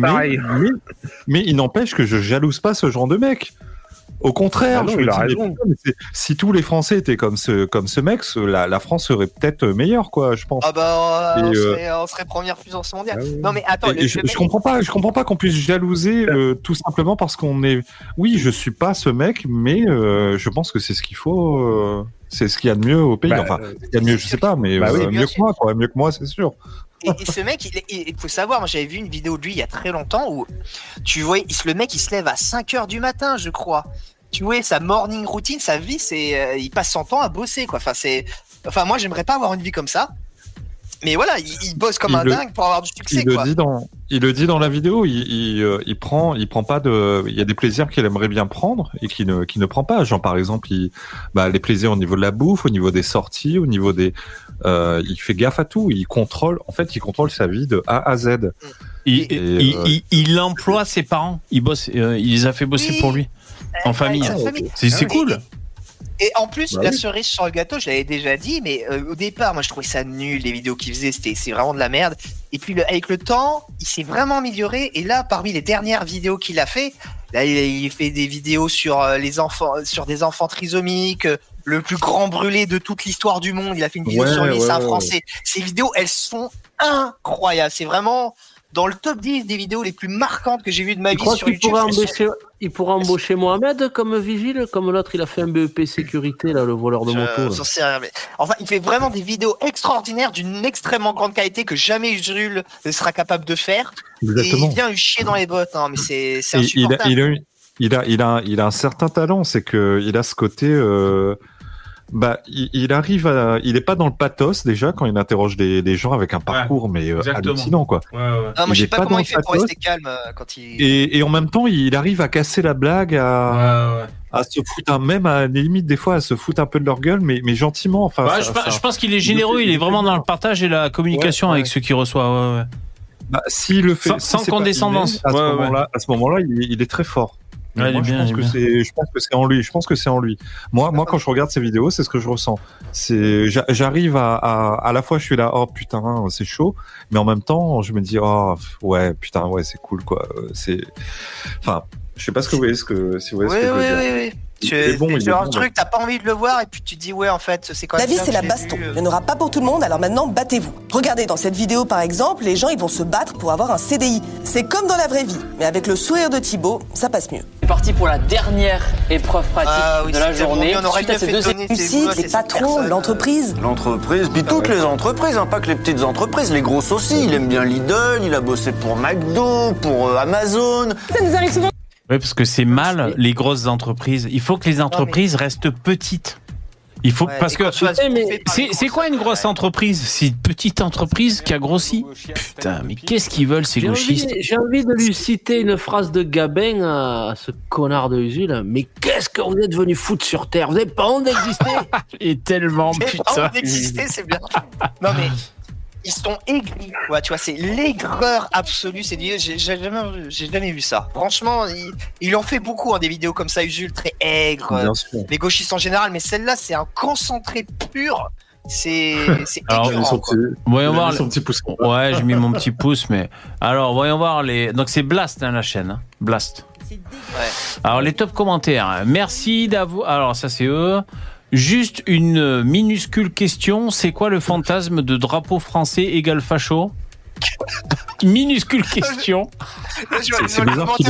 il n'empêche que je jalouse pas ce genre de mec. Au contraire, il a raison. Si tous les Français étaient comme ce mec, la France serait peut-être meilleure, quoi, je pense. Ah bah, on serait première puissance mondiale. Non mais attends, je comprends pas qu'on puisse jalouser tout simplement parce qu'on est. Oui, je suis pas ce mec, mais je pense que c'est ce qu'il faut. C'est ce qu'il y a de mieux au pays. Enfin, il y a de mieux, je sais pas, mais mieux que moi, quoi. Mieux que moi, c'est sûr. Et ce mec, il faut savoir, moi j'avais vu une vidéo de lui il y a très longtemps où tu vois, le mec il se lève à 5h du matin, je crois. Tu vois, sa morning routine, sa vie, c'est il passe son temps à bosser, quoi. Enfin, moi j'aimerais pas avoir une vie comme ça. Mais voilà, il bosse comme un dingue pour avoir du succès, quoi. Il le dit dans la vidéo, il prend pas il y a des plaisirs qu'il aimerait bien prendre et qu'il ne prend pas. Genre par exemple, les plaisirs au niveau de la bouffe, au niveau des sorties, au niveau des il fait gaffe à tout, il contrôle sa vie de A à Z. Il emploie ses parents, il les a fait bosser pour lui en famille. C'est cool. Et en plus, la cerise sur le gâteau, je l'avais déjà dit, mais au départ, moi je trouvais ça nul, les vidéos qu'il faisait, c'est vraiment de la merde. Et puis avec le temps, il s'est vraiment amélioré. Et là, parmi les dernières vidéos qu'il a fait, là, il fait des vidéos sur les enfants, sur des enfants trisomiques, le plus grand brûlé de toute l'histoire du monde. Il a fait une vidéo sur les seins français. Ces vidéos, elles sont incroyables. C'est vraiment dans le top 10 des vidéos les plus marquantes que j'ai vues de ma vie sur YouTube. Il pourra embaucher Mohamed comme vigile, comme l'autre, il a fait un BEP sécurité, là, le voleur de moto. Enfin, il fait vraiment des vidéos extraordinaires d'une extrêmement grande qualité que jamais Jules ne sera capable de faire. Exactement. Et il vient lui chier dans les bottes, hein, mais c'est insupportable. Il a un certain talent, c'est que il a ce côté. Il arrive à. Il est pas dans le pathos déjà quand il interroge des gens avec un parcours mais hallucinant, quoi. Non, moi je sais pas comment il fait pour rester calme quand il. Et en même temps, il arrive à casser la blague, à se foutre même à des limites des fois à se foutre un peu de leur gueule, mais gentiment. Enfin. Je pense qu'il est généreux, il est vraiment dans le partage et la communication avec ceux qui reçoivent. S'il le fait sans condescendance. À ce moment-là, il est très fort. Ouais, je pense que c'est en lui. Moi, quand je regarde ces vidéos, c'est ce que je ressens. J'arrive à la fois, je suis là, oh putain, c'est chaud, mais en même temps, je me dis, oh ouais, putain, ouais, c'est cool, quoi. Enfin, je sais pas ce que vous voyez, si vous voyez ce que je veux dire. Oui. C'est un truc, t'as pas envie de le voir et puis tu te dis ouais en fait c'est quoi. La vie c'est la baston, il n'y en aura pas pour tout le monde, alors maintenant battez-vous. Regardez dans cette vidéo par exemple, les gens ils vont se battre pour avoir un CDI. C'est comme dans la vraie vie, mais avec le sourire de Thibaut, ça passe mieux. C'est parti pour la dernière épreuve pratique de la journée. Suite à ces deux épreuves, les patrons, l'entreprise. L'entreprise, puis toutes les entreprises, pas que les petites entreprises, les grosses aussi. Il aime bien Lidl, il a bossé pour McDo, pour Amazon. Ça nous arrive souvent. Oui, parce que c'est mal, les grosses entreprises. Il faut que les entreprises restent petites. Il faut parce que c'est quoi une grosse entreprise? C'est une petite entreprise qui a grossi. Putain, mais qu'est-ce qu'ils veulent ces gauchistes? J'ai envie de lui citer une phrase de Gabin à ce connard de Usul. Mais qu'est-ce que vous êtes venu foutre sur Terre? Vous n'avez pas honte d'exister? Et tellement, putain. Vous n'avez pas honte d'exister, c'est bien. Non mais ils sont aigris, quoi. Tu vois, c'est l'aigreur absolue. J'ai jamais vu ça. Franchement, ils en fait beaucoup des vidéos comme ça, Usul très aigre. Les gauchistes en général, mais celle-là, c'est un concentré pur. C'est écœurant. Voyons voir son petit pouce. Ouais, j'ai mis mon petit pouce, mais alors voyons voir les. Donc c'est Blast la chaîne, hein. Blast. Ouais. Alors les top commentaires. Merci d'avoir. Alors ça c'est eux. Juste une minuscule question, c'est quoi le fantasme de drapeau français égal facho? Minuscule question. C'est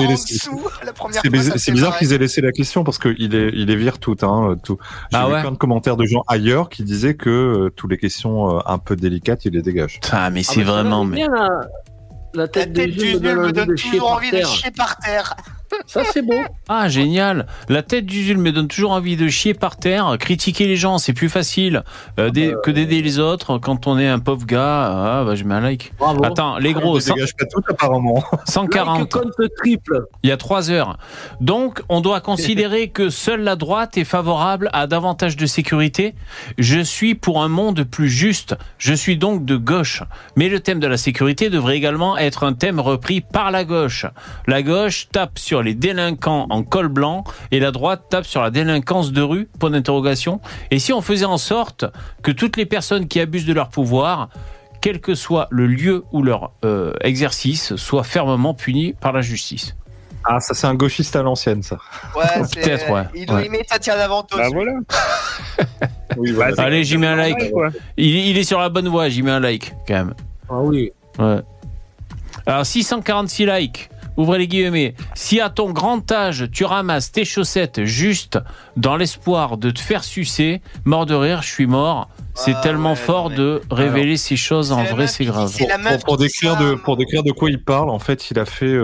bizarre qu'ils aient laissé la question parce qu'il les vire toutes. Tout. J'ai vu plein de commentaires de gens ailleurs qui disaient que toutes les questions un peu délicates, il les dégage. Ah mais c'est vraiment... La tête du Jules me donne toujours envie de chier par terre. Ça, c'est beau. Ah, génial. La tête du Jules me donne toujours envie de chier par terre. Critiquer les gens, c'est plus facile que d'aider les autres. Quand on est un pauvre gars, je mets un like. Bravo. Attends, les gros, ça dégage pas tout apparemment. 140. Like compte triple. Il y a 3 heures. Donc, on doit considérer que seule la droite est favorable à davantage de sécurité. Je suis pour un monde plus juste. Je suis donc de gauche. Mais le thème de la sécurité devrait également être un thème repris par la gauche. La gauche tape sur les délinquants en col blanc et la droite tape sur la délinquance de rue, point d'interrogation. Et si on faisait en sorte que toutes les personnes qui abusent de leur pouvoir, quel que soit le lieu ou leur exercice, soient fermement punies par la justice. Ah, ça c'est un gauchiste à l'ancienne, ça. Ouais, peut-être, ouais. Il doit aimer Tatiana Ventos. Bah voilà. Oui, voilà. Allez, j'y mets un like. Il est sur la bonne voie, j'y mets un like, quand même. Ah oui. Ouais. Alors, 646 likes. Ouvrez les guillemets. Si à ton grand âge, tu ramasses tes chaussettes juste dans l'espoir de te faire sucer, mort de rire, je suis mort. C'est tellement fort de révéler ces choses. En vrai, c'est grave. Pour décrire de quoi il parle, en fait, il a fait...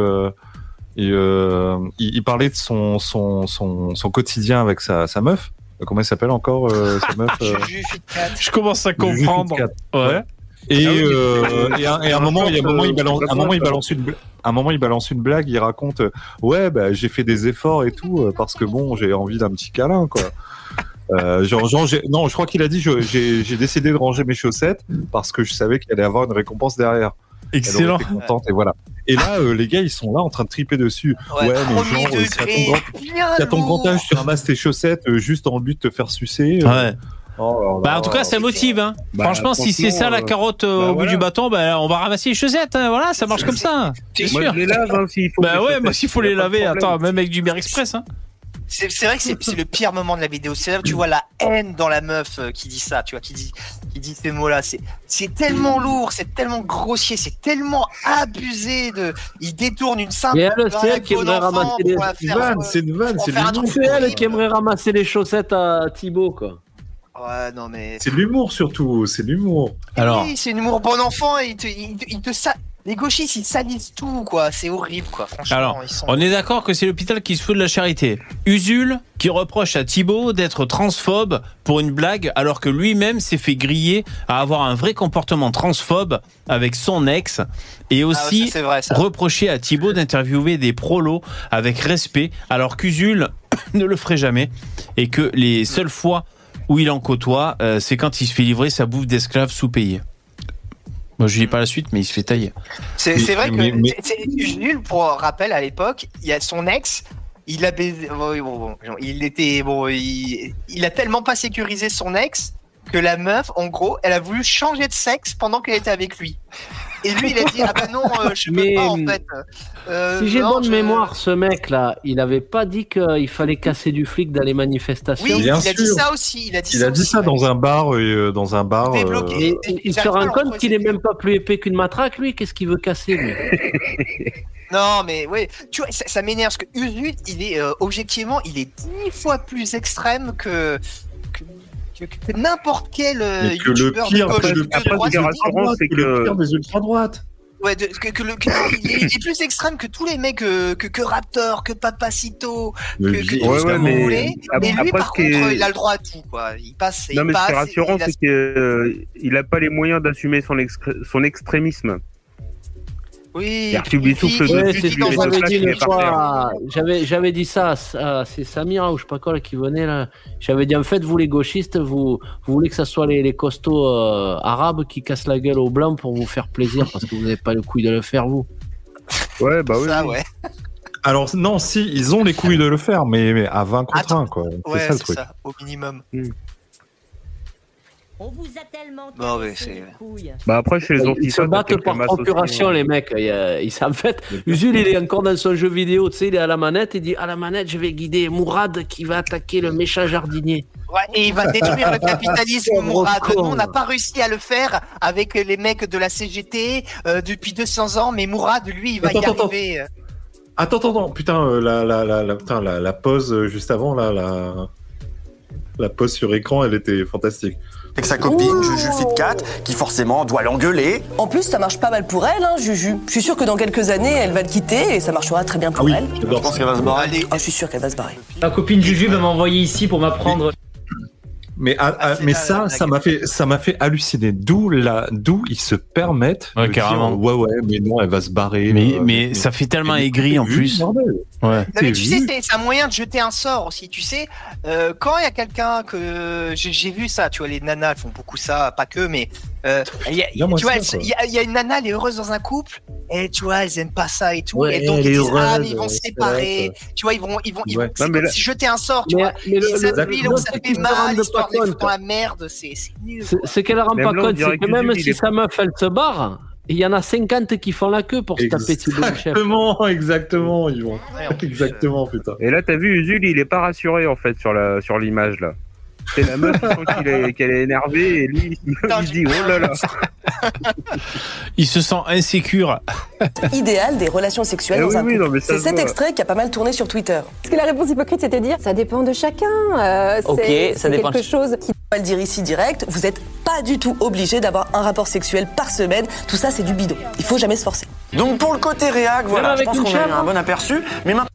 il parlait de son quotidien avec sa meuf. Comment elle s'appelle encore sa meuf Je commence à comprendre. Ouais. Et à un moment, il balance une blague. Il raconte, j'ai fait des efforts et tout parce que bon, j'ai envie d'un petit câlin, quoi. Je crois qu'il a dit, j'ai décidé de ranger mes chaussettes parce que je savais qu'il allait avoir une récompense derrière. Excellent. Elle aurait été contente, et voilà. Et là, les gars, ils sont là en train de triper dessus. Ouais, mais genre, si à ton grand âge, tu ramasses tes chaussettes juste en but de te faire sucer. Ouais. En tout cas, ça motive. Hein. Franchement, si c'est ça la carotte au bout du bâton, on va ramasser les chaussettes. Hein. Voilà, ça marche comme ça. C'est sûr. Je les lave, hein, s'il faut. Moi, s'il faut les laver, attends, même avec du Mer Express. Hein. C'est vrai que c'est le pire moment de la vidéo. C'est là où tu vois la haine dans la meuf qui dit ça, tu vois, qui dit ces mots-là. C'est tellement lourd, c'est tellement grossier, c'est tellement abusé de. Il détourne une simple. Et elle, c'est elle qui aimerait ramasser les. C'est une vanne, c'est elle qui aimerait ramasser les chaussettes à Thibaut, quoi. Ouais, non mais. C'est de l'humour surtout, c'est de l'humour. Alors. Oui, c'est un humour bon enfant et les gauchistes, ils salissent tout, quoi. C'est horrible, quoi. Franchement, alors, on est d'accord que c'est l'hôpital qui se fout de la charité. Usul qui reproche à Thibaut d'être transphobe pour une blague, alors que lui-même s'est fait griller à avoir un vrai comportement transphobe avec son ex, et aussi reprocher à Thibaut d'interviewer des prolos avec respect, alors qu'Usul ne le ferait jamais, et que les seules fois où il en côtoie, c'est quand il se fait livrer sa bouffe d'esclave sous-payée. Moi, je lis pas la suite, mais il se fait tailler. C'est vrai que Jules, pour rappel, à l'époque, il y a son ex, il a baisé, il a tellement pas sécurisé son ex que la meuf, en gros, elle a voulu changer de sexe pendant qu'elle était avec lui. Et lui, il a dit, ah bah non, je peux pas, en fait. Si j'ai bonne mémoire, ce mec-là, il avait pas dit qu'il fallait casser du flic dans les manifestations. Oui, il a dit ça aussi. Il a dit ça dans un bar. Et il se rend compte qu'il est même pas plus épais qu'une matraque, lui. Qu'est-ce qu'il veut casser, lui? Non, mais oui, tu vois, ça m'énerve parce que Usul, il est objectivement, il est 10 fois plus extrême que n'importe quel youtubeur de gauche. Le pire des ultra-droites. Ouais, il est plus extrême que tous les mecs, que Raptor, que Papacito, que tout ce que vous voulez. Mais lui, par contre, il a le droit à tout, quoi. Il passe. Non, mais ce qui est rassurant, c'est qu'il n'a pas les moyens d'assumer son extrémisme. Oui, j'avais dit ça, c'est Samira ou je sais pas quoi là, qui venait là. J'avais dit en fait, vous les gauchistes, vous voulez que ça soit les costauds arabes qui cassent la gueule aux blancs pour vous faire plaisir parce que vous n'avez pas le couille de le faire vous. Ouais, bah oui. Ça, ouais. Alors non, si ils ont les couilles de le faire, mais à 20 contre 1 quoi. Ouais, c'est ça le truc. Ça, au minimum. On vous a tellement Bah après chez les ils se battent par procuration les mecs. En fait, Usul il est encore dans son jeu vidéo, tu sais, il est à la manette, il dit à la manette je vais guider Mourad qui va attaquer le méchant jardinier. Ouais, et il va détruire le capitalisme, Mourad. Nous, on n'a pas réussi à le faire avec les mecs de la CGT depuis 200 ans, mais Mourad, lui, il va y arriver. Attends, putain, la pause juste avant, la pause sur écran, elle était fantastique. Avec sa copine, Juju Fit4, qui forcément doit l'engueuler. En plus, ça marche pas mal pour elle, hein, Juju. Je suis sûr que dans quelques années, elle va le quitter et ça marchera très bien pour elle. Je pense qu'elle va se barrer. Ah, je suis sûr qu'elle va se barrer. Ma copine Juju va m'envoyer ici pour m'apprendre. Mais ça m'a fait halluciner. D'où ils se permettent de carrément. dire, ouais, mais non, elle va se barrer. Mais ça fait tellement aigri en plus. Ouais. Non, mais tu sais, c'est un moyen de jeter un sort aussi. Tu sais, quand il y a quelqu'un que j'ai vu ça, tu vois, les nanas font beaucoup ça, pas que, mais tu vois, il y a une nana, elle est heureuse dans un couple, et tu vois, elles aiment pas ça et tout, ouais, et donc ils disent mais ils vont se séparer. Tu vois, ils vont c'est comme si jeter un sort, tu vois. Ça fait mal, l'histoire de les foutre dans la merde, c'est nul. C'est qu'elle rend pas compte, c'est que même si sa meuf elle se barre. Il y en a 50 qui font la queue pour se taper Thibaut Chef. Exactement, ils vont. Exactement, putain. Et là, t'as vu, Usul, il est pas rassuré en fait sur l'image là. C'est la meuf qu'elle est énervée et lui, il se dit oh là là. Il se sent insécure. Idéal des relations sexuelles dans un couple. C'est cet extrait qui a pas mal tourné sur Twitter. Parce que la réponse hypocrite, c'était de dire ça dépend de chacun. C'est ça dépend. Quelque chose qui. On va le dire ici direct, vous n'êtes pas du tout obligé d'avoir un rapport sexuel par semaine. Tout ça, c'est du bidon. Il faut jamais se forcer. Donc pour le côté réac, voilà, je pense qu'on a eu un bon aperçu. Mais maintenant.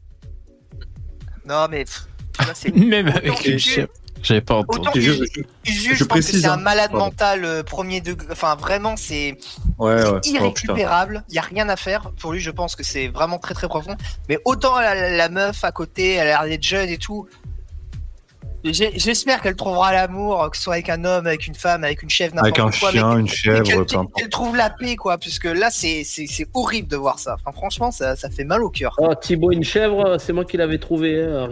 Non, mais. Même avec une chèvre. J'avais pas entendu. Je pense que c'est un malade mental premier degré. Enfin, vraiment, c'est irrécupérable. Il n'y a rien à faire. Pour lui, je pense que c'est vraiment très très profond. Mais autant la meuf à côté, elle a l'air d'être jeune et tout. J'espère qu'elle trouvera l'amour, que ce soit avec un homme, avec une femme, avec une chèvre, n'importe quoi. Avec un chien, une chèvre, qu'elle trouve la paix, quoi. Puisque là, c'est horrible de voir ça. Enfin, franchement, ça fait mal au cœur. Oh, Thibaut, une chèvre, c'est moi qui l'avais trouvé. Hein,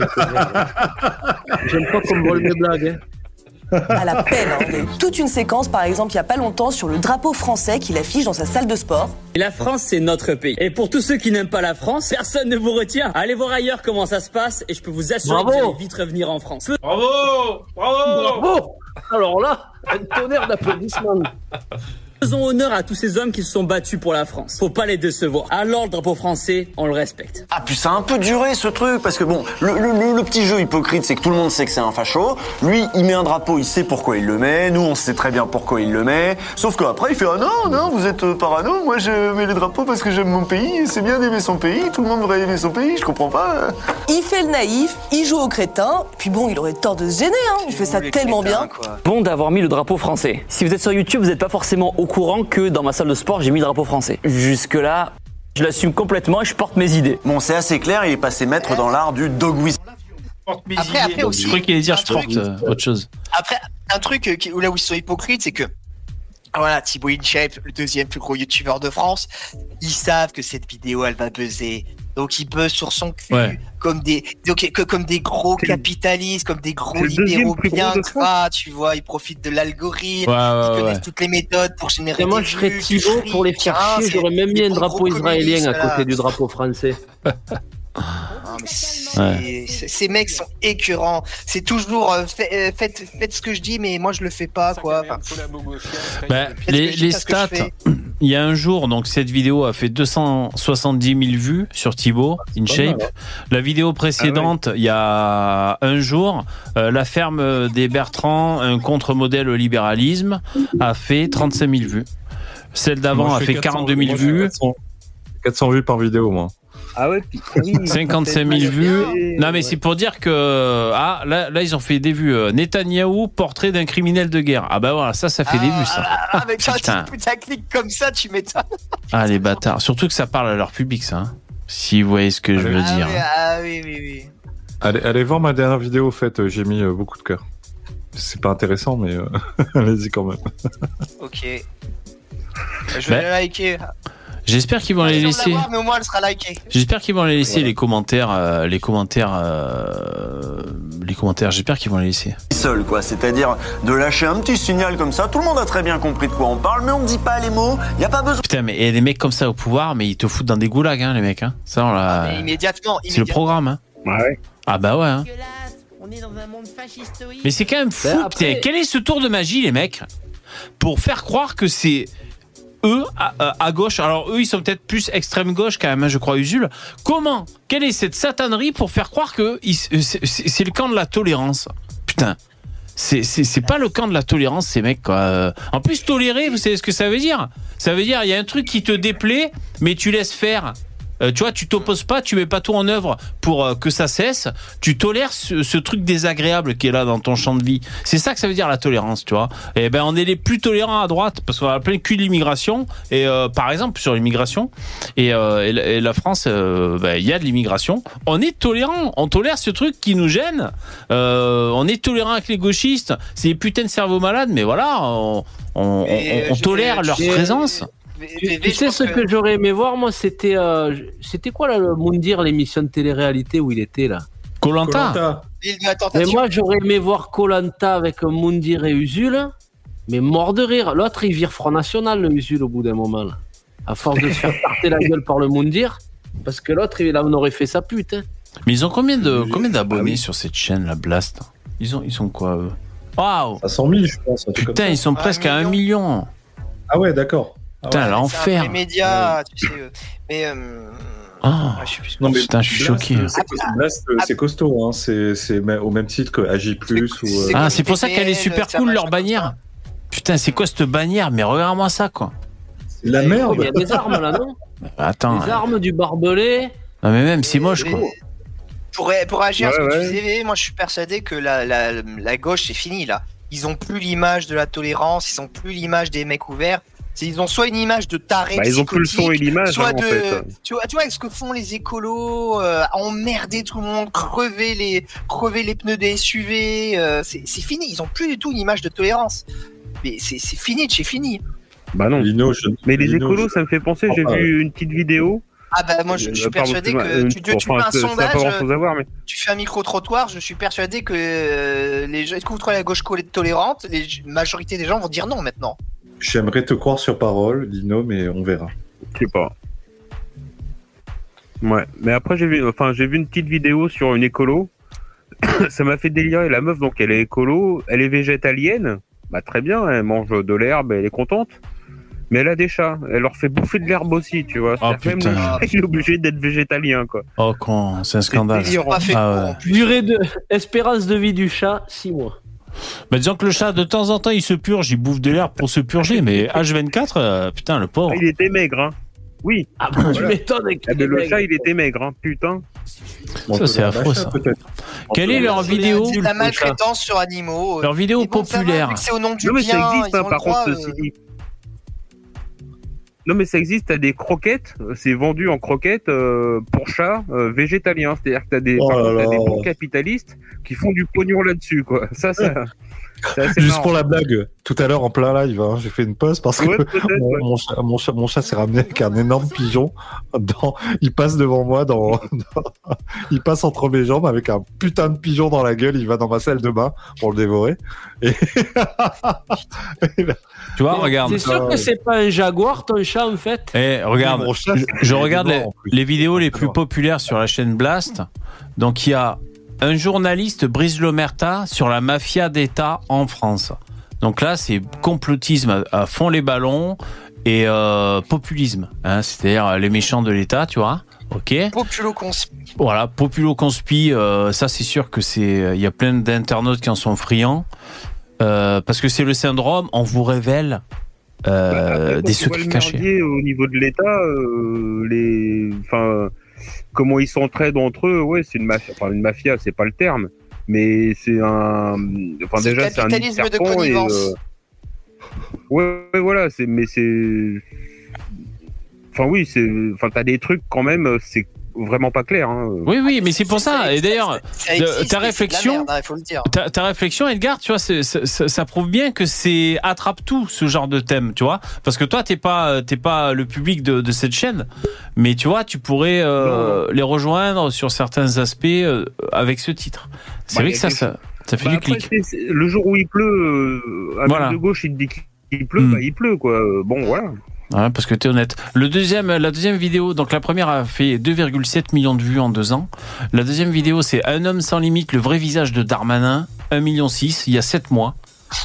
j'aime pas qu'on me vole mes blagues. Hein. À la peine, hein. Il y a eu toute une séquence, par exemple, il y a pas longtemps, sur le drapeau français qu'il affiche dans sa salle de sport. Et la France, c'est notre pays. Et pour tous ceux qui n'aiment pas la France, personne ne vous retient. Allez voir ailleurs comment ça se passe et je peux vous assurer que vous allez vite revenir en France. Bravo. Alors là, un tonnerre d'applaudissements. Faisons honneur à tous ces hommes qui se sont battus pour la France. Faut pas les décevoir. Alors le drapeau français, on le respecte. Ah puis ça a un peu duré ce truc, parce que bon, le petit jeu hypocrite, c'est que tout le monde sait que c'est un facho. Lui, il met un drapeau, il sait pourquoi il le met. Nous, on sait très bien pourquoi il le met. Sauf qu'après, il fait ah non, vous êtes parano. Moi, je mets les drapeaux parce que j'aime mon pays. C'est bien d'aimer son pays. Tout le monde devrait aimer son pays. Je comprends pas. Il fait le naïf, il joue au crétin. Puis bon, il aurait tort de se gêner. Hein. Il fait ça tellement bien. Bon d'avoir mis le drapeau français. Si vous êtes sur YouTube, vous n'êtes pas forcément au courant que dans ma salle de sport, j'ai mis le drapeau français. Jusque-là, je l'assume complètement et je porte mes idées. Bon, c'est assez clair, il est passé maître dans l'art du dog whistle. Après aussi, je crois qu'il allait dire je porte autre chose. Après, un truc là où ils sont hypocrites, c'est que voilà, Thibaut InShape, le deuxième plus gros youtubeur de France, ils savent que cette vidéo, elle va buzzer. Donc ils buzzent sur son cul comme des gros capitalistes, comme des gros libéraux bien gras, tu vois, ils profitent de l'algorithme, ils connaissent toutes les méthodes pour générer des vues. Moi je serais Thibaut pour les faire chier, j'aurais même mis un drapeau israélien à côté du drapeau français. Non, mais ces mecs sont écœurants. C'est toujours faites ce que je dis, mais moi je le fais pas, quoi. Enfin, les stats, il y a un jour, donc cette vidéo a fait 270 000 vues sur Thibaut InShape. La vidéo précédente, il y a un jour, la ferme des Bertrands, un contre-modèle au libéralisme, a fait 35 000 vues. Celle d'avant a fait 42 000 vues. 400 vues par vidéo, moi. Ah ouais, 55 000 vues. Non, mais c'est pour dire que là, ils ont fait des vues. Netanyahou, portrait d'un criminel de guerre. Ah bah voilà, ça fait des vues, ça. Avec un putaclic comme ça, tu m'étonnes. Ah, les bâtards. Surtout que ça parle à leur public, ça. Hein. Si vous voyez ce que je veux dire. Oui. Allez voir ma dernière vidéo faite. J'ai mis beaucoup de cœur. C'est pas intéressant, mais allez-y quand même. Ok. Je vais la liker. J'espère qu'ils vont les laisser. Voir, mais au moins elle sera likée. J'espère qu'ils vont les laisser les commentaires. J'espère qu'ils vont les laisser. Seul quoi, c'est-à-dire de lâcher un petit signal comme ça. Tout le monde a très bien compris de quoi on parle, mais on ne dit pas les mots. Y a pas besoin. Putain, mais les mecs comme ça au pouvoir, mais ils te foutent dans des goulags, hein, les mecs. Hein. Ça, on l'a. Mais immédiatement. C'est le programme. Hein. Ouais. Ah bah ouais. Hein. On est dans un monde fascistoïde. Mais c'est quand même fou. Après... Quel est ce tour de magie, les mecs, pour faire croire que c'est eux à gauche. Alors eux, ils sont peut-être plus extrême gauche quand même, hein, je crois, Usul. Comment? Quelle est cette satanerie pour faire croire que c'est le camp de la tolérance? Putain. C'est pas le camp de la tolérance, ces mecs, quoi. En plus, tolérer, vous savez ce que ça veut dire? Ça veut dire, il y a un truc qui te déplaît, mais tu laisses faire. Tu vois, tu t'opposes pas, tu mets pas tout en œuvre pour que ça cesse. Tu tolères ce truc désagréable qui est là dans ton champ de vie. C'est ça que ça veut dire la tolérance, tu vois. Et ben, on est les plus tolérants à droite parce qu'on a plein de cul de l'immigration. Et par exemple sur l'immigration et la France, il y a de l'immigration. On est tolérant, on tolère ce truc qui nous gêne. On est tolérant avec les gauchistes. C'est des putains de cerveaux malades, mais voilà, on tolère leur présence. Tu sais ce que j'aurais aimé voir, moi, c'était quoi là, le Moundir, l'émission de télé-réalité où il était là? Koh-Lanta. Mais moi, j'aurais aimé voir Koh-Lanta avec Moundir et Usul, mais mort de rire. L'autre, il vire Front National, le Usul, au bout d'un moment, là. À force de se faire tarter la gueule par le Moundir, parce que l'autre, il en aurait fait sa pute. Hein. Mais ils ont combien d'abonnés sur cette chaîne, la Blast? Ils sont quoi, eux? Waouh! 500 000, je pense. Putain, ils sont presque à 1 million. Ah ouais, d'accord. Putain, l'enfer. Les médias, tu sais. Mais. Je sais plus. Non, mais putain, je suis choqué. Blast, c'est costaud, hein. C'est au même titre que AJ+. C'est pour ça qu'elle est super cool, leur bannière. Putain, c'est quoi cette bannière? Mais regarde-moi ça, quoi. C'est la merde. Il y a des armes là, non? Attends. Des armes, du barbelé. Non, mais même, c'est moche, quoi. Pour réagir à ce que tu disais, moi je suis persuadé que la gauche c'est fini là. Ils ont plus l'image de la tolérance, ils ont plus l'image des mecs ouverts. Ils ont soit une image de taré ils ont plus le son et l'image, soit en fait. Tu vois ce que font les écolos, emmerder tout le monde, crever les pneus des SUV, c'est fini. Ils ont plus du tout une image de tolérance. Mais c'est fini de chez fini. Bah non. Mais les écolos, ça me fait penser. J'ai vu une petite vidéo. Ah bah moi je suis persuadé que tu fais un sondage, tu fais un micro-trottoir, je suis persuadé que les gens, est-ce que vous trouvez la gauche tolérante? La majorité des gens vont dire non maintenant. J'aimerais te croire sur parole, Lino, mais on verra. Je sais pas. Ouais, mais après j'ai vu une petite vidéo sur une écolo. Ça m'a fait délirer. La meuf, donc elle est écolo, elle est végétalienne. Bah très bien, elle mange de l'herbe, elle est contente. Mais elle a des chats, elle leur fait bouffer de l'herbe aussi, tu vois. Oh putain. Même il est obligé d'être végétalien, quoi. Oh con, c'est un scandale. Durée de espérance de vie du chat, 6 mois. Bah disons que le chat, de temps en temps, il se purge, il bouffe de l'herbe pour se purger, mais H24, putain, le pauvre. Il était maigre, hein. Oui. Ah bah, tu m'étonnes. Le chat, il était maigre, hein, putain. Ça, c'est affreux, ça. Quelle est leur vidéo? La maltraitance sur animaux. Leur vidéo populaire. C'est au nom du bien. Non, mais bien, ça existe, hein, par contre, ceci dit. Non, mais ça existe, t'as des croquettes, c'est vendu en croquettes pour chats végétaliens. C'est-à-dire que t'as des bons capitalistes qui font du pognon là-dessus, quoi. Ça juste marrant. Pour la blague, tout à l'heure en plein live, hein, j'ai fait une pause parce que mon chat s'est ramené avec un énorme pigeon. Il passe devant moi, il passe entre mes jambes avec un putain de pigeon dans la gueule. Il va dans ma salle de bain pour le dévorer. Et tu vois, regarde. C'est sûr que c'est pas un jaguar, ton chat, en fait. Regarde, je regarde les vidéos les plus populaires sur la chaîne Blast. Donc il y a un journaliste brise l'omerta sur la mafia d'État en France. Donc là, c'est complotisme à fond les ballons et populisme. Hein, c'est-à-dire les méchants de l'État, tu vois. Ok. Populo-conspi. Voilà, populo-conspi. Ça, c'est sûr que il y a plein d'internautes qui en sont friands. Parce que c'est le syndrome, on vous révèle des secrets cachés. Au niveau de l'État, comment ils s'entraident entre eux, ouais, c'est une mafia. Enfin, une mafia, c'est pas le terme, mais c'est un. Enfin, c'est déjà, le capitalisme de connivence. Ouais, voilà, Enfin, oui, t'as des trucs quand même, c'est vraiment pas clair. Hein. Oui, mais c'est pour ça. Et d'ailleurs, ta réflexion, ta réflexion, Edgar, tu vois, ça prouve bien que c'est attrape tout ce genre de thème, tu vois, parce que toi, t'es pas le public de cette chaîne, mais tu vois, tu pourrais les rejoindre sur certains aspects avec ce titre. C'est vrai que ça fait du clic. Le jour où il pleut, à droite de gauche, il te dit qu'il pleut, il pleut, quoi. Bon, voilà. Ouais, parce que t'es honnête. La deuxième vidéo, donc la première a fait 2,7 millions de vues en 2 ans. La deuxième vidéo, c'est Un homme sans limite, le vrai visage de Darmanin, 1,6 million, il y a 7 mois.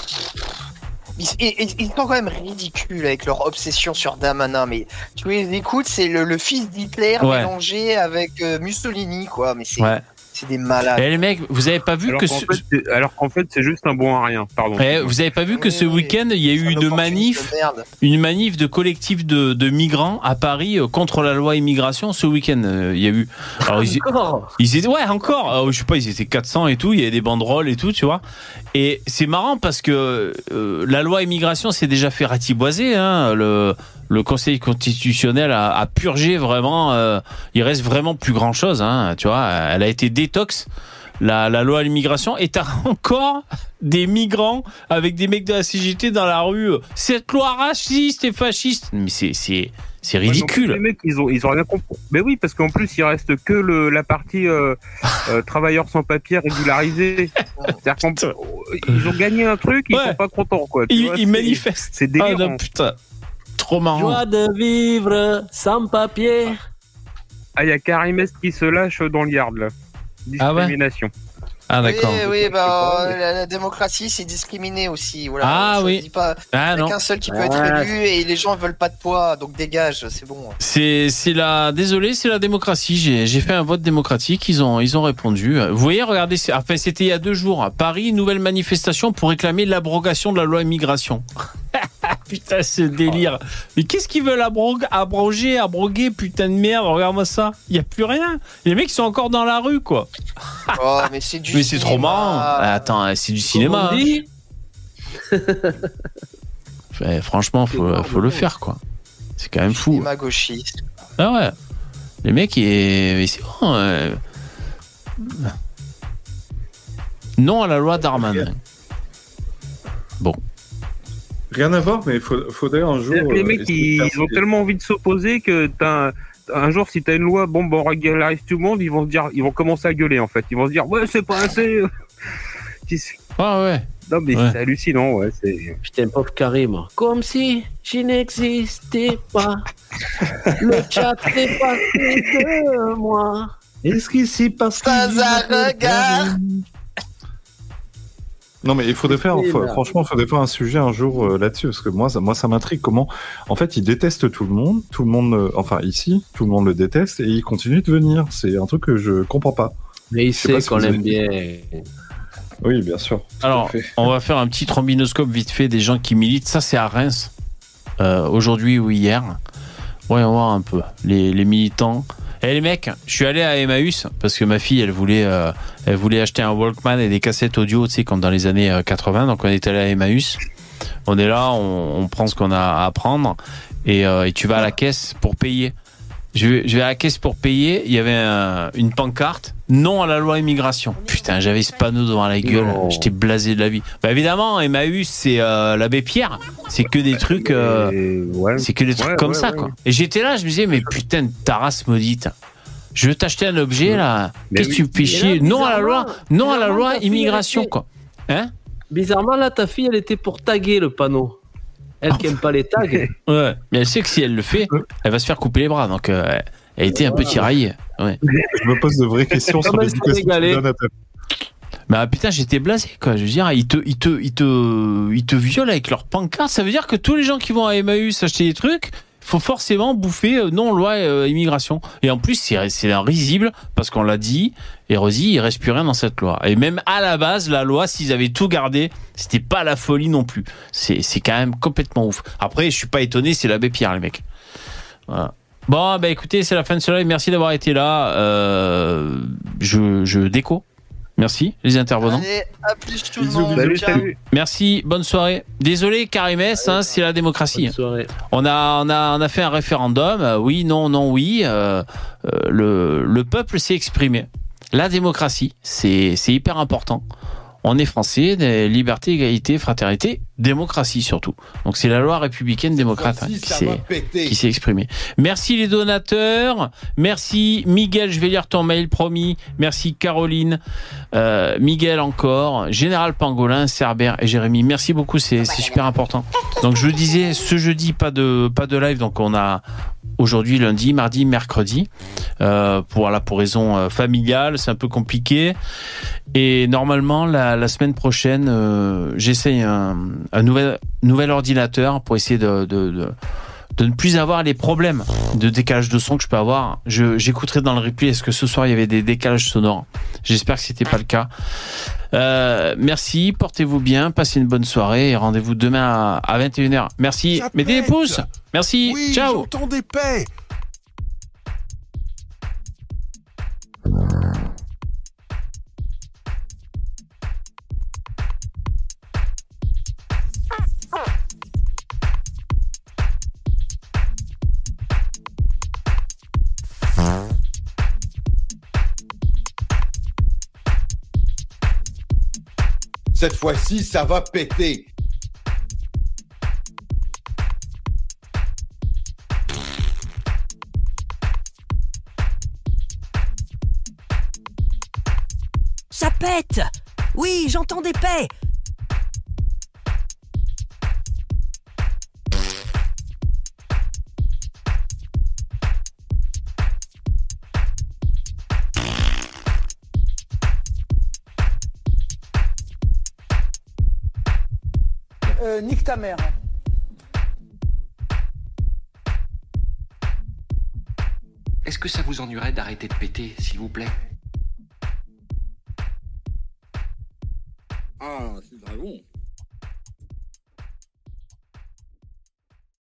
Ils sont quand même ridicules avec leur obsession sur Darmanin, mais tu les écoutes, c'est le fils d'Hitler mélangé avec Mussolini, quoi. Mais c'est des malades. Et les mecs, vous avez pas vu alors qu'en fait, c'est juste un bon à rien. Pardon. Vous avez pas vu que ce week-end, il y a eu une manif de collectif de migrants à Paris contre la loi immigration. Ce week-end, il y a eu. Alors, ils étaient encore. Je sais pas, ils étaient 400 et tout. Il y avait des banderoles et tout, tu vois. Et c'est marrant parce que la loi immigration s'est déjà fait ratiboiser. Hein, le Conseil constitutionnel a purgé vraiment. Il reste vraiment plus grand chose. Hein, tu vois, elle a été détox. La loi à l'immigration, et t'as encore des migrants avec des mecs de la CGT dans la rue. Cette loi raciste et fasciste. Mais c'est ridicule. Les mecs, ils ont rien compris. Mais oui, parce qu'en plus, il reste que la partie travailleurs sans papier régularisés. C'est-à-dire qu'ils ont gagné un truc, ils sont pas contents, quoi. Ils manifestent. C'est délirant. Ah non, putain. Trop marrant. Joie de vivre sans papier. Ah, il y a Karim Est qui se lâche dans le yard, là. Discrimination. Ah, d'accord. Oui, la démocratie, c'est discriminer aussi. Voilà. Ah, oui. Dis pas, il n'y a qu'un seul qui peut être élu et les gens ne veulent pas de toi, donc dégage, c'est bon. Désolé, c'est la démocratie. J'ai fait un vote démocratique, ils ont répondu. Vous voyez, regardez, c'était il y a 2 jours. À Paris, nouvelle manifestation pour réclamer l'abrogation de la loi immigration. Putain, ce délire. Mais qu'est-ce qu'ils veulent abroguer, putain de merde, regarde-moi ça. Il n'y a plus rien. Les mecs sont encore dans la rue, quoi. Oh, mais c'est du cinéma. C'est trop marrant. Attends, c'est du cinéma. Franchement, faut le faire, quoi. C'est quand même fou. Cinéma gauchiste. Ah ouais. Les mecs, c'est bon. Non à la loi Darmanin. Bon. Rien à voir, mais il faudrait un jour. Les mecs, ils ont tellement envie de s'opposer que un jour, si t'as une loi, on régularise tout le monde, ils vont commencer à gueuler, en fait. Ils vont se dire, ouais, c'est pas assez. Ah ouais. Non, mais c'est hallucinant, ouais. Putain, pauvre Karim. Comme si je n'existais pas. Le chat est passé de moi. Est-ce qu'il s'y passe pas un regard? Non, mais il faudrait faire un sujet un jour là-dessus, parce que moi ça m'intrigue comment, en fait, ils détestent tout le monde, enfin ici, tout le monde le déteste, et il continue de venir. C'est un truc que je comprends pas. Mais il sait qu'on l'aime bien. Oui, bien sûr. Alors, on va faire un petit trombinoscope vite fait des gens qui militent. Ça, c'est à Reims, aujourd'hui ou hier. Ouais, on va voir un peu les militants. Eh les mecs, je suis allé à Emmaüs parce que ma fille, elle voulait acheter un Walkman et des cassettes audio, tu sais, comme dans les années 80. Donc on est allé à Emmaüs. On est là, on prend ce qu'on a à prendre et tu vas à la caisse pour payer. Je vais à la caisse pour payer. Il y avait une pancarte non à la loi immigration. Putain, j'avais ce panneau devant la gueule. Non. J'étais blasé de la vie. Bah évidemment, Emmaüs, c'est l'abbé Pierre. C'est que des trucs, comme ça, quoi. Et j'étais là, je me disais, mais putain, ta race maudite. Je veux t'acheter un objet là. Qu'est-ce que tu me fais chier? Non à la loi immigration, quoi. Hein? Bizarrement, là, ta fille, elle était pour taguer le panneau. Elle qui aime pas les tags. Ouais, mais elle sait que si elle le fait, elle va se faire couper les bras. Donc, elle était un peu tiraillée. Ouais. Je me pose de vraies questions sur l'éducation que tu donnes à ta... Bah putain, j'étais blasé, quoi. Je veux dire, ils te violent avec leur pancarte. Ça veut dire que tous les gens qui vont à Emmaüs acheter des trucs, faut forcément bouffer non-loi immigration. Et en plus, c'est risible, parce qu'on l'a dit, Hérésie, il reste plus rien dans cette loi. Et même à la base, la loi, s'ils avaient tout gardé, c'était pas la folie non plus. C'est quand même complètement ouf. Après, je suis pas étonné, c'est l'abbé Pierre, les mecs. Voilà. Bon, bah écoutez, c'est la fin de ce live. Merci d'avoir été là. Je déco. Merci, les intervenants. Allez, à plus tout le monde. Salut. Merci, bonne soirée. Désolé, Karimès, c'est la démocratie. On a fait un référendum. Oui, non, oui. Le peuple s'est exprimé. La démocratie, c'est hyper important. On est français, liberté, égalité, fraternité, démocratie surtout. Donc c'est la loi républicaine démocrate qui s'est exprimée. Merci les donateurs, merci Miguel, je vais lire ton mail promis. Merci Caroline, Miguel encore, Général Pangolin, Cerber et Jérémy. Merci beaucoup, c'est super important. Donc je le disais, ce jeudi pas de live, donc on a aujourd'hui lundi, mardi, mercredi pour raison familiale, c'est un peu compliqué. Et normalement la semaine prochaine, j'essaye un nouvel ordinateur pour essayer de ne plus avoir les problèmes de décalage de son que je peux avoir. J'écouterai dans le replay, est-ce que ce soir il y avait des décalages sonores? J'espère que c'était pas le cas. Merci, portez-vous bien, passez une bonne soirée et rendez-vous demain à 21h. Merci, mettez des pouces. Merci, oui, ciao. J'entends des paix. Cette fois-ci, ça va péter. Ça pète! Oui, j'entends des paix! Nique ta mère. Est-ce que ça vous ennuierait d'arrêter de péter, s'il vous plaît? Ah, c'est dragon.